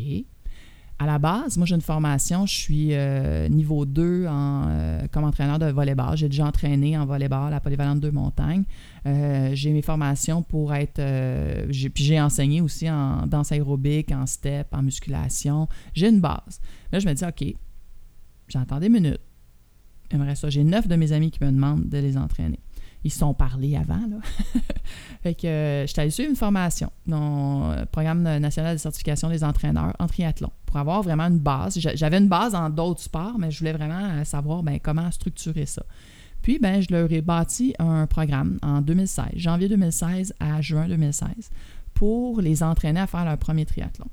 À la base, moi, j'ai une formation, je suis euh, niveau deux en, euh, comme entraîneur de volleyball. J'ai déjà entraîné en volleyball à Polyvalente deux Montagnes. Euh, j'ai mes formations pour être... Euh, j'ai, puis j'ai enseigné aussi en danse aérobique, en step, en musculation. J'ai une base. Là, je me dis, OK, j'entends des minutes. J'aimerais ça. J'ai neuf de mes amis qui me demandent de les entraîner. Ils se sont parlé avant, là. Fait que euh, j'étais allée suivre une formation dans le Programme national de certification des entraîneurs en triathlon pour avoir vraiment une base. J'avais une base en d'autres sports, mais je voulais vraiment savoir ben, comment structurer ça. Puis, ben, je leur ai bâti un programme en deux mille seize, janvier deux mille seize à juin deux mille seize, pour les entraîner à faire leur premier triathlon.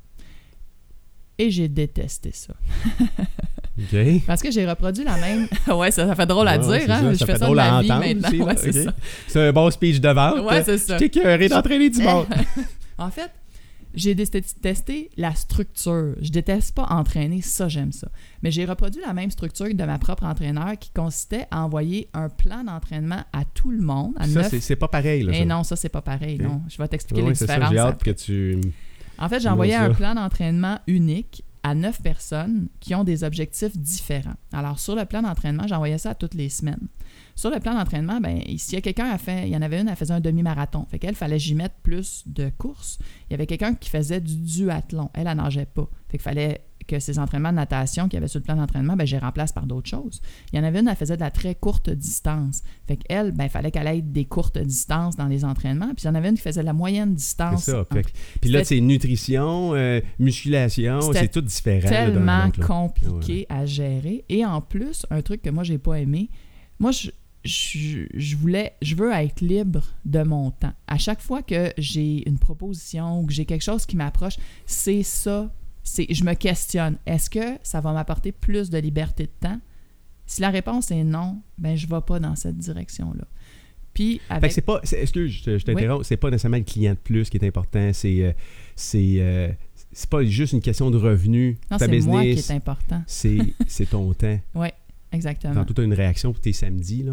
Et j'ai détesté ça. Okay. Parce que j'ai reproduit la même... ouais, ça, ça fait drôle à ouais, dire, hein? Ça, je ça fais fait ça drôle de ma à vie entendre maintenant. aussi, Ouais, c'est, okay. ça. C'est un bon speech de vente. Ouais, c'est ça. Je t'ai écœuré d'entraîner du monde. En fait, j'ai détesté la structure. Je déteste pas entraîner, ça, j'aime ça. Mais j'ai reproduit la même structure de ma propre entraîneur qui consistait à envoyer un plan d'entraînement à tout le monde. À ça, neuf... c'est, c'est pas pareil. Là, Et ça. non, ça, c'est pas pareil. Okay. Non. Je vais t'expliquer oui, les c'est différences. Ça, j'ai hâte après. que tu... En fait, j'ai envoyé un plan d'entraînement unique à neuf personnes qui ont des objectifs différents. Alors, sur le plan d'entraînement, j'envoyais ça toutes les semaines. Sur le plan d'entraînement, ben, s'il y a quelqu'un a fait, il y en avait une, elle faisait un demi-marathon. Fait qu'elle, fallait que j'y mette plus de courses. Il y avait quelqu'un qui faisait du duathlon. Elle, elle nageait pas. Fait qu'il fallait que ces entraînements de natation qu'il y avait sur le plan d'entraînement, ben, je les remplace par d'autres choses. Il y en avait une, elle faisait de la très courte distance. Fait qu'elle, ben, il fallait qu'elle ait des courtes distances dans les entraînements. Puis il y en avait une qui faisait de la moyenne distance. C'est ça. Fait, puis là, c'est nutrition, euh, musculation, c'est tout différent. Tellement là, donc, là. compliqué ouais. à gérer. Et en plus, un truc que moi, j'ai pas aimé, moi, je, je, je voulais, je veux être libre de mon temps. À chaque fois que j'ai une proposition ou que j'ai quelque chose qui m'approche, c'est ça. C'est, je me questionne, est-ce que ça va m'apporter plus de liberté de temps? Si la réponse est non, ben je ne vais pas dans cette direction-là. Puis avec... Fait que c'est pas, c'est, excuse, je, je t'interromps, oui. C'est pas nécessairement le client de plus qui est important, c'est, euh, c'est, euh, c'est pas juste une question de revenus. Non, ta c'est business, moi qui est important. C'est, c'est ton temps. Oui, exactement. Tantôt, tu as une réaction pour tes samedis, là.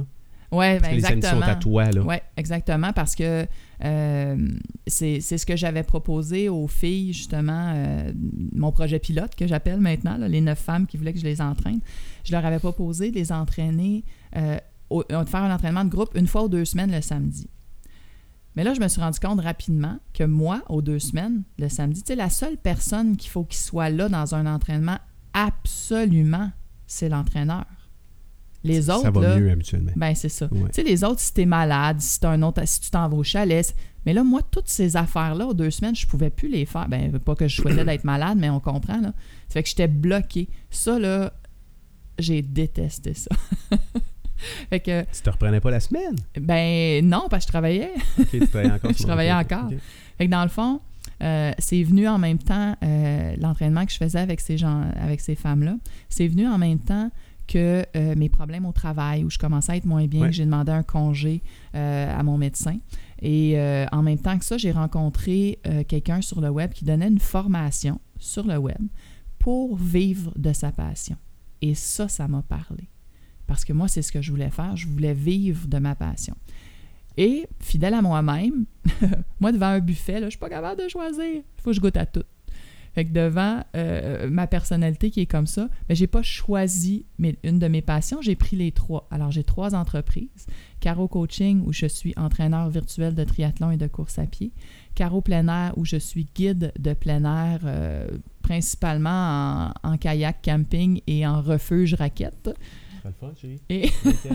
Oui, ben les samedis exactement. sont à toi, là. Oui, exactement, parce que euh, c'est, c'est ce que j'avais proposé aux filles, justement, euh, mon projet pilote que j'appelle maintenant, là, les neuf femmes qui voulaient que je les entraîne. Je leur avais proposé de les entraîner, euh, au, de faire un entraînement de groupe une fois ou deux semaines le samedi. Mais là, je me suis rendu compte rapidement que moi, aux deux semaines, le samedi, tu sais, la seule personne qu'il faut qu'il soit là dans un entraînement, absolument, c'est l'entraîneur. Les ça, autres, ça va là, mieux habituellement. Ben, c'est ça. Ouais. Tu sais, les autres, si t'es malade, si t'as un autre, si tu t'en vas au chalet. Mais là, moi, toutes ces affaires-là, aux deux semaines, je pouvais plus les faire. Ben, pas que je souhaitais d'être malade, mais on comprend, là. Ça fait que j'étais bloquée. Ça, là, j'ai détesté ça. Fait que... Tu te reprenais pas la semaine? Ben, non, parce que je travaillais. OK, tu travaillais encore. je travaillais okay, encore. okay. Fait que dans le fond, euh, c'est venu en même temps, euh, l'entraînement que je faisais avec ces gens, avec ces femmes-là, c'est venu en même temps que euh, mes problèmes au travail, où je commençais à être moins bien, ouais. que j'ai demandé un congé euh, à mon médecin. Et euh, en même temps que ça, j'ai rencontré euh, quelqu'un sur le web qui donnait une formation sur le web pour vivre de sa passion. Et ça, ça m'a parlé. Parce que moi, c'est ce que je voulais faire. Je voulais vivre de ma passion. Et, fidèle à moi-même, moi, devant un buffet, là, je ne suis pas capable de choisir. Il faut que je goûte à tout. Fait que devant euh, ma personnalité qui est comme ça, ben, je n'ai pas choisi mes, une de mes passions, j'ai pris les trois. Alors, j'ai trois entreprises. Caro Coaching, où je suis entraîneur virtuel de triathlon et de course à pied. Caro Plein Air, où je suis guide de plein air, euh, principalement en, en kayak camping et en refuge raquette. Pas le fun, chérie. Et...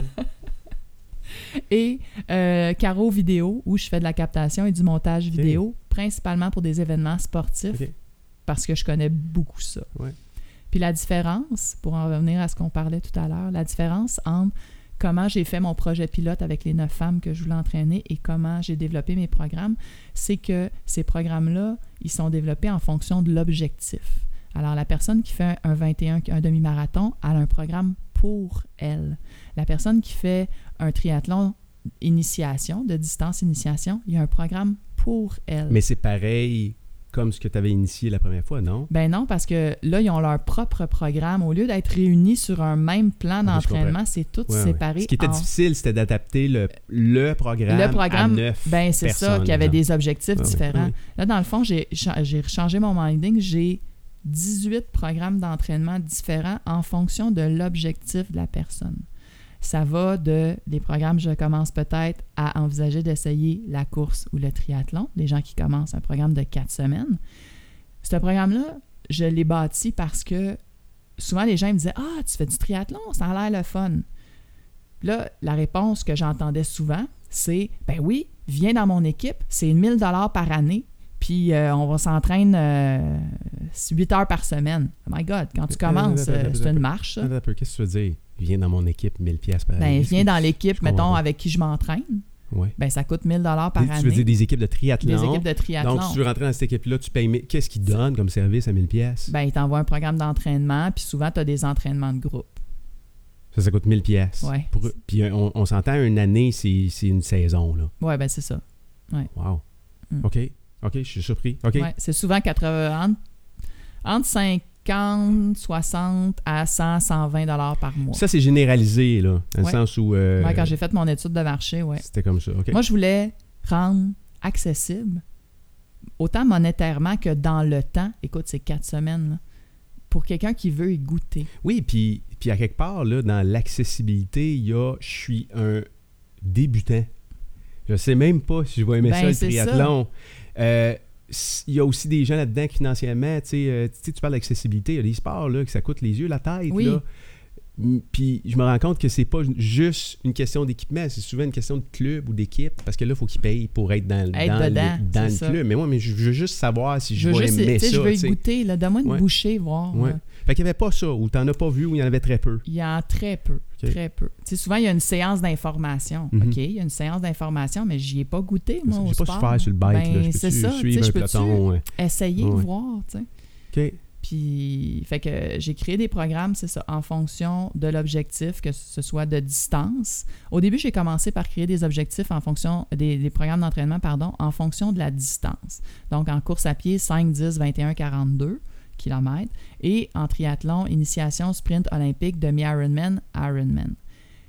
Et euh, Caro Vidéo, où je fais de la captation et du montage okay. vidéo, principalement pour des événements sportifs, okay. parce que je connais beaucoup ça. Ouais. Puis la différence, pour en revenir à ce qu'on parlait tout à l'heure, la différence entre comment j'ai fait mon projet pilote avec les neuf femmes que je voulais entraîner et comment j'ai développé mes programmes, c'est que ces programmes-là, ils sont développés en fonction de l'objectif. Alors, la personne qui fait un vingt et un, un demi-marathon, elle a un programme pour elle. La personne qui fait un triathlon initiation, de distance initiation, il y a un programme pour elle. Mais c'est pareil comme ce que tu avais initié la première fois, non? Ben non, parce que là, ils ont leur propre programme. Au lieu d'être réunis sur un même plan d'entraînement, oui, c'est tout ouais, séparé. Ouais. Ce qui était en... difficile, c'était d'adapter le, le programme le programme, à neuf ben c'est personnes, ça, qui avait des objectifs ouais, différents. Ouais. Là, dans le fond, j'ai, j'ai changé mon minding. J'ai dix-huit programmes d'entraînement différents en fonction de l'objectif de la personne. Ça va de, les programmes, je commence peut-être à envisager d'essayer la course ou le triathlon, des gens qui commencent un programme de quatre semaines. Ce programme-là, je l'ai bâti parce que souvent les gens me disaient « Ah, tu fais du triathlon, ça a l'air le fun. » Là, la réponse que j'entendais souvent, c'est « Ben oui, viens dans mon équipe, c'est mille dollars par année. » Puis euh, on va s'entraîner euh, huit heures par semaine. Oh my God, quand tu commences, euh, c'est une marche. Attends un peu, qu'est-ce que tu veux dire? Viens dans mon équipe, mille piastres par année. Ben, viens dans l'équipe, mettons, pas. avec qui je m'entraîne. Ouais. Ben, ça coûte mille dollars par tu année. Tu veux dire des équipes de triathlon? Des équipes de triathlon. Donc, si tu veux rentrer dans cette équipe-là, tu payes... Qu'est-ce qu'ils donnent comme service à mille piastres? Ben, ils t'envoient un programme d'entraînement, puis souvent, tu as des entraînements de groupe. Ça, ça coûte mille piastres. Ouais. Pour... Puis on, on s'entend, une année, c'est, c'est une saison, là. Ouais, ben c'est ça. Ouais. Wow. Mm. OK. OK, je suis surpris. OK. Ouais, c'est souvent quatre-vingts, entre, entre cinquante, soixante à cent, cent vingt dollars par mois. Ça, c'est généralisé, là, dans ouais. le sens où... Euh, ouais, quand j'ai fait mon étude de marché, ouais. C'était comme ça, OK. Moi, je voulais rendre accessible, autant monétairement que dans le temps. Écoute, c'est quatre semaines, là, pour quelqu'un qui veut y goûter. Oui, puis, puis à quelque part, là, dans l'accessibilité, il y a « je suis un débutant ». Je sais même pas si je vais aimer ben, ça, le triathlon. Il euh, y a aussi des gens là-dedans qui, financièrement, tu sais, euh, tu parles d'accessibilité, il y a des sports là, que ça coûte les yeux, la tête. Oui. Là. Puis je me rends compte que c'est pas juste une question d'équipement, c'est souvent une question de club ou d'équipe, parce que là, il faut qu'ils payent pour être dans, être dans dedans, le, dans le club. Mais moi, mais je veux juste savoir si je, je vais juste, aimer ça. Je veux y goûter, là, donne-moi une ouais. bouchée, voir. Ouais. Ouais. Fait qu'il n'y avait pas ça, ou tu n'en as pas vu, ou il y en avait très peu. Il y en a très peu, okay. très peu. Tu sais, souvent, il y a une séance d'information. Mm-hmm. OK, il y a une séance d'information, mais j'y ai pas goûté, moi, au sport. Je sais pas si faire sur le bike, ben, là. Je c'est ça, suivre un je peloton. Ouais. Essayer ouais. de voir, tu sais. OK. Puis, fait que j'ai créé des programmes, c'est ça, en fonction de l'objectif, que ce soit de distance. Au début, j'ai commencé par créer des objectifs en fonction, des, des programmes d'entraînement, pardon, en fonction de la distance. Donc, en course à pied, cinq, dix, vingt et un, quarante-deux kilomètres. Et en triathlon, initiation, sprint olympique, demi-Ironman, Ironman.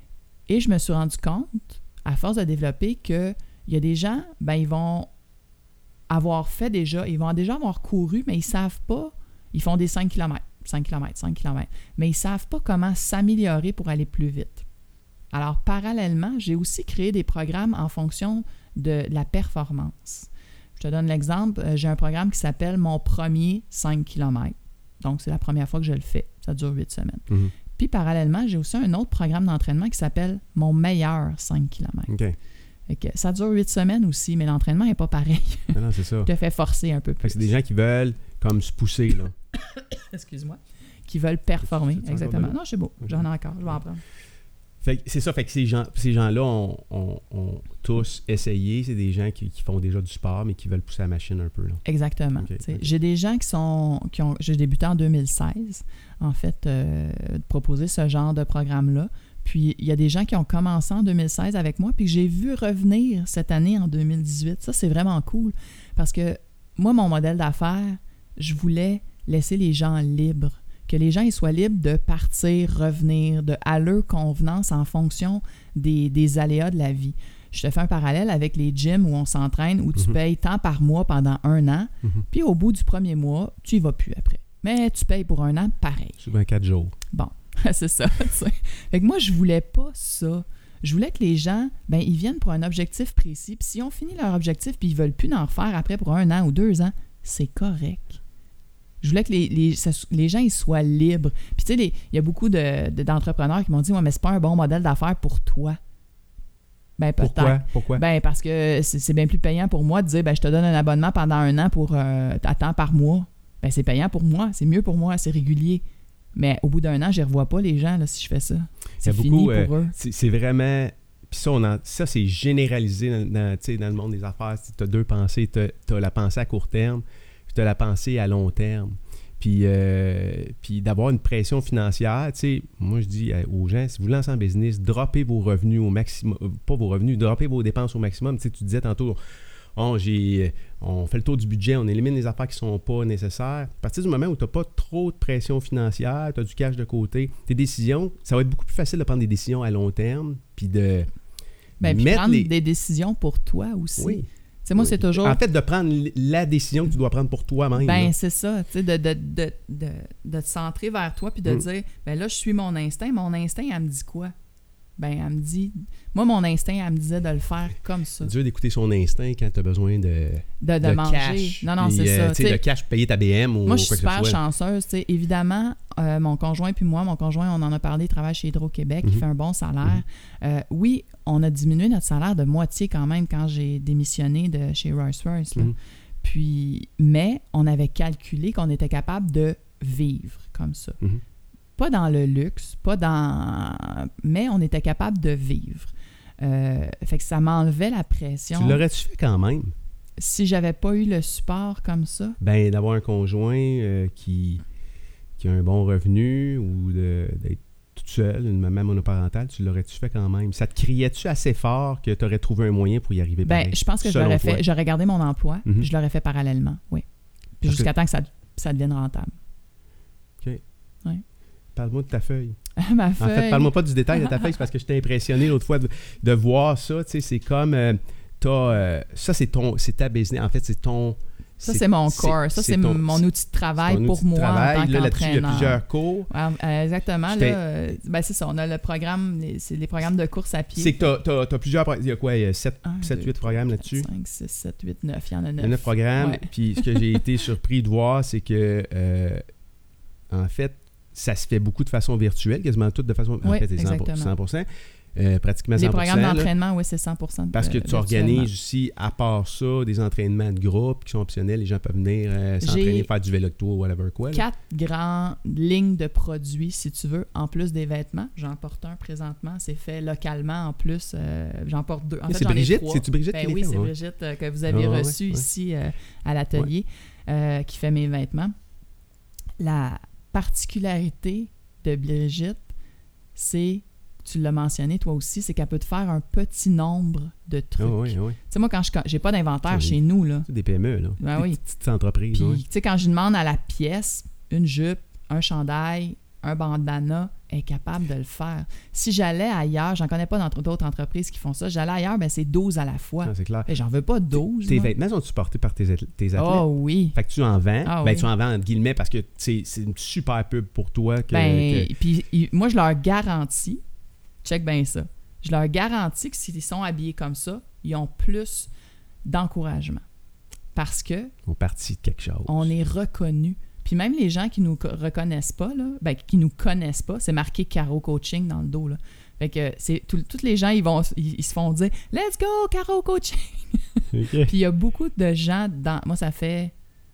Et je me suis rendu compte, à force de développer, qu'il y a des gens, ben ils vont avoir fait déjà, ils vont déjà avoir couru, mais ils ne savent pas, ils font des cinq kilomètres, cinq kilomètres, cinq kilomètres, mais ils ne savent pas comment s'améliorer pour aller plus vite. Alors, parallèlement, j'ai aussi créé des programmes en fonction de la performance. Je te donne l'exemple, j'ai un programme qui s'appelle « Mon premier cinq kilomètres ». Donc, c'est la première fois que je le fais. Ça dure huit semaines. Mm-hmm. Puis, parallèlement, j'ai aussi un autre programme d'entraînement qui s'appelle « Mon meilleur cinq kilomètres ». Okay. Okay. Ça dure huit semaines aussi, mais l'entraînement n'est pas pareil. Non, non, c'est ça. Je te fais forcer un peu plus. C'est des gens qui veulent comme se pousser, là. Excuse-moi. Qui veulent performer, exactement. Non, c'est beau. J'en ai encore. Je vais en prendre. Fait que c'est ça, fait que ces, gens, ces gens-là ont, ont, ont tous essayé. C'est des gens qui, qui font déjà du sport, mais qui veulent pousser la machine un peu. Là. Exactement. Okay, okay. J'ai des gens qui sont... qui ont. J'ai débuté en deux mille seize, en fait, euh, de proposer ce genre de programme-là. Puis, il y a des gens qui ont commencé en deux mille seize avec moi, puis que j'ai vu revenir cette année en deux mille dix-huit. Ça, c'est vraiment cool. Parce que moi, mon modèle d'affaires, je voulais laisser les gens libres. Que les gens ils soient libres de partir, revenir, de à leur convenance en fonction des, des aléas de la vie. Je te fais un parallèle avec les gyms où on s'entraîne, où tu mm-hmm. payes tant par mois pendant un an, mm-hmm. puis au bout du premier mois, tu y vas plus après. Mais tu payes pour un an, pareil. Souvent quatre jours. Bon, c'est ça. Fait que moi, je voulais pas ça. Je voulais que les gens, ben ils viennent pour un objectif précis, puis si on finit leur objectif, puis ils veulent plus en refaire après pour un an ou deux ans, c'est correct. Je voulais que les, les, les gens ils soient libres. Puis tu sais, il y a beaucoup de, de, d'entrepreneurs qui m'ont dit « Ouais, mais c'est pas un bon modèle d'affaires pour toi. » Ben peut-être. Pourquoi? Pourquoi? Ben parce que c'est, c'est bien plus payant pour moi de dire « Ben je te donne un abonnement pendant un an pour euh, à temps par mois. » Ben c'est payant pour moi, c'est mieux pour moi, c'est régulier. Mais au bout d'un an, je ne revois pas les gens là, si je fais ça. C'est fini beaucoup, pour euh, eux. C'est, c'est vraiment... Puis ça, on en, ça, c'est généralisé dans, dans, dans le monde des affaires. Tu as deux pensées. Tu as la pensée à court terme, de la pensée à long terme. Puis, euh, puis d'avoir une pression financière, tu sais, moi je dis aux gens, si vous lancez en business, droppez vos revenus au maximum, pas vos revenus, droppez vos dépenses au maximum. Tu sais, tu disais tantôt, oh, j'ai, on fait le tour du budget, on élimine les affaires qui ne sont pas nécessaires. À partir du moment où tu n'as pas trop de pression financière, tu as du cash de côté, tes décisions, ça va être beaucoup plus facile de prendre des décisions à long terme, puis de ben, puis mettre prendre les... des décisions pour toi aussi. Oui. T'sais, moi, oui. c'est toujours... En fait, de prendre la décision que tu dois prendre pour toi-même. Ben là. c'est ça, tu sais, de, de, de, de, de te centrer vers toi puis de mm. dire, ben là, je suis mon instinct. Mon instinct, elle me dit quoi? Ben, elle me dit... Moi, mon instinct, elle me disait de le faire comme ça. C'est dur d'écouter son instinct quand tu as besoin de... De, de, de manger. Cash, non, non, c'est euh, ça. Tu sais, de cash pour payer ta B M ou moi, quoi que ce soit. Moi, je suis super chanceuse. Tu sais, évidemment, euh, mon conjoint puis moi, mon conjoint, on en a parlé, il travaille chez Hydro-Québec, mm-hmm. il fait un bon salaire. Mm-hmm. Euh, oui, on a diminué notre salaire de moitié quand même quand j'ai démissionné de chez Rolls-Royce. Mm-hmm. Puis, mais on avait calculé qu'on était capable de vivre comme ça. Mm-hmm. Pas dans le luxe, pas dans... Mais on était capable de vivre. Euh, fait que ça m'enlevait la pression. Tu l'aurais-tu fait quand même? Si j'avais pas eu le support comme ça? Ben, d'avoir un conjoint euh, qui, qui a un bon revenu ou de, d'être toute seule, une maman monoparentale, tu l'aurais-tu fait quand même? Ça te criait-tu assez fort que tu aurais trouvé un moyen pour y arriver? Ben, pareil, je pense que je l'aurais fait. J'aurais gardé mon emploi, mm-hmm. puis je l'aurais fait parallèlement, oui. Puis jusqu'à que... temps que ça, ça devienne rentable. OK. Oui. Parle-moi de ta feuille. Ma feuille. En fait, parle-moi pas du détail de ta feuille, c'est parce que j'étais impressionné l'autre fois de, de voir ça. Tu sais, c'est comme... Euh, t'as, euh, ça, c'est ton, c'est ta business. En fait, c'est ton... Ça, c'est, c'est mon corps. Ça, c'est, c'est ton, mon outil de travail pour moi travail. En tant là, qu'entraîneur. Là-dessus, il y a plusieurs cours. Euh, exactement. Là, euh, ben, c'est ça. On a le programme, les, c'est les programmes de course à pied. C'est que tu as plusieurs... Il y a quoi? Il y a sept, huit programmes là-dessus? cinq, six, sept, huit, neuf. Il y en a neuf. Il y a neuf programmes. Ouais. Puis ce que j'ai été surpris de voir, c'est que, euh, en fait, ça se fait beaucoup de façon virtuelle, quasiment tout de façon... En oui, fait, c'est cent pour cent. Euh, pratiquement cent pour cent. Les programmes d'entraînement, là, oui, c'est cent pour cent. De, parce que tu organises aussi, à part ça, des entraînements de groupe qui sont optionnels. Les gens peuvent venir euh, s'entraîner, J'ai faire du vélo de tour, whatever quoi. Là. Quatre grandes lignes de produits, si tu veux, en plus des vêtements. J'en porte un présentement. C'est fait localement en plus. Euh, j'en porte deux. En fait, c'est j'en Brigitte? ai trois. C'est-tu Brigitte ben qui oui, les fait? c'est ouais. Brigitte euh, que vous avez oh, reçue ouais, ici euh, à l'atelier ouais. euh, qui fait mes vêtements. La particularité de Brigitte, c'est, tu l'as mentionné toi aussi, c'est qu'elle peut te faire un petit nombre de trucs. Oh, oui, oui. Tu sais, moi, quand je j'ai pas d'inventaire c'est chez nous, là. C'est des P M E, là. Ben des oui. petites entreprises. Puis, oui. tu sais, quand je demande à la pièce, une jupe, un chandail, un bandana est capable de le faire. Si j'allais ailleurs, j'en connais pas d'entre- d'autres entreprises qui font ça, j'allais ailleurs, ben c'est douze à la fois. Ah, c'est clair. Ben, j'en veux pas douze. Tes moi. vêtements sont-ils portés par tes, athlètes- tes athlètes? Oh oui. Fait que tu en vends. Ah ben, oui. tu en vends entre guillemets parce que c'est, c'est une super pub pour toi. Que, Ben, que- puis il- moi, je leur garantis, check bien ça, je leur garantis que s'ils sont habillés comme ça, ils ont plus d'encouragement. Parce que Ils ont parti de quelque chose. on est reconnus. Puis même les gens qui nous co- reconnaissent pas, là, ben, qui nous connaissent pas, c'est marqué Caro Coaching dans le dos. Là. Fait que c'est tout- tous les gens, ils vont ils, ils se font dire « Let's go, Caro Coaching! » OK. Puis il y a beaucoup de gens dans... Moi, ça fait...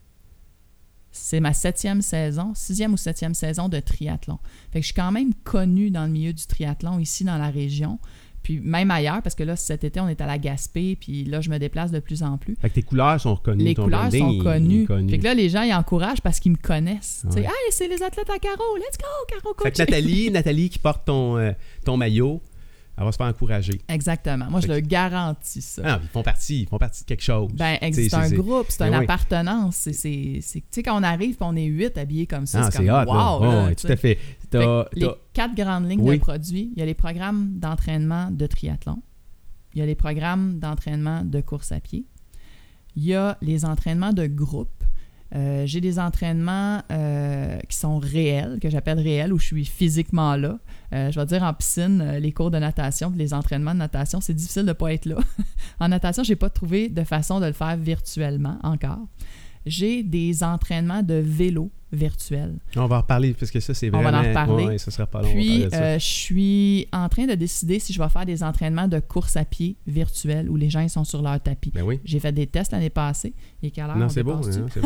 C'est ma septième saison, sixième ou septième saison de triathlon. Fait que je suis quand même connue dans le milieu du triathlon ici dans la région. Puis même ailleurs, parce que là, cet été, on est à la Gaspé, puis là, je me déplace de plus en plus. Fait que tes couleurs sont reconnues. Les ton couleurs branding sont est- est connues. connu. Fait que là, les gens, ils encouragent parce qu'ils me connaissent. Tu sais, Ouais. hey, c'est les athlètes à Caro, let's go, Caro Fait que Coaching! Nathalie, Nathalie qui porte ton, euh, ton maillot, elle va se faire encourager. Exactement. Moi, je Fait leur garantis ça. Ah, ils font partie, ils font partie de quelque chose. Ben, ex- C'est- c'est un c'est- groupe, c'est une Ben oui. appartenance. C'est, c'est, c'est- tu sais, quand on arrive et on est huit habillés comme ça, Ah, c'est c'est comme hot, là. wow! là, Ouais, tu tout sais. à fait. Fait T'as, que les t'as- quatre grandes lignes Oui. de produits, il y a les programmes d'entraînement de triathlon, il y a les programmes d'entraînement de course à pied, il y a les entraînements de groupe. Euh, j'ai des entraînements euh, qui sont réels, que j'appelle réels, où je suis physiquement là. Euh, je vais dire en piscine, euh, les cours de natation, puis les entraînements de natation, c'est difficile de ne pas être là. En natation, je n'ai pas trouvé de façon de le faire virtuellement encore. J'ai des entraînements de vélo virtuels. on va en reparler parce que ça, c'est On va vraiment. en reparler. Ouais, ça sera pas long. on va Puis, parler de ça. euh, je suis en train de décider si je vais faire des entraînements de course à pied virtuels où les gens ils sont sur leur tapis. Ben oui. J'ai fait des tests l'année passée. Il est quelle heure? Non, on c'est beau. dépasse-tu? hein, c'est bon.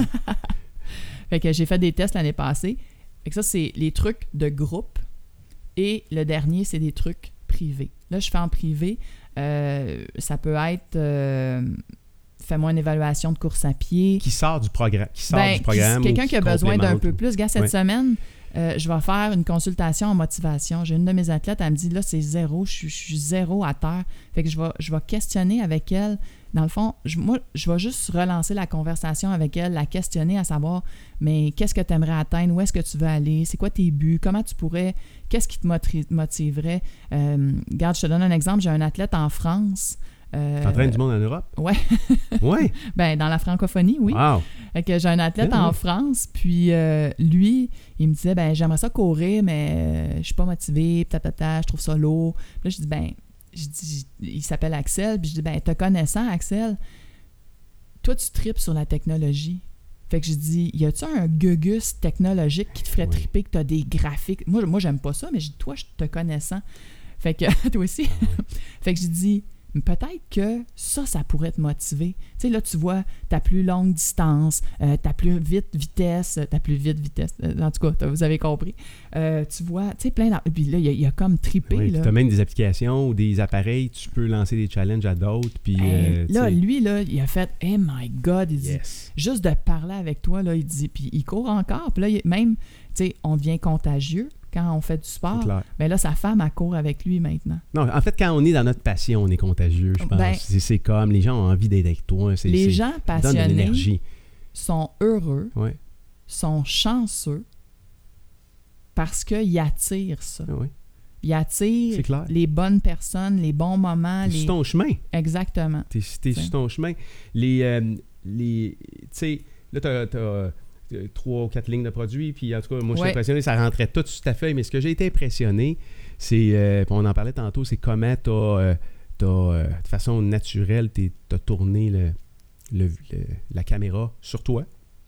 Fait que j'ai fait des tests l'année passée. Fait que ça, c'est les trucs de groupe. Et le dernier, c'est des trucs privés. Là, je fais en privé. Euh, ça peut être... euh, fais-moi une évaluation de course à pied. Qui sort du programme. Qui sort Ben, du programme. qui- quelqu'un ou qui a besoin d'un complémente, peu ou- plus. Gars, cette Ouais. semaine, euh, je vais faire une consultation en motivation. J'ai une de mes athlètes, elle me dit, là, c'est zéro, je suis, je suis zéro à terre. Fait que je vais, je vais questionner avec elle. Dans le fond, je, moi, je vais juste relancer la conversation avec elle, la questionner à savoir, mais qu'est-ce que tu aimerais atteindre? Où est-ce que tu veux aller? C'est quoi tes buts? Comment tu pourrais... Qu'est-ce qui te motri- motiverait? Euh, regarde, je te donne un exemple. J'ai un athlète en France. Euh, T'entraînes du monde en Europe? Ouais. Ouais. Ben, dans la francophonie, oui. Wow. Fait que j'ai un athlète Bien, en oui. France, puis euh, lui, il me disait, ben j'aimerais ça courir, mais euh, je suis pas motivé, tatata, je trouve ça lourd. Puis là, je dis, ben, je dis, il s'appelle Axel, puis je dis, ben, te connaissant, Axel, toi, tu tripes sur la technologie. Fait que je dis, y a-tu un gugus technologique qui te ferait Oui. triper, que tu as des graphiques? Moi, moi j'aime pas ça, mais je dis, toi, je te connaissant. Fait que, toi aussi. Fait que je dis, peut-être que ça, ça pourrait te motiver. Tu sais, là, tu vois ta plus longue distance, euh, ta plus vite vitesse, ta plus vite vitesse, euh, en tout cas, t'as- vous avez compris. Euh, tu vois, tu sais, plein d'en- puis là, il y, a- il y a comme trippé, Oui, là. tu as même des applications ou des appareils, tu peux lancer des challenges à d'autres. Puis, Hey, euh, tu là, sais, lui, là, il a fait « Oh my God! » Il dit yes. « Juste de parler avec toi, là, il dit... » Puis il court encore. Puis là, il- même, tu sais, on devient contagieux quand on fait du C'est sport. clair. Mais là, sa femme, elle court avec lui maintenant. Non, en fait, quand on est dans notre passion, on est contagieux, je pense. Ben, c'est, c'est comme, les gens ont envie d'être avec toi. C'est, Les c'est- gens ça donne de passionnés l'énergie. sont heureux, Ouais. sont chanceux parce qu'ils attirent ça. Ah ouais. Ils attirent C'est clair. les bonnes personnes, les bons moments. T'es Les... sur ton chemin. Exactement. T'es, t'es T'sais. sur ton chemin. Les, euh, les, tu sais, là, t'as, t'as euh, trois ou quatre lignes de produits, puis en tout cas, moi, je suis Ouais. impressionné, ça rentrait tout sur ta feuille, mais ce que j'ai été impressionné, c'est, euh, puis on en parlait tantôt, c'est comment t'as, euh, t'as euh, de façon naturelle, t'es- t'as tourné le, le- le- la caméra sur toi.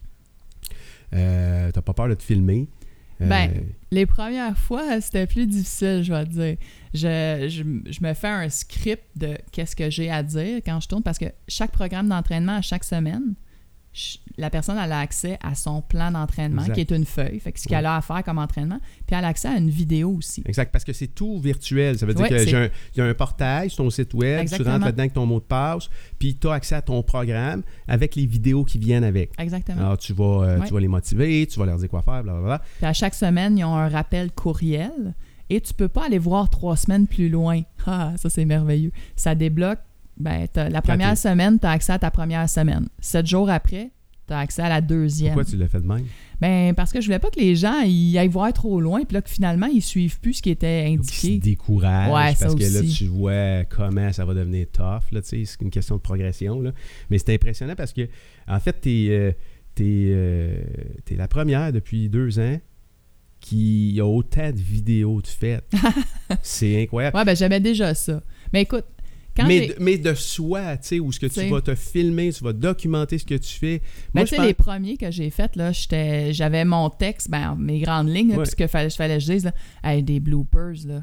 Euh, t'as pas peur de te filmer. Euh, Ben, les premières fois, c'était plus difficile, je vais te dire. Je, je, je me fais un script de qu'est-ce que j'ai à dire quand je tourne, parce que chaque programme d'entraînement, à chaque semaine, je- la personne elle a accès à son plan d'entraînement, Exact. qui est une feuille, fait que ce qu'elle a à faire comme entraînement, puis elle a accès à une vidéo aussi. Exact, parce que c'est tout virtuel. Ça veut dire Ouais, que c'est- j'ai un- il y a un portail sur ton site web, Exactement. tu rentres là-dedans avec ton mot de passe, puis tu as accès à ton programme avec les vidéos qui viennent avec. Exactement. Alors, tu vas, euh, Ouais. tu vas les motiver, tu vas leur dire quoi faire, blablabla. Puis à chaque semaine, ils ont un rappel courriel et tu peux pas aller voir trois semaines plus loin. Ah, ça, c'est merveilleux. Ça débloque. Ben, t'as- la première t'es- semaine, tu as accès à ta première semaine. Sept jours après, Tu as accès à la deuxième. Pourquoi tu l'as fait de même? Ben, parce que je voulais pas que les gens ils aillent voir trop loin, puis là, que finalement, ils suivent plus ce qui était indiqué. Ils se découragent, ouais, parce que aussi. là, tu vois comment ça va devenir tough. Là, c'est une question de progression. Là. Mais c'est impressionnant parce que, en fait, tu es, euh, t'es, euh, t'es la première depuis deux ans qui a autant de vidéos de faites. C'est incroyable. Ouais, ben j'aimais déjà ça. Mais écoute, quand mais, j'ai... de, mais de soi, tu sais, où ce que tu T'sais. vas te filmer, tu vas documenter ce que tu fais. Ben, Moi, tu sais, je pense... les premiers que j'ai faits, là, j'étais, j'avais mon texte, ben, mes grandes lignes, là, Ouais. puis ce qu'il fallait, fallait que je dise, là, hey, des bloopers, là.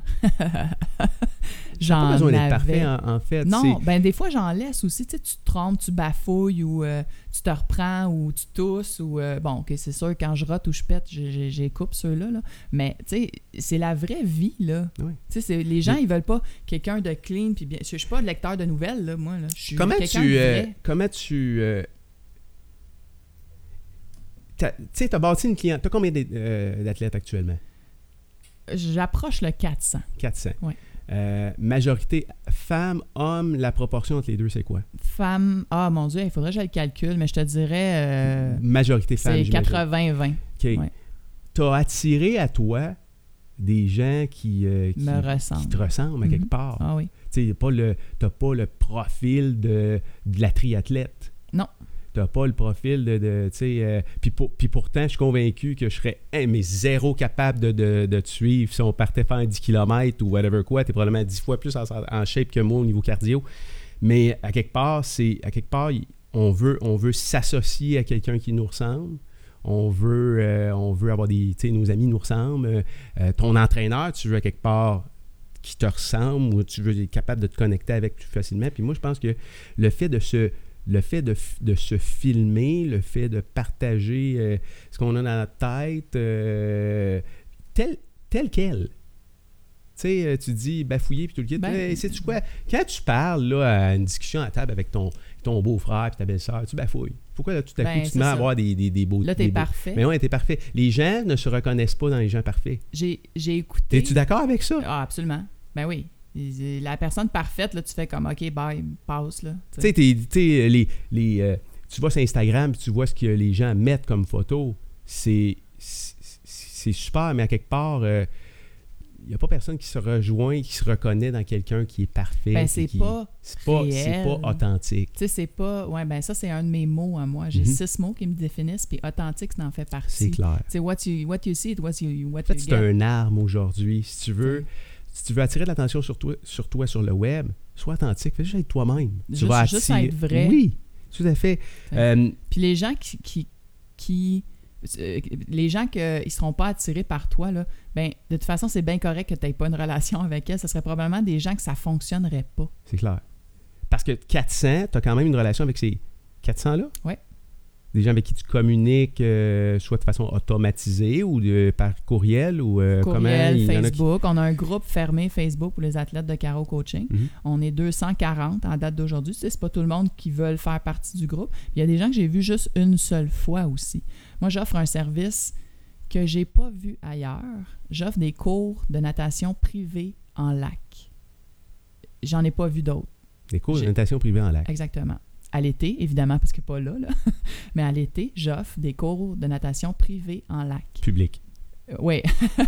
J'en pas besoin d'être avais. parfait, en, en fait. Non, c'est... ben des fois, j'en laisse aussi. Tu sais, tu te trompes, tu bafouilles ou euh, tu te reprends ou tu tousses ou... euh, bon, OK, c'est sûr, quand je rote ou je pète, j'ai, j'ai coupe ceux-là, là. Mais, tu sais, c'est la vraie vie, là. Oui. Tu sais, c'est, les gens, Mais... ils veulent pas quelqu'un de clean, puis bien... Je suis pas lecteur de nouvelles, là, moi, là. Je suis Comment quelqu'un tu, de euh, vrai. comment tu... euh, Tu sais, tu as bâti une cliente. Tu as combien euh, d'athlètes actuellement? J'approche le quatre cents. quatre cents. Ouais. Euh, majorité femmes, hommes, la proportion entre les deux, c'est quoi? Femmes, ah mon Dieu, il faudrait que je le calcule, mais je te dirais... euh, majorité femmes, c'est j'imagine. quatre-vingts vingt. OK. Ouais. Tu as attiré à toi des gens qui, euh, qui, Me ressemblent. qui te ressemblent à Mhm. quelque part. Ah oui. Tu n'as pas le profil de, de la triathlète. Non. Tu n'as pas le profil de... de tu sais, euh, puis, pour, puis pourtant, je suis convaincu que je serais hey, mais zéro capable de, de, de te suivre si on partait faire dix kilomètres ou whatever quoi. Tu es probablement dix fois plus en, en shape que moi au niveau cardio. Mais à quelque part, c'est à quelque part, on veut, on veut s'associer à quelqu'un qui nous ressemble. On veut, euh, on veut avoir des... Tu sais, nos amis nous ressemblent. Euh, ton entraîneur, tu veux à quelque part qui te ressemble ou tu veux être capable de te connecter avec plus facilement. Puis moi, je pense que le fait de se... Le fait de, de se filmer, le fait de partager euh, ce qu'on a dans notre tête, euh, tel, tel quel. Tu sais, euh, tu dis bafouiller puis tout le kit. Ben, hey, sais-tu quoi? Quand tu parles là, à une discussion à table avec ton, ton beau-frère et ta belle-sœur, tu bafouilles. Pourquoi là, tout à Ben, coup, tu te c'est mets à ça. avoir des, des, des beaux... Là, t'es des beaux- parfait. Mais ouais, t'es parfait. Les gens ne se reconnaissent pas dans les gens parfaits. J'ai, j'ai écouté... Es-tu d'accord avec ça? Ah, absolument. Ben oui. La personne parfaite, là, tu fais comme, OK, bye, passe, là. Tu sais, t'es- t'es, les, les, euh, tu vas sur Instagram et tu vois ce que les gens mettent comme photo. C'est, c'est, c'est super, mais à quelque part, il n'y a pas personne qui se rejoint, qui se reconnaît dans quelqu'un qui est parfait. Ben, puis c'est qui, pas c'est pas, c'est réel. pas authentique. Tu sais, c'est pas... Ouais, ben ça, c'est un de mes mots à moi. J'ai Mhm. six mots qui me définissent, puis authentique, ça en fait partie. C'est clair. Tu sais, what you, what you see, it what you, what En fait, you c'est get. un arme aujourd'hui. Si tu veux, si tu veux attirer de l'attention sur toi, sur toi sur le web, sois authentique. Fais juste être toi-même. Tu Juste- vas juste attirer... être vrai. Oui, tout à fait. Ouais. Euh, Puis les gens qui... qui, qui euh, les gens qui ne seront pas attirés par toi, là, ben, de toute façon, c'est bien correct que tu n'aies pas une relation avec elles. Ce serait probablement des gens que ça ne fonctionnerait pas. C'est clair. Parce que quatre cents, tu as quand même une relation avec ces quatre cents-là? Oui. Des gens avec qui tu communiques, euh, soit de façon automatisée ou de, par courriel ou euh, comment Courriel, il y en a qui- Facebook. On a un groupe fermé Facebook pour les athlètes de Caro Coaching. Mhm. On est deux cent quarante en date d'aujourd'hui. Tu sais, c'est pas tout le monde qui veut faire partie du groupe. Puis il y a des gens que j'ai vus juste une seule fois aussi. Moi, j'offre un service que j'ai pas vu ailleurs. J'offre des cours de natation privés en lac. J'en ai pas vu d'autres. Des cours de J'ai- natation privée en lac. Exactement. À l'été, évidemment, parce que pas là, là. Mais à l'été, j'offre des cours de natation privés en lac. Public. Euh, oui,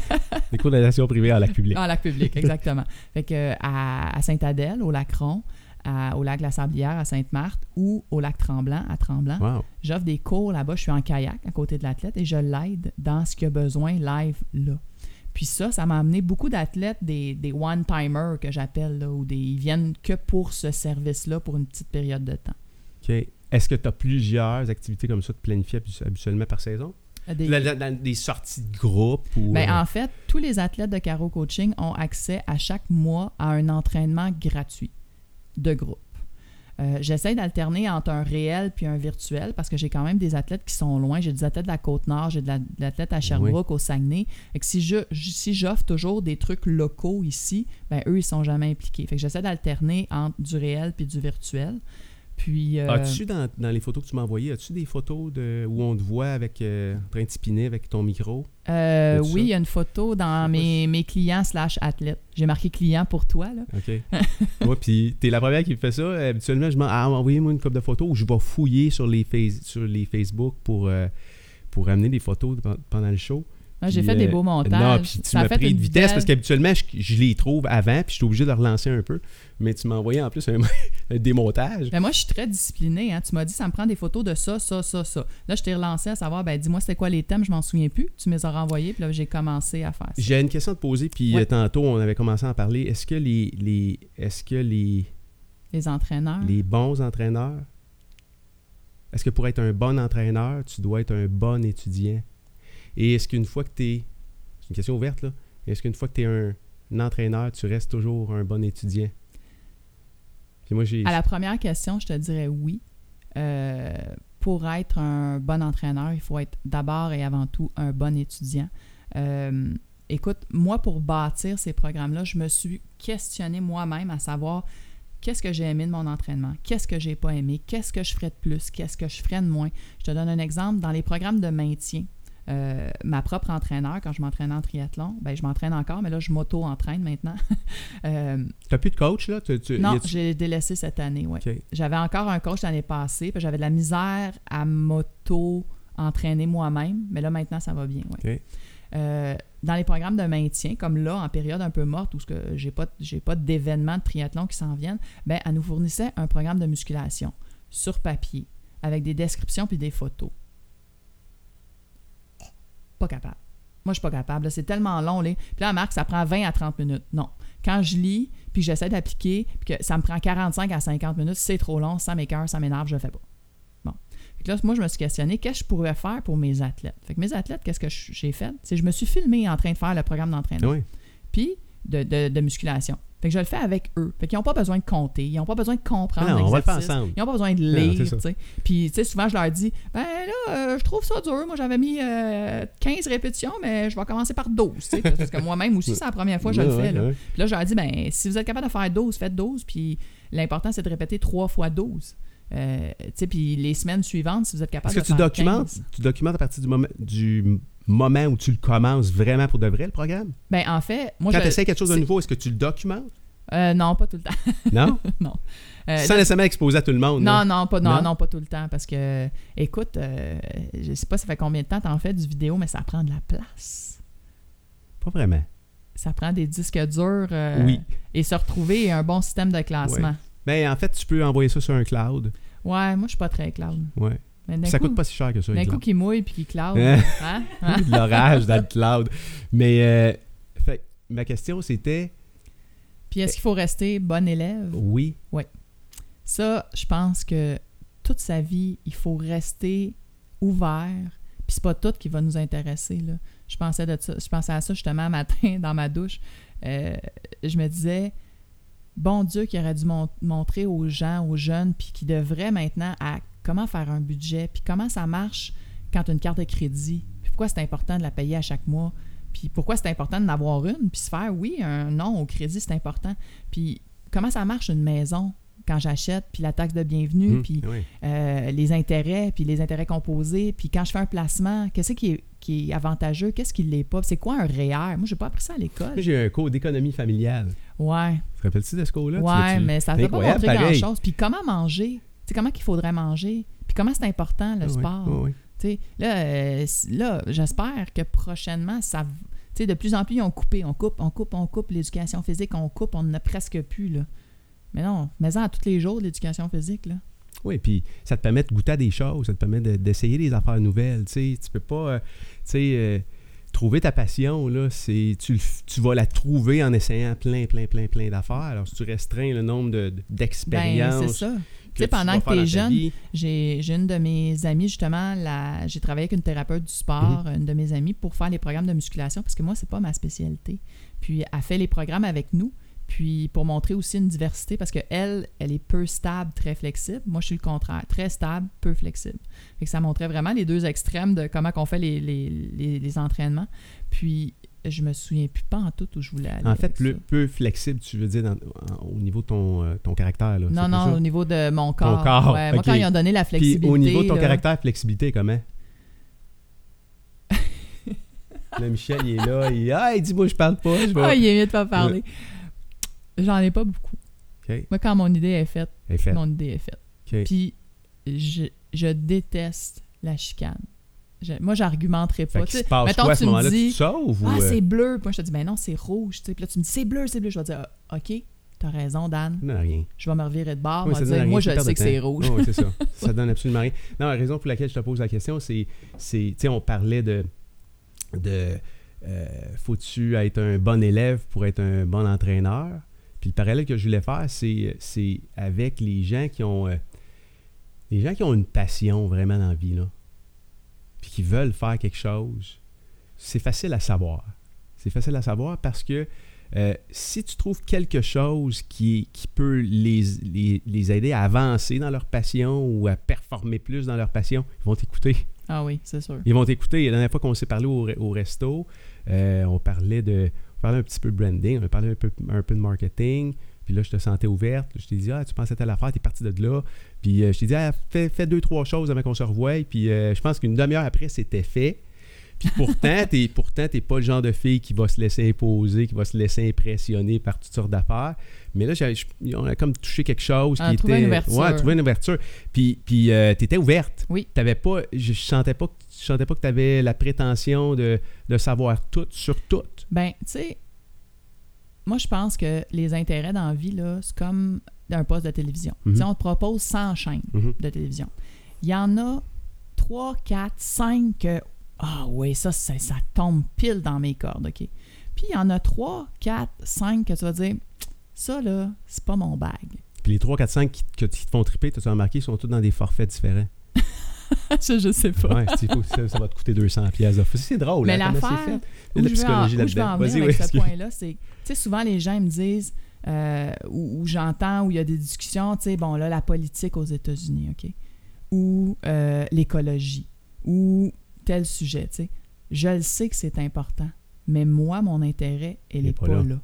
Des cours de natation privée en lac public. en lac public, exactement. Fait que à, à Sainte-Adèle, au lac Ron, à- au lac La Sablière, à Sainte-Marthe, ou au lac Tremblant, à Tremblant, Wow. j'offre des cours là-bas. Je suis en kayak à côté de l'athlète et je l'aide dans ce qu'il a besoin live là. Puis ça, ça m'a amené beaucoup d'athlètes, des, des one-timers que j'appelle, là, ou des, ils viennent que pour ce service-là pour une petite période de temps. OK. Est-ce que tu as plusieurs activités comme ça de planifier habituellement par saison? Des- Dans, dans- dans des sorties de groupe ou... Ben, euh, en fait, tous les athlètes de Caro Coaching ont accès à chaque mois à un entraînement gratuit de groupe. Euh, j'essaie d'alterner entre un réel puis un virtuel parce que j'ai quand même des athlètes qui sont loin. J'ai des athlètes de la Côte-Nord, j'ai de, la- de l'athlète à Sherbrooke, au Saguenay. Fait que si, je, si j'offre toujours des trucs locaux ici, ben eux, ils sont jamais impliqués. Fait que j'essaie d'alterner entre du réel puis du virtuel. Puis, euh, As-tu, dans, dans les photos que tu m'as envoyées, as-tu des photos de, où on te voit avec, euh, en train de spinner avec ton micro? euh, As-tu oui, ça? il y a une photo dans Je sais mes, mes clients slash athlètes. J'ai marqué client pour toi, là. OK. Ouais, puis t'es la première qui me fait ça. Habituellement, je m'en... Ah, envoyez-moi une couple de photos où je vais fouiller sur les, face... sur les Facebook pour, euh, pour amener des photos de- pendant le show. Ah, j'ai Puis, fait des euh, beaux montages. Non, puis tu Ça a m'as fait pris une de vitesse belle- parce qu'habituellement, je, je les trouve avant, puis je suis obligé de relancer un peu. Mais tu m'as envoyé en plus un, un démontage. Ben moi, je suis très disciplinée. Hein. Tu m'as dit, ça me prend des photos de ça, ça, ça, ça. Là, je t'ai relancé à savoir, ben dis-moi c'était quoi les thèmes, je m'en souviens plus. Tu me les as renvoyés, puis là, j'ai commencé à faire ça. J'ai une question à te poser, puis Ouais. euh, tantôt, on avait commencé à en parler. Est-ce que les, les, est-ce que les, Les entraîneurs. les bons entraîneurs, est-ce que pour être un bon entraîneur, tu dois être un bon étudiant? Et est-ce qu'une fois que tu es... C'est une question ouverte, là. Est-ce qu'une fois que tu es un, un entraîneur, tu restes toujours un bon étudiant? Puis moi, j'ai... À la première question, je te dirais oui. Euh, pour être un bon entraîneur, il faut être d'abord et avant tout un bon étudiant. Euh, écoute, moi, pour bâtir ces programmes-là, je me suis questionnée moi-même à savoir qu'est-ce que j'ai aimé de mon entraînement, qu'est-ce que j'ai pas aimé, qu'est-ce que je ferais de plus, qu'est-ce que je ferais de moins. Je te donne un exemple. Dans les programmes de maintien, Euh, ma propre entraîneur, quand je m'entraînais en triathlon, ben je m'entraîne encore, mais là, je m'auto-entraîne maintenant. euh, T'as plus de coach, là? Tu, tu, non, y a-tu- j'ai délaissé cette année, oui. OK. J'avais encore un coach l'année passée, puis j'avais de la misère à m'auto-entraîner moi-même, mais là, maintenant, ça va bien, oui. OK. Euh, dans les programmes de maintien, comme là, en période un peu morte, où je n'ai pas, j'ai pas d'événements de triathlon qui s'en viennent, ben, elle nous fournissait un programme de musculation sur papier, avec des descriptions puis des photos. Pas capable. Moi, je suis pas capable. Là, c'est tellement long. Là. Puis là, Marc, ça prend vingt à trente minutes. Non. Quand je lis, puis j'essaie d'appliquer, puis que ça me prend quarante-cinq à cinquante minutes, c'est trop long, ça m'écoeure, ça m'énerve, je le fais pas. Bon. Fait que là, moi, je me suis questionné, qu'est-ce que je pourrais faire pour mes athlètes? Fait que mes athlètes, qu'est-ce que j'ai fait? C'est je me suis filmé en train de faire le programme d'entraînement. Oui. Puis de, de, de musculation. Fait que je le fais avec eux. Fait qu'ils n'ont pas besoin de compter, ils n'ont pas besoin de comprendre Ah non, on va le faire l'exercice. ensemble. Ils n'ont pas besoin de Non, lire, c'est tu ça. sais. Puis, tu sais, souvent, je leur dis, ben là, euh, je trouve ça dur. Moi, j'avais mis euh, quinze répétitions, mais je vais commencer par douze, tu sais. Parce que moi-même aussi, c'est la première fois que je le Ouais, fais, là. ouais. Puis là, je leur dis, ben si vous êtes capable de faire douze, faites douze. Puis l'important, c'est de répéter trois fois douze. Euh, tu sais, puis les semaines suivantes, si vous êtes capable Est-ce que de tu faire documentes, quinze. tu documentes à partir du moment, du moment où tu le commences vraiment pour de vrai, le programme? Ben en fait, moi, Quand je... tu essaies quelque chose de c'est- nouveau, est-ce que tu le documentes? Euh, non, pas tout le temps. Non? non. Euh, Sans nécessairement exposer à tout le monde. Non, là. non, pas, non, Non? non, pas tout le temps. Parce que, écoute, euh, je sais pas ça fait combien de temps t'en fais du vidéo, mais ça prend de la place. Pas vraiment. Ça prend des disques durs euh, Oui. et se retrouver et un bon système de classement. Ben, en fait, tu peux envoyer ça sur un cloud. Ouais, moi, je suis pas très cloud. Ouais. Mais d'un Ça coup, coûte pas si cher que ça. d'un le coup cloud. qui mouille puis qui cloud. Hein? hein? Hein? De l'orage dans le cloud. Mais, euh, fait, ma question, c'était, Puis est-ce qu'il faut rester bon élève? oui, Ça, je pense que toute sa vie, il faut rester ouvert. Puis c'est pas tout qui va nous intéresser, là. Je pensais, de ça, je pensais à ça justement un matin dans ma douche. Euh, je me disais, bon Dieu, qui aurait dû mon- montrer aux gens, aux jeunes, puis qui devrait maintenant à comment faire un budget, puis comment ça marche quand tu as une carte de crédit, puis pourquoi c'est important de la payer à chaque mois, puis pourquoi c'est important d'en avoir une, puis se faire, oui, un non au crédit, c'est important. Puis comment ça marche une maison quand j'achète, puis la taxe de bienvenue, hum, puis oui. euh, les intérêts, puis les intérêts composés, puis quand je fais un placement, qu'est-ce qui est, qui est avantageux, qu'est-ce qui ne l'est pas, c'est quoi un R E E R? Moi, j'ai pas appris ça à l'école. Moi, j'ai un cours d'économie familiale. Ouais, Tu te rappelles-tu de ce cours-là? Tu ouais, l'as-tu- mais ça ne c'est peut pas incroyable, montrer pareil. grand-chose. Puis comment manger? Tu sais, comment qu'il faudrait manger? Puis comment c'est important, le Ah oui, sport? ah oui. Tu sais, là, euh, là j'espère que prochainement, ça... Tu sais, de plus en plus, ils ont coupé. On coupe, on coupe, on coupe l'éducation physique, on coupe, on n'en a presque plus, là. Mais non, mais ça à tous les jours, l'éducation physique, là. Oui, puis ça te permet de goûter à des choses, ça te permet de- d'essayer des affaires nouvelles. Tu sais, tu peux pas, euh, tu sais, euh, trouver ta passion, là, c'est, tu, le f- tu vas la trouver en essayant plein, plein, plein, plein d'affaires. Alors, si tu restreins le nombre de, de- Ben, d'expériences c'est ça. que Tu sais, tu pendant vas que faire t'es dans ta jeune, vie, J'ai, j'ai une de mes amies, justement, la, j'ai travaillé avec une thérapeute du sport, Mhm. une de mes amies, pour faire les programmes de musculation, parce que moi, c'est pas ma spécialité. Puis, elle fait les programmes avec nous, puis pour montrer aussi une diversité, parce qu'elle, elle est peu stable, très flexible. Moi, je suis le contraire, très stable, peu flexible. Fait que ça montrait vraiment les deux extrêmes de comment on fait les, les, les, les entraînements. Puis, je me souviens plus pas en tout où je voulais aller. En fait, avec le ça. peu flexible, tu veux dire, dans- en- au niveau de ton, euh, ton caractère. Là, Non, c'est non, ça? au niveau de mon corps. corps, Ouais, moi, ok. quand ils ont donné la Puis flexibilité... au niveau de ton là, caractère, flexibilité, comment? Là, Michel, il est là, il ah, il dit, moi, je parle pas, je vais... Ah, il est mieux de pas parler. J'en ai pas beaucoup. OK. Moi, quand mon idée est faite, Elle est faite. mon idée est faite. OK. Puis, je, je déteste la chicane. Je- moi, j'argumenterai Fait pas. qu'il Tu se sais, passe mettons, quoi à tu ce me moment-là? Tu dis, te sauves ou... ah, euh, c'est bleu. Puis moi, je te dis, ben non, c'est rouge. Tu sais. Puis là, tu me dis, c'est bleu, c'est bleu. Je vais dire, ah, OK, t'as raison, Dan. Non, rien. Je vais me revirer de bord. Oui, je ça vais donne dire, rien, moi, tu je perds sais de que c'est temps. rouge. Oui, c'est ça. Ça donne absolument rien. Non, la raison pour laquelle je te pose la question, c'est, c'est tu sais, on parlait de, de euh, faut-tu être un bon élève pour être un bon entraîneur? Puis le parallèle que je voulais faire, c'est, c'est avec les gens qui ont, euh, les gens qui ont une passion vraiment dans la vie, là, puis qui veulent faire quelque chose. C'est facile à savoir. C'est facile à savoir parce que Euh, si tu trouves quelque chose qui, qui peut les, les, les aider à avancer dans leur passion ou à performer plus dans leur passion, ils vont t'écouter. Ah oui, c'est sûr. Ils vont t'écouter. La dernière fois qu'on s'est parlé au, au resto, euh, on parlait de on parlait un petit peu de branding, on parlait un peu, un peu de marketing. Puis là, je te sentais ouverte. Je t'ai dit, ah, tu pensais à telle affaire, t'es parti de là. Puis euh, je t'ai dit, ah, fais, fais deux, trois choses avant qu'on se revoie. Puis euh, je pense qu'une demi-heure après, c'était fait. Puis pourtant, t'es, pourtant, t'es pas le genre de fille qui va se laisser imposer, qui va se laisser impressionner par toutes sortes d'affaires. Mais là, j'ai, on a comme touché quelque chose Ah, qui trouver était... une ouverture. Ouais, trouver une ouverture. Puis, puis euh, t'étais ouverte. Oui. T'avais pas... Je sentais pas, je sentais pas que t'avais la prétention de, de savoir tout sur tout. Ben, tu sais, moi, je pense que les intérêts dans la vie, là, c'est comme un poste de télévision. Mm-hmm. Tu sais, on te propose cent chaînes Mm-hmm. de télévision. Il y en a trois, quatre, cinq que... Ah oui, ça, ça, ça tombe pile dans mes cordes, OK? Puis il y en a trois, quatre, cinq que tu vas dire, ça, là, c'est pas mon bag. Puis les trois, quatre, cinq qui, que, qui te font triper, t'as-tu remarqué, ils sont tous dans des forfaits différents. je, je sais pas. Ouais, c'est, faut, ça, ça va te coûter deux cents piastres. C'est drôle, Mais hein, comment l'affaire c'est fait. où, Il y a de je la veux en, psychologie où je veux en là-dedans. venir Vas-y, avec oui, ce excuse. point-là, c'est, tu sais, souvent les gens me disent, euh, où, où j'entends, où il y a des discussions, tu sais, bon, là, la politique aux États-Unis, OK? Ou euh, l'écologie, ou tel sujet, tu sais. Je le sais que c'est important, mais moi, mon intérêt, elle n'est pas, pas là. là.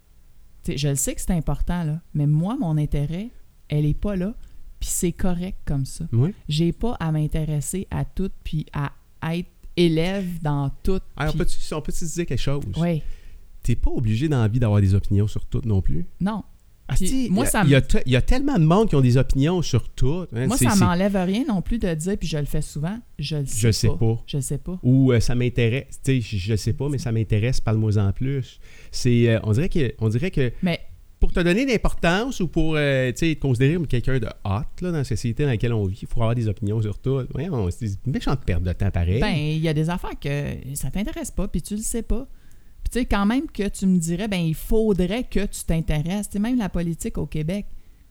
Tu sais, je le sais que c'est important, là, mais moi, mon intérêt, elle n'est pas là, puis c'est correct comme ça. Oui. J'ai pas à m'intéresser à tout, puis à être élève dans tout. Alors, puis... peut-tu, on peut-tu te dire quelque chose? Oui. T'es pas obligé dans la vie d'avoir des opinions sur tout non plus. Non. Ah, Puis, moi, il, y a, ça il, y a te, il y a tellement de monde qui ont des opinions sur tout. Hein, moi, c'est, ça c'est... m'enlève rien non plus de dire, puis je le fais souvent, je le sais je pas. sais pas. Je le sais pas. Ou euh, ça m'intéresse. Tu sais, je, je sais pas, mais ça m'intéresse, parle-moi en plus. C'est, euh, on, dirait que, on dirait que Mais pour te donner d'importance ou pour euh, tu sais, te considérer comme quelqu'un de hot là, dans la société dans laquelle on vit, il faut avoir des opinions sur tout. Ouais, on, c'est une méchante perte de temps pareil. ben, il y a des affaires que ça t'intéresse pas, puis tu le sais pas. Puis tu sais, quand même que tu me dirais, ben, il faudrait que tu t'intéresses. Tu sais, même la politique au Québec,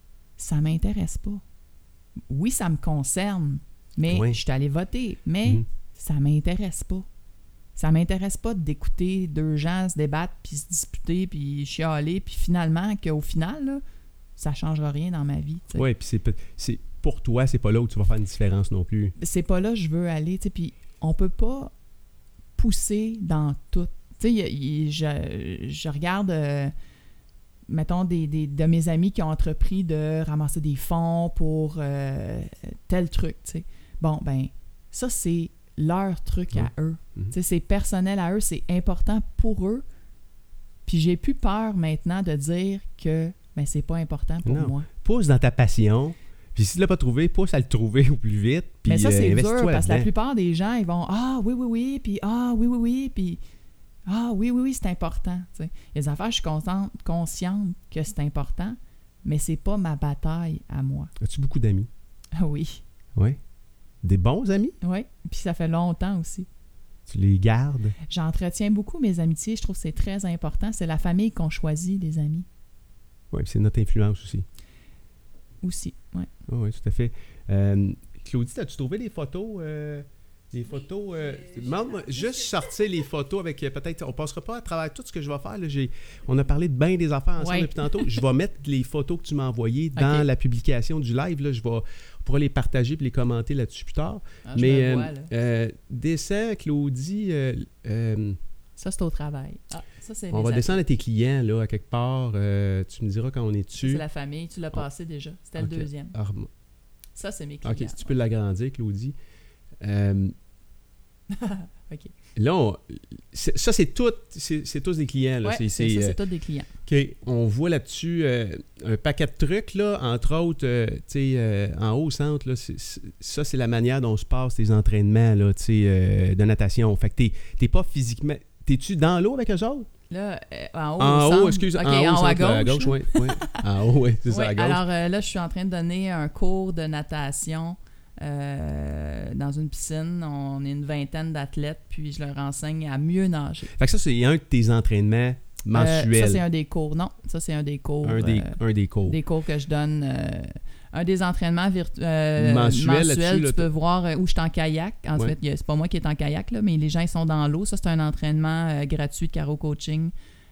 ça m'intéresse pas. Oui, ça me concerne, mais Oui. je suis allée voter, mais Mm-hmm. ça m'intéresse pas. Ça m'intéresse pas d'écouter deux gens se débattre, puis se disputer, puis chialer, puis finalement, qu'au final, là, ça changera rien dans ma vie. Tu sais. Oui, puis c'est, c'est, pour toi, c'est pas là où tu vas faire une différence non plus. C'est pas là que je veux aller, tu sais, puis on peut pas pousser dans tout. Tu sais, je, je regarde, euh, mettons, des, des, de mes amis qui ont entrepris de ramasser des fonds pour euh, tel truc, tu sais. Bon, ben, ça, c'est leur truc à eux. Mm-hmm. Tu sais, c'est personnel à eux, c'est important pour eux. Puis j'ai plus peur maintenant de dire que ben, c'est pas important pour non. moi. Pousse dans ta passion. Puis si tu l'as pas trouvé, pousse à le trouver au plus vite. Puis, mais ça, c'est euh, dur investis-toi parce que la là-dedans. plupart des gens, ils vont « Ah, oui, oui, oui », puis « Ah, oui, oui, oui », puis « Ah, oui, oui, oui, c'est important. » Il y a des affaires, je suis consciente, consciente que c'est important, mais c'est pas ma bataille à moi. As-tu beaucoup d'amis? Ah oui, Oui. Des bons amis? oui, puis ça fait longtemps aussi. Tu les gardes? J'entretiens beaucoup mes amitiés, je trouve que c'est très important. C'est la famille qu'on choisit, les amis. Oui, c'est notre influence aussi. Aussi, oui. Oh, oui, tout à fait. Euh, Claudie, as-tu trouvé les photos? Euh, les photos... Euh, demande-moi juste sortir les photos avec... Euh, peut-être... On ne passera pas à travers tout ce que je vais faire. Là, j'ai, on a parlé de bien des affaires ensemble Ouais. depuis tantôt. Je vais mettre les photos que tu m'as envoyées dans Okay. la publication du live. Là, je vais, on pourra les partager et les commenter là-dessus plus tard. Ah, je Mais me euh, vois, là. euh, descends, Claudie... Euh, euh, Ça, c'est au travail. Ah, ça, c'est On va mes descendre à tes clients, là, à quelque part. Euh, tu me diras quand on est dessus. C'est la famille. Tu l'as passé déjà. C'était okay. le deuxième. Arma. Ça, c'est mes clients. OK, si tu peux l'agrandir, Claudie. Euh, OK. Là, on, c'est, ça, c'est, tout, c'est, c'est tous des clients. Là. Ouais, c'est, c'est, c'est, ça, euh, c'est tous des clients. OK, on voit là-dessus euh, un paquet de trucs, là, entre autres, euh, tu sais, euh, en haut au centre, là, c'est, c'est, ça, c'est la manière dont se passent tes entraînements, là, tu sais, euh, de natation. Fait que t'es, t'es pas physiquement... T'es-tu dans l'eau avec eux autres? Là, euh, en haut, en au haut, centre. excuse, OK, en haut, en haut centre, à gauche. à gauche, oui. Ouais. En haut, oui, c'est ouais, ça, à gauche. Alors euh, là, je suis en train de donner un cours de natation euh, dans une piscine. On est une vingtaine d'athlètes, puis je leur enseigne à mieux nager. Fait que ça, c'est un de tes entraînements mensuels. Euh, ça, c'est un des cours. Non, ça, c'est un des cours. Un des, euh, un des cours. Des cours que je donne. Euh, un des entraînements virtu- euh, mensuels, mensuels, tu là, peux voir euh, où je suis en kayak. En ouais. fait, y a, c'est pas moi qui est en kayak, là, mais les gens ils sont dans l'eau. Ça, c'est un entraînement euh, gratuit de Caro Coaching.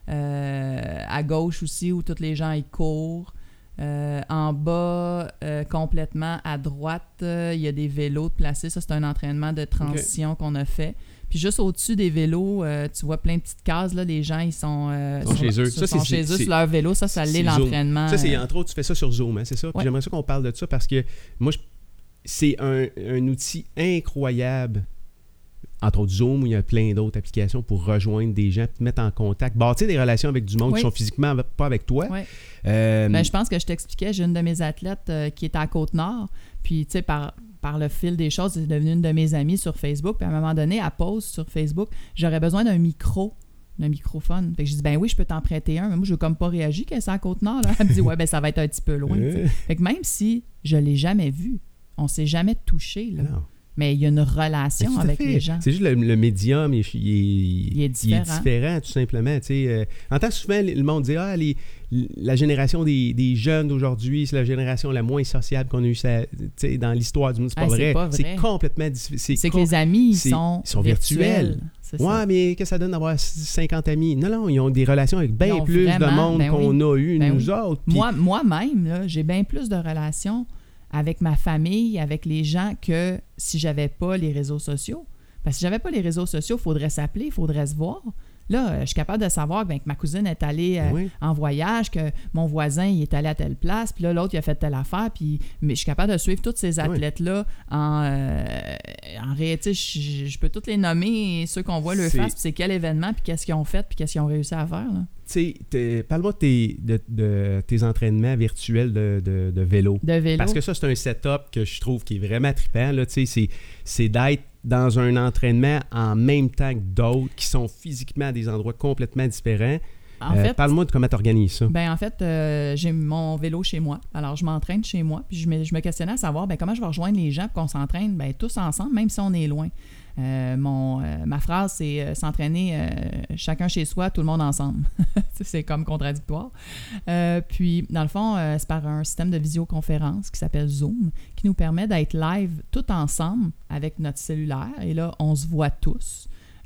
Euh, à gauche aussi, où tous les gens ils courent. Euh, en bas, euh, complètement à droite, il euh, y a des vélos de placés. Ça, c'est un entraînement de transition okay. qu'on a fait. Puis juste au-dessus des vélos, euh, tu vois plein de petites cases. Là, les gens, ils sont, euh, sont sur, chez eux. Ça, ça, sont c'est, chez c'est, eux c'est, sur leur vélo. Ça, ça l'est l'entraînement. Ça, c'est entre autres, tu fais ça sur Zoom, hein, c'est ça? Puis ouais. J'aimerais ça qu'on parle de ça parce que moi, je, c'est un, un outil incroyable. Entre autres Zoom, où il y a plein d'autres applications pour rejoindre des gens, te mettre en contact, bâtir des relations avec du monde oui. qui sont physiquement pas avec toi. Oui. Euh, ben, je pense que je t'expliquais, j'ai une de mes athlètes euh, qui est à Côte-Nord, puis tu sais, par, par le fil des choses, c'est devenu une de mes amies sur Facebook, puis à un moment donné, elle pose sur Facebook, j'aurais besoin d'un micro, d'un microphone. Fait que je dis, ben oui, je peux t'en prêter un, mais moi, je n'ai comme pas réagi qu'elle est à Côte-Nord. Là. Elle me dit, ouais, ben ça va être un petit peu loin. T'sais. Fait que même si je ne l'ai jamais vu, on ne s'est jamais touché, là. Non. Mais il y a une relation avec fait. les gens. C'est juste le, le médium, il, il, est, il est différent. Il est différent, tout simplement. Euh, on entend souvent le monde dire ah, les, la génération des, des jeunes d'aujourd'hui, c'est la génération la moins sociable qu'on a eue ça, dans l'histoire du monde. C'est pas, ah, vrai. C'est pas vrai. C'est complètement difficile. C'est, c'est com- que les amis, ils sont, ils sont virtuels. virtuels. C'est ouais, ça. Mais qu'est-ce que ça donne d'avoir cinquante amis? Non, non, ils ont des relations avec bien plus vraiment, de monde ben qu'on oui. a eu, ben nous oui. autres. Puis... Moi, moi-même, là, j'ai bien plus de relations avec ma famille, avec les gens, que si j'avais pas les réseaux sociaux. Parce que si j'avais pas les réseaux sociaux, il faudrait s'appeler, il faudrait se voir. Là, je suis capable de savoir ben, que ma cousine est allée euh, oui. en voyage, que mon voisin il est allé à telle place, puis là, l'autre, il a fait telle affaire, puis mais je suis capable de suivre tous ces athlètes-là oui. en, euh, en réalité. Je, je peux tous les nommer, ceux qu'on voit le face, puis c'est quel événement, puis qu'est-ce qu'ils ont fait, puis qu'est-ce qu'ils ont réussi à faire. Là. Parle-moi de tes, de, de tes entraînements virtuels de, de, de vélo. De vélo. Parce que ça, c'est un setup que je trouve qui est vraiment trippant. Là, c'est, c'est d'être dans un entraînement en même temps que d'autres qui sont physiquement à des endroits complètement différents. En euh, fait, parle-moi de comment tu organises ça. Ben en fait, euh, j'ai mon vélo chez moi. Alors, je m'entraîne chez moi. Puis je me, je me questionnais à savoir ben, comment je vais rejoindre les gens pour qu'on s'entraîne ben, tous ensemble, même si on est loin. Euh, mon, euh, ma phrase, c'est euh, s'entraîner euh, chacun chez soi, tout le monde ensemble. C'est comme contradictoire. Euh, puis, dans le fond, euh, c'est par un système de visioconférence qui s'appelle Zoom, qui nous permet d'être live tout ensemble avec notre cellulaire. Et là, on se voit tous.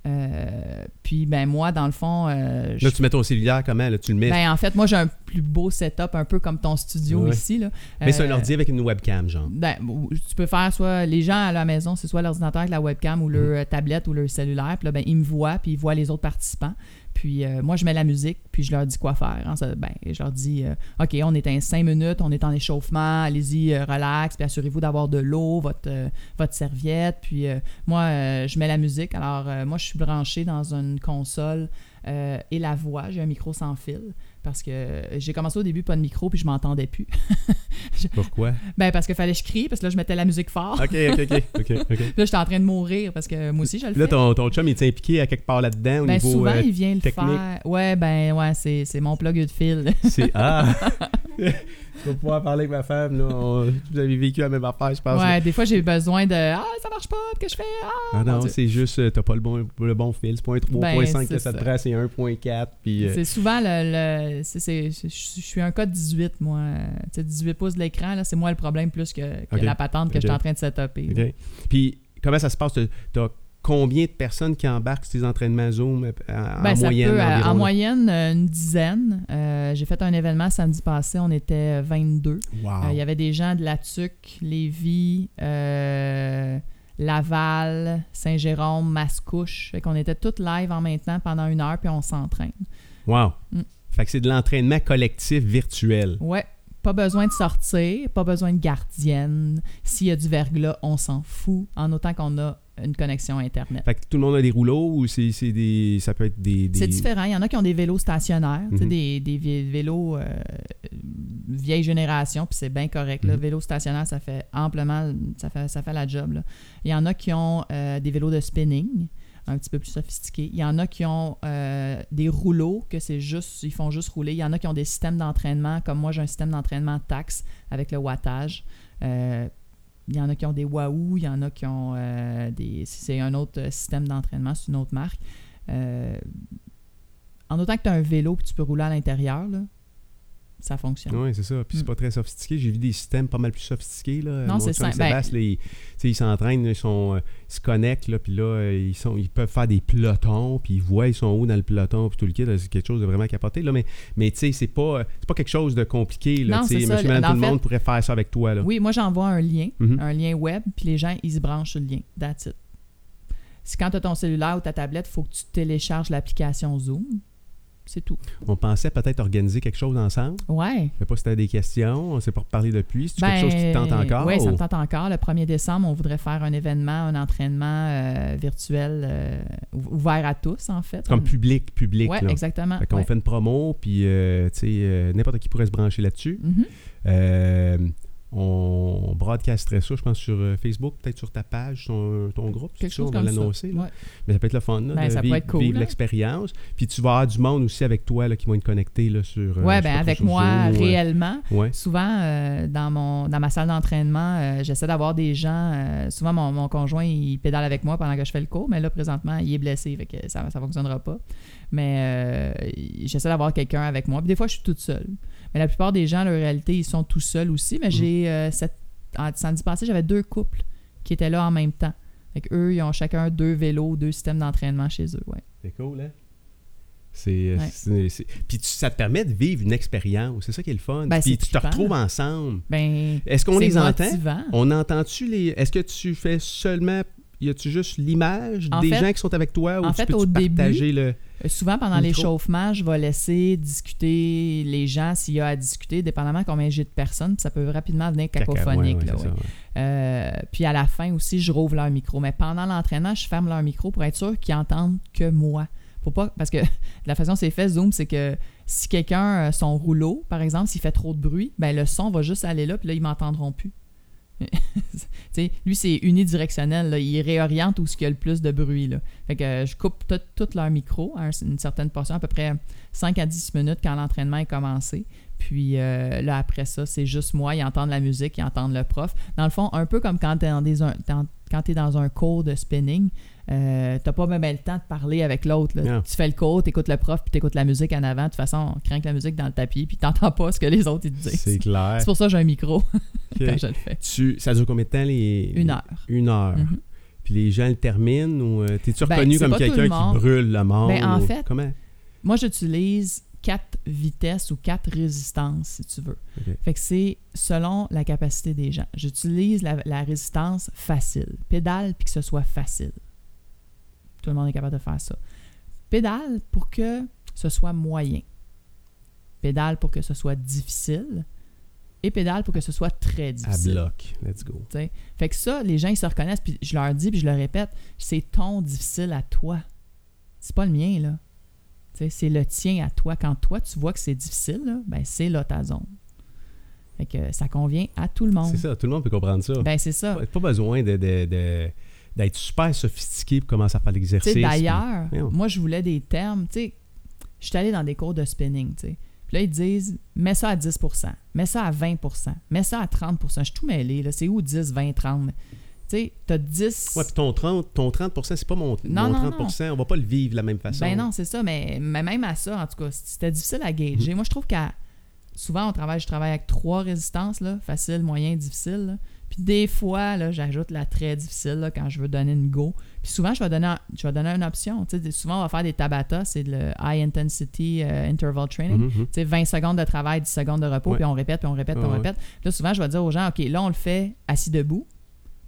Euh, puis, ben moi, dans le fond... Euh, là, je... tu mets ton cellulaire comment? Là, tu le mets? Ben en fait, moi, j'ai un plus beau setup, un peu comme ton studio ouais. ici. Là. Mais euh, c'est un ordi avec une webcam, genre? Ben, tu peux faire soit... Les gens à la maison, c'est soit l'ordinateur avec la webcam ou leur mmh. tablette ou leur cellulaire. Puis là, ben, ils me voient, puis ils voient les autres participants. Puis euh, moi, je mets la musique, puis je leur dis quoi faire. Hein. Ça, ben, je leur dis, euh, OK, on est à cinq minutes, on est en échauffement, allez-y, euh, relax, puis assurez-vous d'avoir de l'eau, votre, euh, votre serviette. Puis euh, moi, euh, je mets la musique. Alors, euh, moi, je suis branché dans une console euh, et la voix. J'ai un micro sans fil parce que j'ai commencé au début pas de micro, puis je m'entendais plus. je... Pourquoi? Ben parce qu'il fallait que je crie, parce que là, je mettais la musique fort. OK, OK, OK. okay, okay. Là, j'étais en train de mourir parce que moi aussi, je le fais. Là, ton, ton chum, il est impliqué à quelque part là-dedans au ben, niveau souvent, euh, il vient le technique. faire. Ouais, ben, ouais, c'est, c'est mon plug de fil. C'est... Ah! Je vais pouvoir parler avec ma femme, là. On... Vous avez vécu la même affaire, je pense. Ouais, là. Des fois, j'ai besoin de « Ah, ça marche pas, que je fais? Ah! » Ah non, c'est juste, euh, t'as pas le bon, le bon fil. C'est pas un trois point cinq ben, que ça te prend, c'est un point quatre. Puis, euh... C'est souvent le... le c'est, c'est, je suis un cas de dix-huit, moi. Tu sais, dix-huit pouces de l'écran, là, c'est moi le problème plus que, que okay. la patente que okay. je suis en train de setuper. Okay. Puis, comment ça se passe? T'as combien de personnes qui embarquent sur tes entraînements Zoom en, ben, en ça moyenne? Peut, environ, en moyenne, une dizaine. Euh, j'ai fait un événement samedi passé, on était vingt-deux. Il wow. euh, y avait des gens de La Tuque, Lévis, euh, Laval, Saint-Jérôme, Mascouche. Fait qu'on était toutes live en même temps pendant une heure, puis on s'entraîne. Wow! Mm. Fait que c'est de l'entraînement collectif virtuel. Ouais. Pas besoin de sortir, pas besoin de gardienne. S'il y a du verglas, on s'en fout, en autant qu'on a une connexion Internet. Fait que tout le monde a des rouleaux ou c'est, c'est des, ça peut être des... des... C'est différent. Il y en a qui ont des vélos stationnaires, mm-hmm. des, des vélos euh, vieille génération, puis c'est bien correct. Mm-hmm. Le vélo stationnaire, ça fait amplement, ça fait, ça fait la job. Là. Il y en a qui ont euh, des vélos de spinning, un petit peu plus sophistiqués. Il y en a qui ont euh, des rouleaux, que c'est juste, ils font juste rouler. Il y en a qui ont des systèmes d'entraînement, comme moi, j'ai un système d'entraînement taxe avec le wattage. Euh, il y en a qui ont des Wahoo, il y en a qui ont euh, des... C'est un autre système d'entraînement, c'est une autre marque. Euh, en autant que tu as un vélo et tu peux rouler à l'intérieur, là, ça fonctionne. Oui, c'est ça. Puis c'est mm. pas très sophistiqué. J'ai vu des systèmes pas mal plus sophistiqués. Là. Non, Mon c'est chum ça. Sébastien, Ben, là, ils, ils s'entraînent, ils, sont, ils se connectent, là, puis là, ils, sont, ils peuvent faire des pelotons, puis ils voient ils sont où dans le peloton, puis tout le kit. Là, c'est quelque chose de vraiment capoté. Là, mais mais tu sais, c'est pas, c'est pas quelque chose de compliqué. Là, non, c'est ça. Monsieur, madame, tout fait, le monde pourrait faire ça avec toi. Là. Oui, moi, j'envoie un lien, mm-hmm. un lien web, puis les gens, ils se branchent sur le lien. That's it. Si quand tu as ton cellulaire ou ta tablette, il faut que tu télécharges l'application Zoom. C'est tout. On pensait peut-être organiser quelque chose ensemble. Ouais. Je sais pas si tu as des questions. On s'est pas reparlé depuis. C'est ben, quelque chose qui te tente encore? Oui, ou... ça me tente encore. Le premier décembre, on voudrait faire un événement, un entraînement euh, virtuel euh, ouvert à tous, en fait. Comme on... public, public. Oui, là. exactement. Fait qu'on ouais. fait une promo, puis euh, tu sais, euh, n'importe qui pourrait se brancher là-dessus. Mm-hmm. Euh, on broadcasterait ça, je pense, sur Facebook, peut-être sur ta page, ton, ton groupe. Quelque ça, chose on va comme l'annoncer. ça. Là. Ouais. Mais ça peut être le fun, là, ben, de ça vivre, peut être cool, vivre hein? l'expérience. Puis tu vas avoir du monde aussi avec toi là, qui vont être connectés là, sur... Oui, euh, bien avec moi, Zoom, réellement. Ouais. Souvent, euh, dans, mon, dans ma salle d'entraînement, euh, j'essaie d'avoir des gens... Euh, souvent, mon, mon conjoint, il pédale avec moi pendant que je fais le cours, mais là, présentement, il est blessé, fait que ça ne fonctionnera pas. Mais euh, j'essaie d'avoir quelqu'un avec moi. Puis des fois, je suis toute seule. Mais la plupart des gens, en réalité, ils sont tout seuls aussi. Mais mmh. j'ai... Euh, cette, en samedi passé, j'avais deux couples qui étaient là en même temps. Fait qu'eux, ils ont chacun deux vélos, deux systèmes d'entraînement chez eux. Ouais. C'est cool, hein? C'est, ouais. c'est, c'est... Puis tu, ça te permet de vivre une expérience. C'est ça qui est le fun. Ben, puis tu te retrouves ensemble. Ben, est-ce qu'on c'est les motivant. entend? On entend-tu les... Est-ce que tu fais seulement... Y a-tu juste l'image en des fait, gens qui sont avec toi ou en tu fait, peux au partager début, le... Souvent, pendant l'échauffement, je vais laisser discuter les gens s'il y a à discuter, dépendamment combien j'ai de personnes, puis ça peut rapidement devenir cacophonique. Caca, ouais, ouais, là, ouais. Ça, ouais. euh, puis à la fin aussi, je rouvre leur micro. Mais pendant l'entraînement, je ferme leur micro pour être sûr qu'ils entendent que moi. Pour pas, parce que de la façon dont c'est fait, Zoom, c'est que si quelqu'un, son rouleau, par exemple, s'il fait trop de bruit, ben le son va juste aller là, puis là, ils m'entendront plus. Lui, c'est unidirectionnel. Là. Il réoriente où il y a le plus de bruit. Là. Fait que je coupe tout, tout leur micro à une certaine portion, à peu près cinq à dix minutes quand l'entraînement est commencé. Puis euh, là, après ça, c'est juste moi. Ils entendent la musique, ils entendent le prof. Dans le fond, un peu comme quand tu es dans, des, dans, quand t'es dans un cours de spinning, euh, t'as pas même le temps de parler avec l'autre. Là. Tu fais le cours, t'écoutes le prof, puis t'écoutes la musique en avant. De toute façon, on craque la musique dans le tapis, puis t'entends pas ce que les autres ils te disent. C'est clair. C'est pour ça que j'ai un micro okay. quand je le fais. Tu, ça dure combien de temps? Les... Une heure. Une heure. Mm-hmm. Puis les gens le terminent ou euh, t'es-tu reconnu ben, comme quelqu'un qui brûle le monde? Ben, en ou... fait, Comment? Moi, j'utilise quatre vitesses ou quatre résistances, si tu veux. Okay. Fait que c'est selon la capacité des gens. J'utilise la, la résistance facile. Pédale, puis que ce soit facile. Tout le monde est capable de faire ça. Pédale pour que ce soit moyen. Pédale pour que ce soit difficile. Et pédale pour que ce soit très difficile. À bloc. Let's go. T'sais? Fait que ça, les gens, ils se reconnaissent, puis je leur dis, puis je le répète, c'est ton difficile à toi. C'est pas le mien, là. T'sais, c'est le tien à toi. Quand toi, tu vois que c'est difficile, là, ben c'est là ta zone. Fait que ça convient à tout le monde. C'est ça, tout le monde peut comprendre ça. Ben c'est ça. Pas, pas besoin de, de, de, d'être super sophistiqué pour commencer à faire l'exercice. T'sais, d'ailleurs, puis... moi, je voulais des termes. Je suis allé dans des cours de spinning. T'sais. Puis là, ils disent, mets ça à dix pour cent, mets ça à vingt pour cent, mets ça à trente pour cent. Je suis tout mêlé. Là. C'est où dix, vingt, trente? Tu sais, t'as dix... Ouais, puis ton trente, ton trente pour cent, c'est pas mon, non, mon non, trente pour cent. Non. On va pas le vivre de la même façon. Ben non, c'est ça. Mais, mais même à ça, en tout cas, c'était difficile à gager. Mm-hmm. Moi, je trouve qu'à... Souvent, on travaille, je travaille avec trois résistances, là, facile, moyen, difficile. Là. Puis des fois, là, j'ajoute la très difficile là, quand je veux donner une go. Puis souvent, je vais donner, je vais donner une option. T'sais, souvent, on va faire des Tabata, c'est le High Intensity uh, Interval Training. Mm-hmm. T'sais, vingt secondes de travail, dix secondes de repos, ouais. Puis on répète, puis on répète, puis on ouais. répète. Puis là, souvent, je vais dire aux gens, OK, là, on le fait assis debout.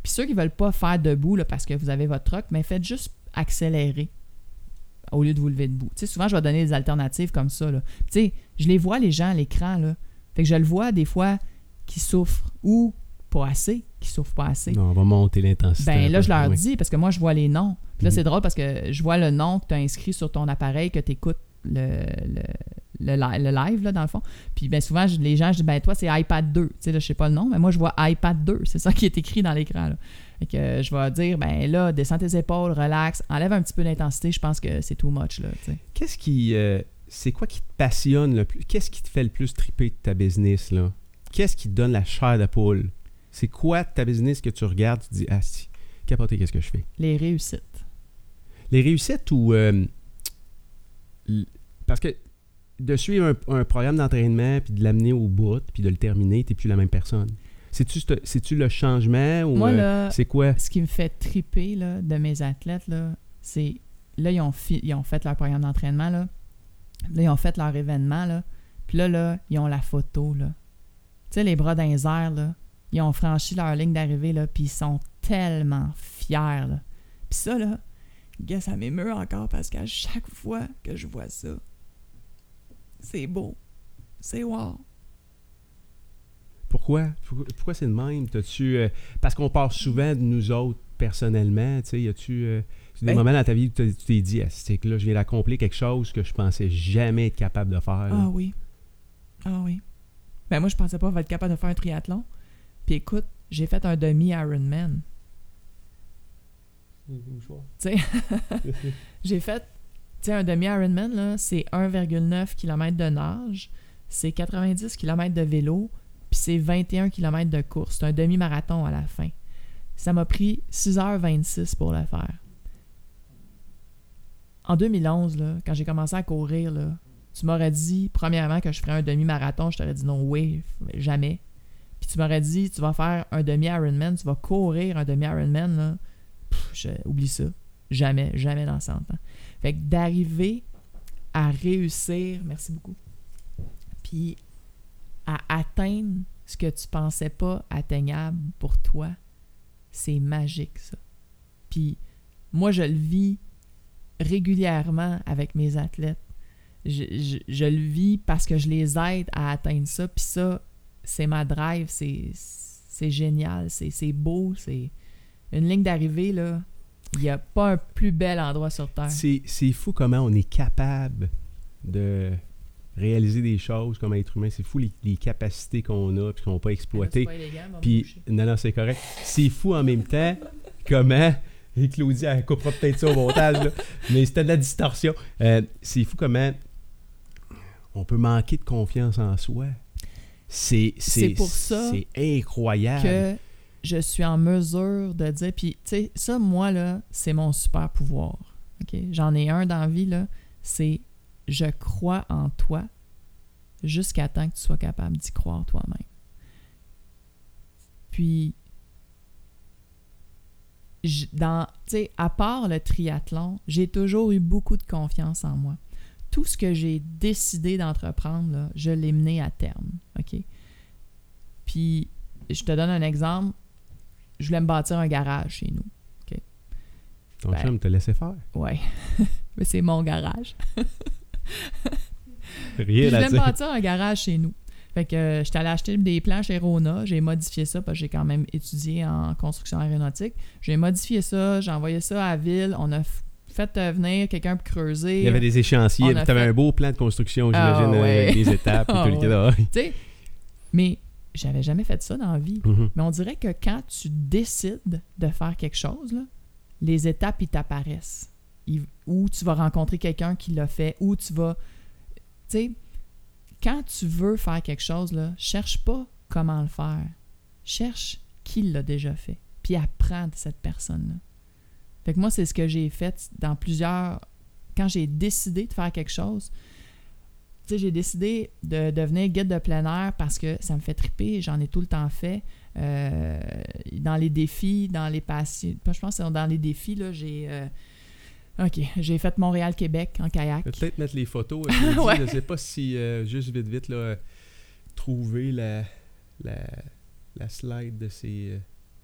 Puis ceux qui veulent pas faire debout là, parce que vous avez votre truck, mais faites juste accélérer au lieu de vous lever debout. Tu sais, souvent, je vais donner des alternatives comme ça. Là. Tu sais, je les vois, les gens à l'écran. Là. Fait que je le vois des fois qui souffrent ou pas assez, qui souffrent pas assez. Non, on va monter l'intensité. Ben là, je leur oui. dis, parce que moi, je vois les noms. Puis là, Mhm. c'est drôle parce que je vois le nom que tu as inscrit sur ton appareil, que tu écoutes le, le, le, li- le live, là, dans le fond. Puis ben souvent, je- les gens, je dis, ben toi, c'est iPad deux. Tu sais, là, je sais pas le nom, mais moi, je vois iPad deux. C'est ça qui est écrit dans l'écran, là. Fait que euh, je vais dire, ben là, descends tes épaules, relax, enlève un petit peu d'intensité. Je pense que c'est too much, là, tu sais. Qu'est-ce qui... euh, c'est quoi qui te passionne le plus? Qu'est-ce qui te fait le plus triper de ta business, là? Qu'est-ce qui te donne la chair de poule? C'est quoi ta business que tu regardes, tu te dis, ah si, capoté, qu'est-ce que je fais? Les réussites. Les réussites ou... euh, l- parce que de suivre un, un programme d'entraînement, puis de l'amener au bout, puis de le terminer, t'es plus la même personne. C'est-tu, ce- c'est-tu le changement ou Moi, euh, là, c'est quoi? ce qui me fait triper là, de mes athlètes, là, c'est... Là, ils ont, fi- ils ont fait leur programme d'entraînement, là. Là, ils ont fait leur événement, là. Puis là, là, ils ont la photo, là. Tu sais, les bras dans les airs, là. Ils ont franchi leur ligne d'arrivée, là, puis ils sont tellement fiers, là. Puis ça, là, gars, ça m'émeut encore parce qu'à chaque fois que je vois ça, c'est beau. C'est wow. Pourquoi? Pourquoi, pourquoi c'est le même? T'as-tu, euh, parce qu'on parle souvent de nous autres personnellement, tu sais, y a-tu euh, des Ben- moments dans ta vie où t'as- tu t'es dit, ah, c'est que là, je viens d'accomplir quelque chose que je pensais jamais être capable de faire. là. Ah oui. Ah oui. Ben moi, je pensais pas être capable de faire un triathlon. Puis écoute, j'ai fait un demi-Ironman. Tu sais, j'ai fait, tu sais, un demi-Ironman, là, c'est un virgule neuf kilomètres de nage, c'est quatre-vingt-dix kilomètres de vélo, puis c'est vingt et un kilomètres de course. C'est un demi-marathon à la fin. Ça m'a pris six heures vingt-six pour le faire. En deux mille onze, là, quand j'ai commencé à courir, là, tu m'aurais dit, premièrement, que je ferais un demi-marathon, je t'aurais dit non, oui, jamais. Puis tu m'aurais dit, tu vas faire un demi-Ironman, tu vas courir un demi-Ironman, là, pff, je, oublie ça. Jamais, jamais dans cent ans. Fait que d'arriver à réussir, merci beaucoup, puis à atteindre ce que tu pensais pas atteignable pour toi, c'est magique, ça. Puis moi, je le vis régulièrement avec mes athlètes. Je, je, je le vis parce que je les aide à atteindre ça. Puis ça, c'est ma drive. C'est, c'est génial. C'est, c'est beau. C'est une ligne d'arrivée, là. Il n'y a pas un plus bel endroit sur Terre. C'est, c'est fou comment on est capable de réaliser des choses comme être humain. C'est fou les, les capacités qu'on a et qu'on n'a pas exploitées. Puis, non, non, c'est correct. C'est fou en même temps comment... Et Claudie, elle coupera peut-être ça au montage, là. Mais c'était de la distorsion. Euh, c'est fou comment on peut manquer de confiance en soi. C'est, c'est, C'est pour ça c'est incroyable. que je suis en mesure de dire... Puis, tu sais, ça, moi, là, c'est mon super pouvoir. OK? J'en ai un dans la vie, là. C'est « je crois en toi jusqu'à temps que tu sois capable d'y croire toi-même. » Puis... Je- dans, tu sais, à part le triathlon, j'ai toujours eu beaucoup de confiance en moi. Tout ce que j'ai décidé d'entreprendre, là, je l'ai mené à terme. OK? Puis, je te donne un exemple. Je voulais me bâtir un garage chez nous. OK? Ton Ben, chum t'a laissé faire. Ouais. Mais c'est mon garage. Puis Rien je à voulais me dire. bâtir un garage chez nous. Fait que euh, j'étais allée acheter des plans chez Rona. J'ai modifié ça parce que j'ai quand même étudié en construction aéronautique. J'ai modifié ça, j'ai envoyé ça à la ville. On a f- fait euh, venir quelqu'un pour creuser. Il y avait des échéanciers, On puis a tu avais fait- un beau plan de construction, Ah, j'imagine, ouais. avec des étapes et Ah, tout le ouais. cadre. Tu sais, mais j'avais jamais fait ça dans la vie. Mhm. Mais on dirait que quand tu décides de faire quelque chose, là, les étapes, ils t'apparaissent. Ils- ou tu vas rencontrer quelqu'un qui l'a fait, ou tu vas... Tu sais, quand tu veux faire quelque chose, là, cherche pas comment le faire. Cherche qui l'a déjà fait. Puis apprends de cette personne-là. Fait que moi, c'est ce que j'ai fait dans plusieurs... Quand j'ai décidé de faire quelque chose, tu sais, j'ai décidé de devenir guide de plein air parce que ça me fait triper. J'en ai tout le temps fait. Euh, dans les défis, dans les passions... Je pense que dans les défis, là, j'ai... euh, OK, j'ai fait Montréal-Québec en kayak. Je vais peut-être mettre les photos. euh, Claudie. Ouais. Je ne sais pas si, euh, juste vite, vite, là, euh, trouver la, la, la slide de ces, euh,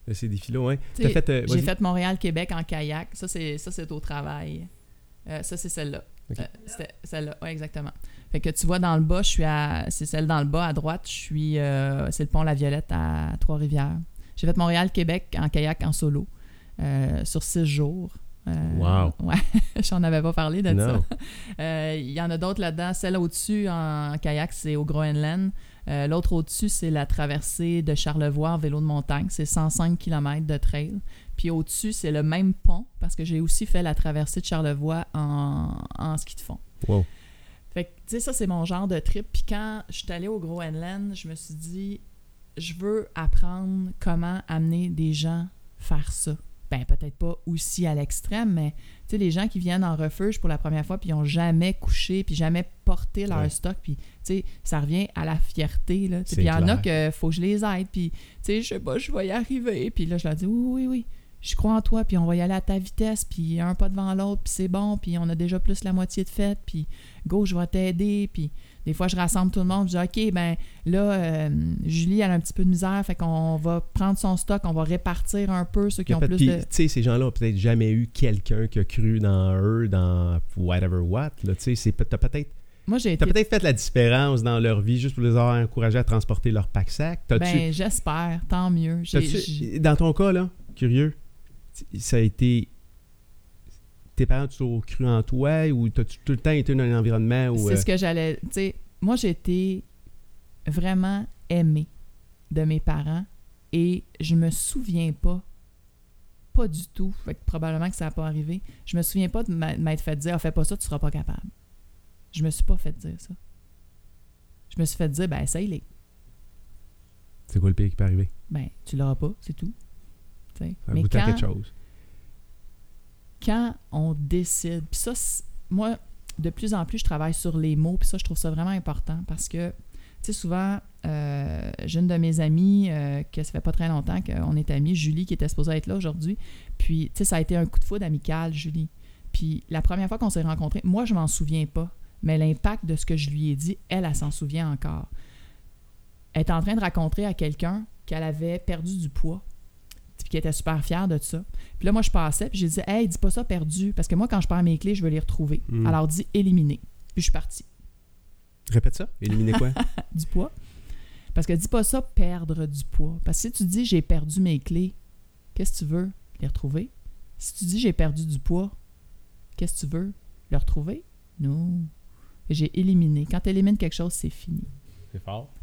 Ces défis-là, oui. T'as fait, euh, j'ai fait Montréal-Québec en kayak. Ça, c'est, ça, c'est au travail. Euh, ça, c'est celle-là. Okay. Euh, c'était celle-là, oui, exactement. Fait que tu vois, dans le bas, je suis à... C'est celle dans le bas, à droite, je suis... Euh, c'est le pont La Violette à Trois-Rivières. J'ai fait Montréal-Québec en kayak en solo euh, sur six jours. Euh, wow! Ouais, j'en avais pas parlé de no. ça. Il euh, y en a d'autres là-dedans. Celle au-dessus en kayak, c'est au Groenland. Euh, l'autre au-dessus, c'est la traversée de Charlevoix en vélo de montagne. C'est cent cinq kilomètres de trail. Puis au-dessus, c'est le même pont parce que j'ai aussi fait la traversée de Charlevoix en, en ski de fond. Wow! Fait que, tu sais, ça, c'est mon genre de trip. Puis quand je suis allée au Groenland, je me suis dit, je veux apprendre comment amener des gens faire ça. Ben, peut-être pas aussi à l'extrême, mais tu sais, les gens qui viennent en refuge pour la première fois puis ils n'ont jamais couché puis jamais porté leur ouais. stock, puis tu sais, ça revient à la fierté, là. Puis il y en a que faut que je les aide, puis tu sais, je sais pas, je vais y arriver. Puis là, je leur dis, oui, oui, oui, je crois en toi, puis on va y aller à ta vitesse, puis un pas devant l'autre, puis c'est bon, puis on a déjà plus la moitié de fait, puis go, je vais t'aider, puis des fois, je rassemble tout le monde, je dis, OK, ben là, euh, Julie, elle a un petit peu de misère, fait qu'on va prendre son stock, on va répartir un peu ceux qui ont plus puis, de... Tu sais, ces gens-là ont peut-être jamais eu quelqu'un qui a cru dans eux, dans whatever what, là, tu sais, t'as peut-être... Moi, j'ai T'as été... peut-être fait la différence dans leur vie juste pour les avoir encouragés à transporter leur pack-sac. Ben, j'espère, tant mieux. J'ai, j'ai... Dans ton cas, là, curieux, ça a été... Tes parents ont cru en toi ou t'as tout le temps été dans un environnement où... C'est euh... ce que j'allais... Tu sais, moi, j'ai été vraiment aimée de mes parents et je me souviens pas, pas du tout, fait que probablement que ça n'a pas arrivé, je me souviens pas de m'être fait dire ah, « fais pas ça, tu seras pas capable ». Je me suis pas fait dire ça. Je me suis fait dire « ben, essaye-les ». C'est quoi le pire qui peut arriver? Ben, tu l'auras pas, c'est tout. T'sais. Ça Mais goûte quand... à quelque chose. Quand on décide, puis ça, moi, de plus en plus, je travaille sur les mots, puis ça, je trouve ça vraiment important parce que, tu sais, souvent, euh, j'ai une de mes amies, euh, que ça fait pas très longtemps qu'on est amies, Julie, qui était supposée être là aujourd'hui, puis, tu sais, ça a été un coup de foudre amical, Julie. Puis, la première fois qu'on s'est rencontrés, moi, je m'en souviens pas, mais l'impact de ce que je lui ai dit, elle, elle s'en souvient encore. Elle est en train de raconter à quelqu'un qu'elle avait perdu du poids, puis qui était super fière de ça. Puis là, moi, je passais, puis j'ai dit « Hey, dis pas ça perdu, parce que moi, quand je perds mes clés, je veux les retrouver. Mm. » Alors, dis « éliminer ». Puis je suis partie. Répète ça. Éliminer quoi? Du poids. Parce que dis pas ça perdre du poids. Parce que si tu dis « J'ai perdu mes clés », qu'est-ce que tu veux? Les retrouver? Si tu dis « J'ai perdu du poids », qu'est-ce que tu veux? Le retrouver? Non. Et j'ai éliminé. Quand tu élimines quelque chose, c'est fini. C'est fort.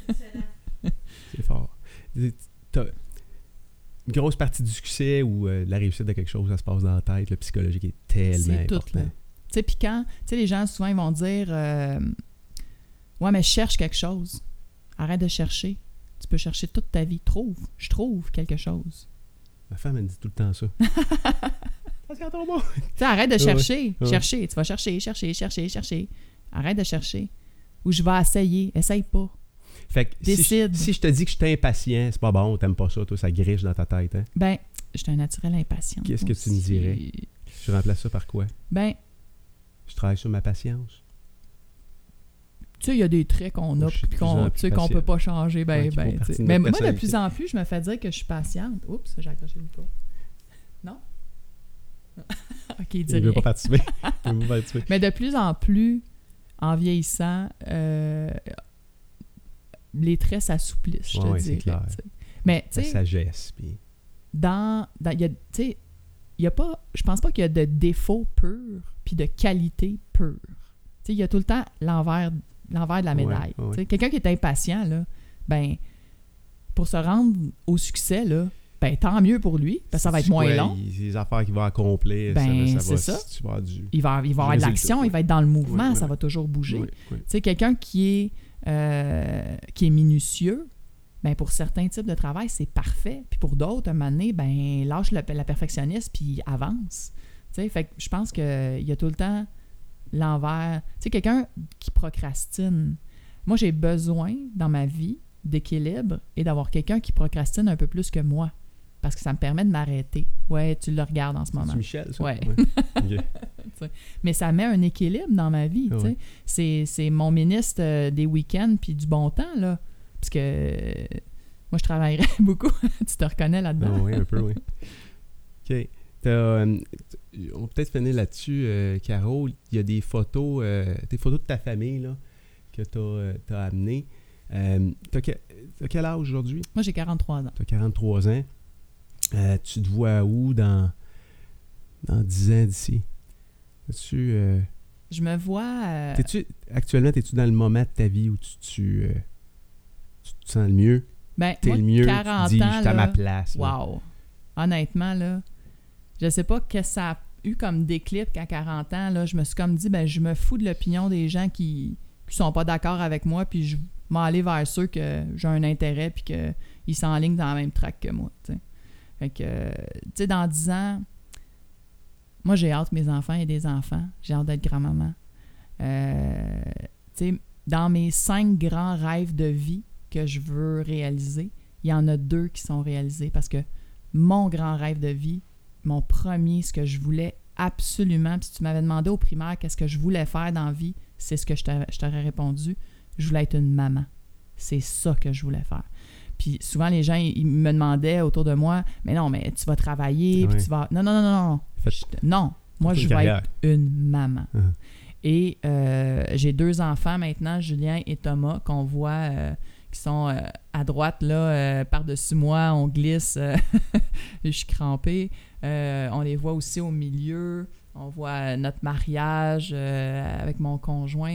C'est fort. T'as... Une grosse partie du succès ou euh, de la réussite de quelque chose, ça se passe dans la tête. Le psychologique est tellement c'est important. Tu sais, puis quand, tu sais, les gens, souvent, ils vont dire euh, ouais, mais je cherche quelque chose. Arrête de chercher. Tu peux chercher toute ta vie. Trouve. Je trouve quelque chose. Ma femme, elle me dit tout le temps ça. Tu sais, arrête de chercher. Ouais. Chercher. Tu vas chercher, chercher, chercher, chercher. Arrête de chercher. Ou je vais essayer. Essaye pas. Fait que Décide. Si, si je te dis que je suis impatient, c'est pas bon, t'aimes pas ça, toi, ça griche dans ta tête, hein? Ben, je suis un naturel impatient. Qu'est-ce que aussi. tu me dirais? Je remplace ça par quoi? Ben, je travaille sur ma patience. Tu sais, il y a des traits qu'on a puis qu'on, tu sais, qu'on peut pas changer. Ben, ouais, ben, de mais moi, de plus en plus, je me fais dire que je suis patiente. Oups, j'ai accroché le pas. Non? OK, il dit Il veut pas participer. Il veut pas participer. Mais de plus en plus, en vieillissant, euh, les traits s'assouplissent, je te ouais, dirais. C'est clair. T'sais. Mais, tu sais... La sagesse, puis... Dans... dans y a, tu sais, il y a pas... Je pense pas qu'il y a de défaut pur puis de qualité pure. Tu sais, il y a tout le temps l'envers, l'envers de la médaille. Ouais, ouais. Quelqu'un qui est impatient, là, ben, pour se rendre au succès, là, ben, tant mieux pour lui, parce que ça va être moins quoi, long. Il, les affaires qu'il va accomplir, ben, ça, ça c'est va, ça. Tu vas du, il va, il va avoir de l'action, ouais. Il va être dans le mouvement, ouais, ça ouais. va toujours bouger. Ouais, ouais. Tu sais, quelqu'un qui est, euh, qui est minutieux, ben, pour certains types de travail, c'est parfait. Puis pour d'autres, un moment donné, ben, lâche la, la perfectionniste puis avance. Tu sais, fait que je pense qu'il y a tout le temps l'envers. Tu sais, quelqu'un qui procrastine. Moi, j'ai besoin dans ma vie d'équilibre et d'avoir quelqu'un qui procrastine un peu plus que moi. Parce que ça me permet de m'arrêter. Ouais, tu le regardes en ce moment. C'est Michel, ça? Ouais. ouais. Okay. Mais ça met un équilibre dans ma vie. Ah ouais. c'est, c'est mon ministre des week-ends puis du bon temps, là. Parce que Moi, je travaillerais beaucoup. Tu te reconnais là-dedans? Ah oui, un peu, oui. OK. T'as, euh, on peut peut-être finir là-dessus, euh, Caro. Il y a des photos, euh, des photos de ta famille là, que tu as euh, amenées. Euh, tu as quel âge aujourd'hui? Moi, j'ai quarante-trois ans. Tu as quarante-trois ans. Euh, tu te vois où dans, dans dix ans d'ici? Tu, euh, je me vois... Euh... T'es-tu, actuellement, es-tu dans le moment de ta vie où tu, tu, euh, tu te sens le mieux? Ben, T'es moi, le mieux, quarante tu dis, ans, je suis à là, ma place. Là. Wow! Honnêtement, là, je sais pas qu'est-ce que ça a eu comme déclic qu'à quarante ans, là, je me suis comme dit, ben je me fous de l'opinion des gens qui qui sont pas d'accord avec moi, puis je m'en aller vers ceux que j'ai un intérêt, puis qu'ils s'enlignent dans la même track que moi, tu sais. Fait que, tu sais, dans dix ans, moi, j'ai hâte que mes enfants aient des enfants. J'ai hâte d'être grand-maman. Euh, tu sais, dans mes cinq grands rêves de vie que je veux réaliser, il y en a deux qui sont réalisés parce que mon grand rêve de vie, mon premier, ce que je voulais absolument, puis si tu m'avais demandé au primaire qu'est-ce que je voulais faire dans la vie, c'est ce que je t'aurais répondu. Je voulais être une maman. C'est ça que je voulais faire. Puis souvent, les gens, ils me demandaient autour de moi, mais non, mais tu vas travailler, oui. puis tu vas... Non, non, non, non, non. Fait... Je... Non, moi, je vais être une maman. Uh-huh. Et euh, j'ai deux enfants maintenant, Julien et Thomas, qu'on voit... Euh, qui sont euh, à droite, là, euh, par-dessus moi, on glisse, euh, je suis crampée. Euh, on les voit aussi au milieu, on voit notre mariage euh, avec mon conjoint.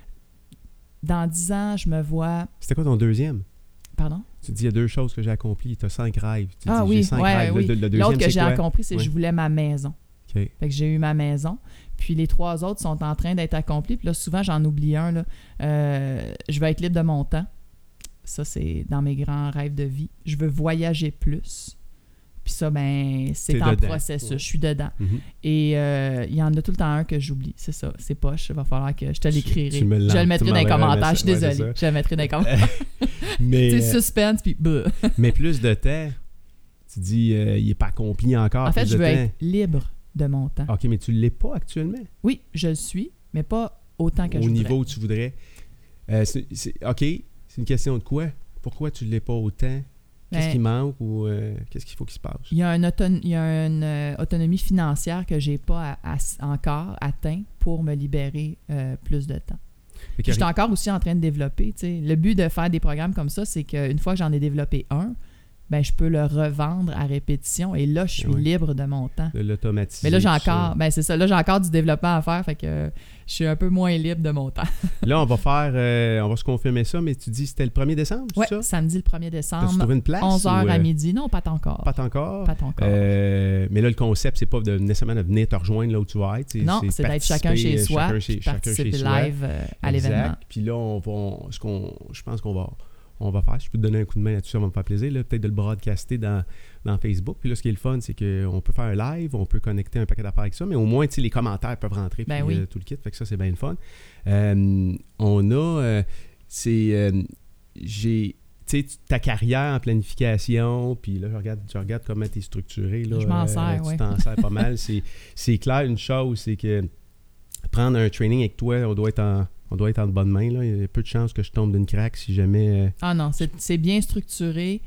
Dans dix ans, je me vois... C'était quoi ton deuxième? Pardon? Tu dis, il y a deux choses que j'ai accomplies, tu as cinq rêves. Tu ah dis, oui, j'ai cinq ouais, rêves. oui. Le, le deuxième, l'autre que j'ai quoi? accompli, c'est que oui. je voulais ma maison. Okay. Fait que j'ai eu ma maison. Puis les trois autres sont en train d'être accomplis. Puis là, souvent, j'en oublie un. Là. Euh, je vais être libre de mon temps. Ça, c'est dans mes grands rêves de vie. Je veux voyager plus. Puis ça, ben, c'est T'es en dedans. processus. Ouais. Je suis dedans. Mm-hmm. Et il euh, y en a tout le temps un que j'oublie. C'est ça. C'est poche. Il va falloir que je te l'écrirai. Tu, tu me je le mettrai dans les commentaires. Je suis ouais, désolée. Je le mettrai dans les commentaires. Mais, c'est suspense. Puis bah. Mais plus de temps. Tu dis, euh, il n'est pas accompli encore. En fait, je veux temps. être libre de mon temps. OK, mais tu ne l'es pas actuellement? Oui, je le suis, mais pas autant que Au je voudrais. Au niveau où tu voudrais. Euh, c'est, c'est, OK. C'est une question de quoi? Pourquoi tu ne l'es pas autant? Qu'est-ce ben, qui manque ou euh, qu'est-ce qu'il faut qu'il se passe? Il y a, un auton- il y a une euh, autonomie financière que je n'ai pas à, à, encore atteint pour me libérer euh, plus de temps. Je suis encore aussi en train de développer. T'sais. Le but de faire des programmes comme ça, c'est qu'une fois que j'en ai développé un, ben, je peux le revendre à répétition et là, je suis oui. libre de mon temps. De l'automatiser. Mais là, j'ai encore, ben, c'est ça, là, j'ai encore du développement à faire, fait que euh, je suis un peu moins libre de mon temps. Là, on va faire, euh, on va se confirmer ça, mais tu dis c'était le premier décembre, c'est ouais, ça? Oui, samedi le premier décembre. T'as-tu trouvé une place? onze heures ou, euh... à midi. Non, pas encore. Pas encore? Pas encore. Euh, mais là, le concept, c'est pas de, nécessairement de venir te rejoindre là où tu vas être. Non, c'est, c'est d'être chacun chez soi, chacun chez, chacun chez soi. live euh, à exact. l'événement. Puis là, on va, on, ce qu'on, je pense qu'on va... on va faire. Si je peux te donner un coup de main là-dessus, ça va me faire plaisir. Là, peut-être de le broadcaster dans, dans Facebook. Puis là, ce qui est le fun, c'est qu'on peut faire un live, on peut connecter un paquet d'affaires avec ça, mais au moins, les commentaires peuvent rentrer, ben puis oui. euh, tout le kit. Fait que ça, c'est bien le fun. Euh, on a, euh, c'est, euh, j'ai, tu sais, ta carrière en planification, puis là, je regarde, je regarde comment tu es structuré. Là, je m'en euh, sers, tu oui. t'en sers pas mal. C'est, c'est clair, une chose, c'est que prendre un training avec toi, on doit être en... On doit être en bonne main. Là. Il y a peu de chances que je tombe d'une craque si jamais... Euh... Ah non, c'est, c'est bien structuré.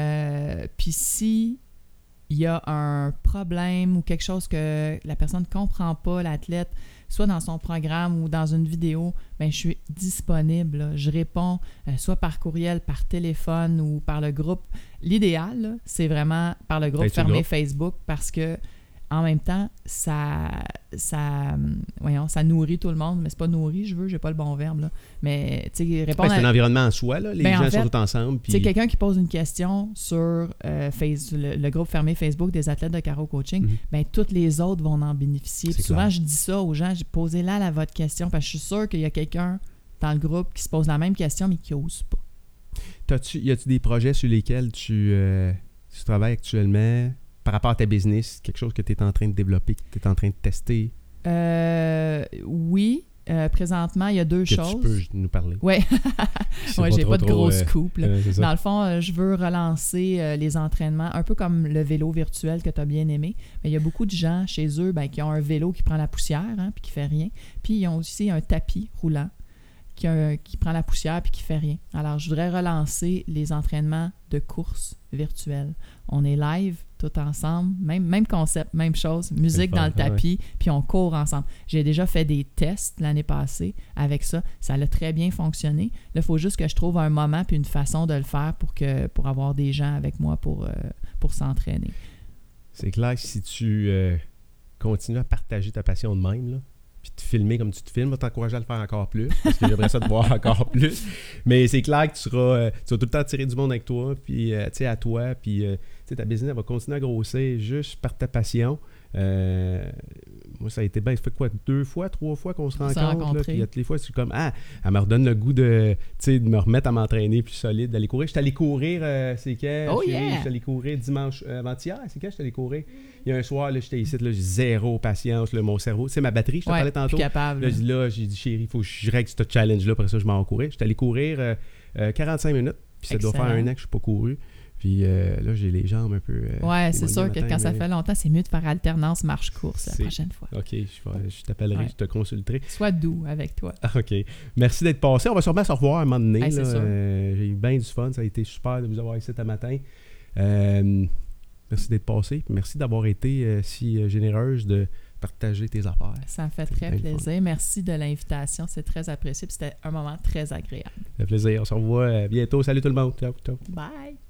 Euh, Puis si il y a un problème ou quelque chose que la personne ne comprend pas, l'athlète, soit dans son programme ou dans une vidéo, bien, je suis disponible. Là. Je réponds euh, soit par courriel, par téléphone ou par le groupe. L'idéal, là, c'est vraiment par le groupe hey, fermé groupe. Facebook parce que en même temps, ça, ça, voyons, ça nourrit tout le monde, mais c'est pas nourri, je veux, j'ai pas le bon verbe, là. Mais, tu sais, répondre ben, c'est à... un environnement en soi, là. Les ben, gens en fait, sont tous ensemble. Puis... Tu sais, quelqu'un qui pose une question sur euh, face, le, le groupe fermé Facebook des athlètes de Caro Coaching, mm-hmm. bien, toutes les autres vont en bénéficier. Puis souvent, je dis ça aux gens, posez-la la votre question, parce que je suis sûr qu'il y a quelqu'un dans le groupe qui se pose la même question, mais qui n'ose pas. T'as-tu, y a-tu des projets sur lesquels tu, euh, tu travailles actuellement? Par rapport à ta business, quelque chose que tu es en train de développer, que tu es en train de tester? Euh, oui. Euh, présentement, il y a deux que choses. Tu peux nous parler. Oui. ouais, j'ai trop, pas de gros euh, scoop. Euh, Dans le fond, euh, je veux relancer euh, les entraînements, un peu comme le vélo virtuel que tu as bien aimé. Mais il y a beaucoup de gens chez eux ben, qui ont un vélo qui prend la poussière hein, puis qui fait rien. Puis ils ont aussi un tapis roulant qui, a, qui prend la poussière puis qui fait rien. Alors, je voudrais relancer les entraînements de course virtuelle. On est live, tout ensemble, même, même concept, même chose, musique dans le tapis, puis on court ensemble. J'ai déjà fait des tests l'année passée avec ça. Ça a très bien fonctionné. Là, il faut juste que je trouve un moment puis une façon de le faire pour, que, pour avoir des gens avec moi pour, euh, pour s'entraîner. C'est clair que si tu euh, continues à partager ta passion de même, là, puis te filmer comme tu te filmes, va t'encourager à le faire encore plus, parce que j'aimerais ça te voir encore plus. Mais c'est clair que tu seras, euh, tu vas tout le temps tirer du monde avec toi, puis euh, tu sais, à toi, puis euh, tu sais, ta business elle va continuer à grossir juste par ta passion. Euh, moi, ça a été bien. Ça fait quoi, deux fois, trois fois qu'on se rencontre, là, puis toutes les fois, c'est comme, ah, elle me redonne le goût de, tu sais, de me remettre à m'entraîner plus solide, d'aller courir. Je suis allé courir, euh, c'est quand? Oh yeah! Je suis allé courir dimanche, euh, avant-hier, c'est quand je suis allé courir? Il y a un soir, là, j'étais ici, là, j'ai zéro patience, là, mon cerveau, c'est ma batterie, je te ouais, parlais tantôt. Capable. Là, là, j'ai dit, chérie, il faut que je règle ce challenge-là, après ça, je m'en courir. J'étais allé courir euh, euh, quarante-cinq minutes, puis ça Excellent. Doit faire un an que je ne suis pas couru. Puis euh, là, j'ai les jambes un peu... Euh, ouais, c'est sûr que matin, quand ça mais... fait longtemps, c'est mieux de faire alternance marche-course la c'est... prochaine fois. OK, je, je t'appellerai, ouais. je te consulterai. Sois doux avec toi. OK. Merci d'être passé. On va sûrement se revoir un moment donné. Hey, c'est là. sûr. Euh, j'ai eu bien du fun. Ça a été super de vous avoir ici ce matin. Euh, merci d'être passé. Merci d'avoir été euh, si euh, généreuse de partager tes affaires. Ça me fait très plaisir. Merci de l'invitation. C'est très apprécié. C'était un moment très agréable. Ça fait plaisir. On se revoit bientôt. Salut tout le monde. Ciao, ciao. Bye.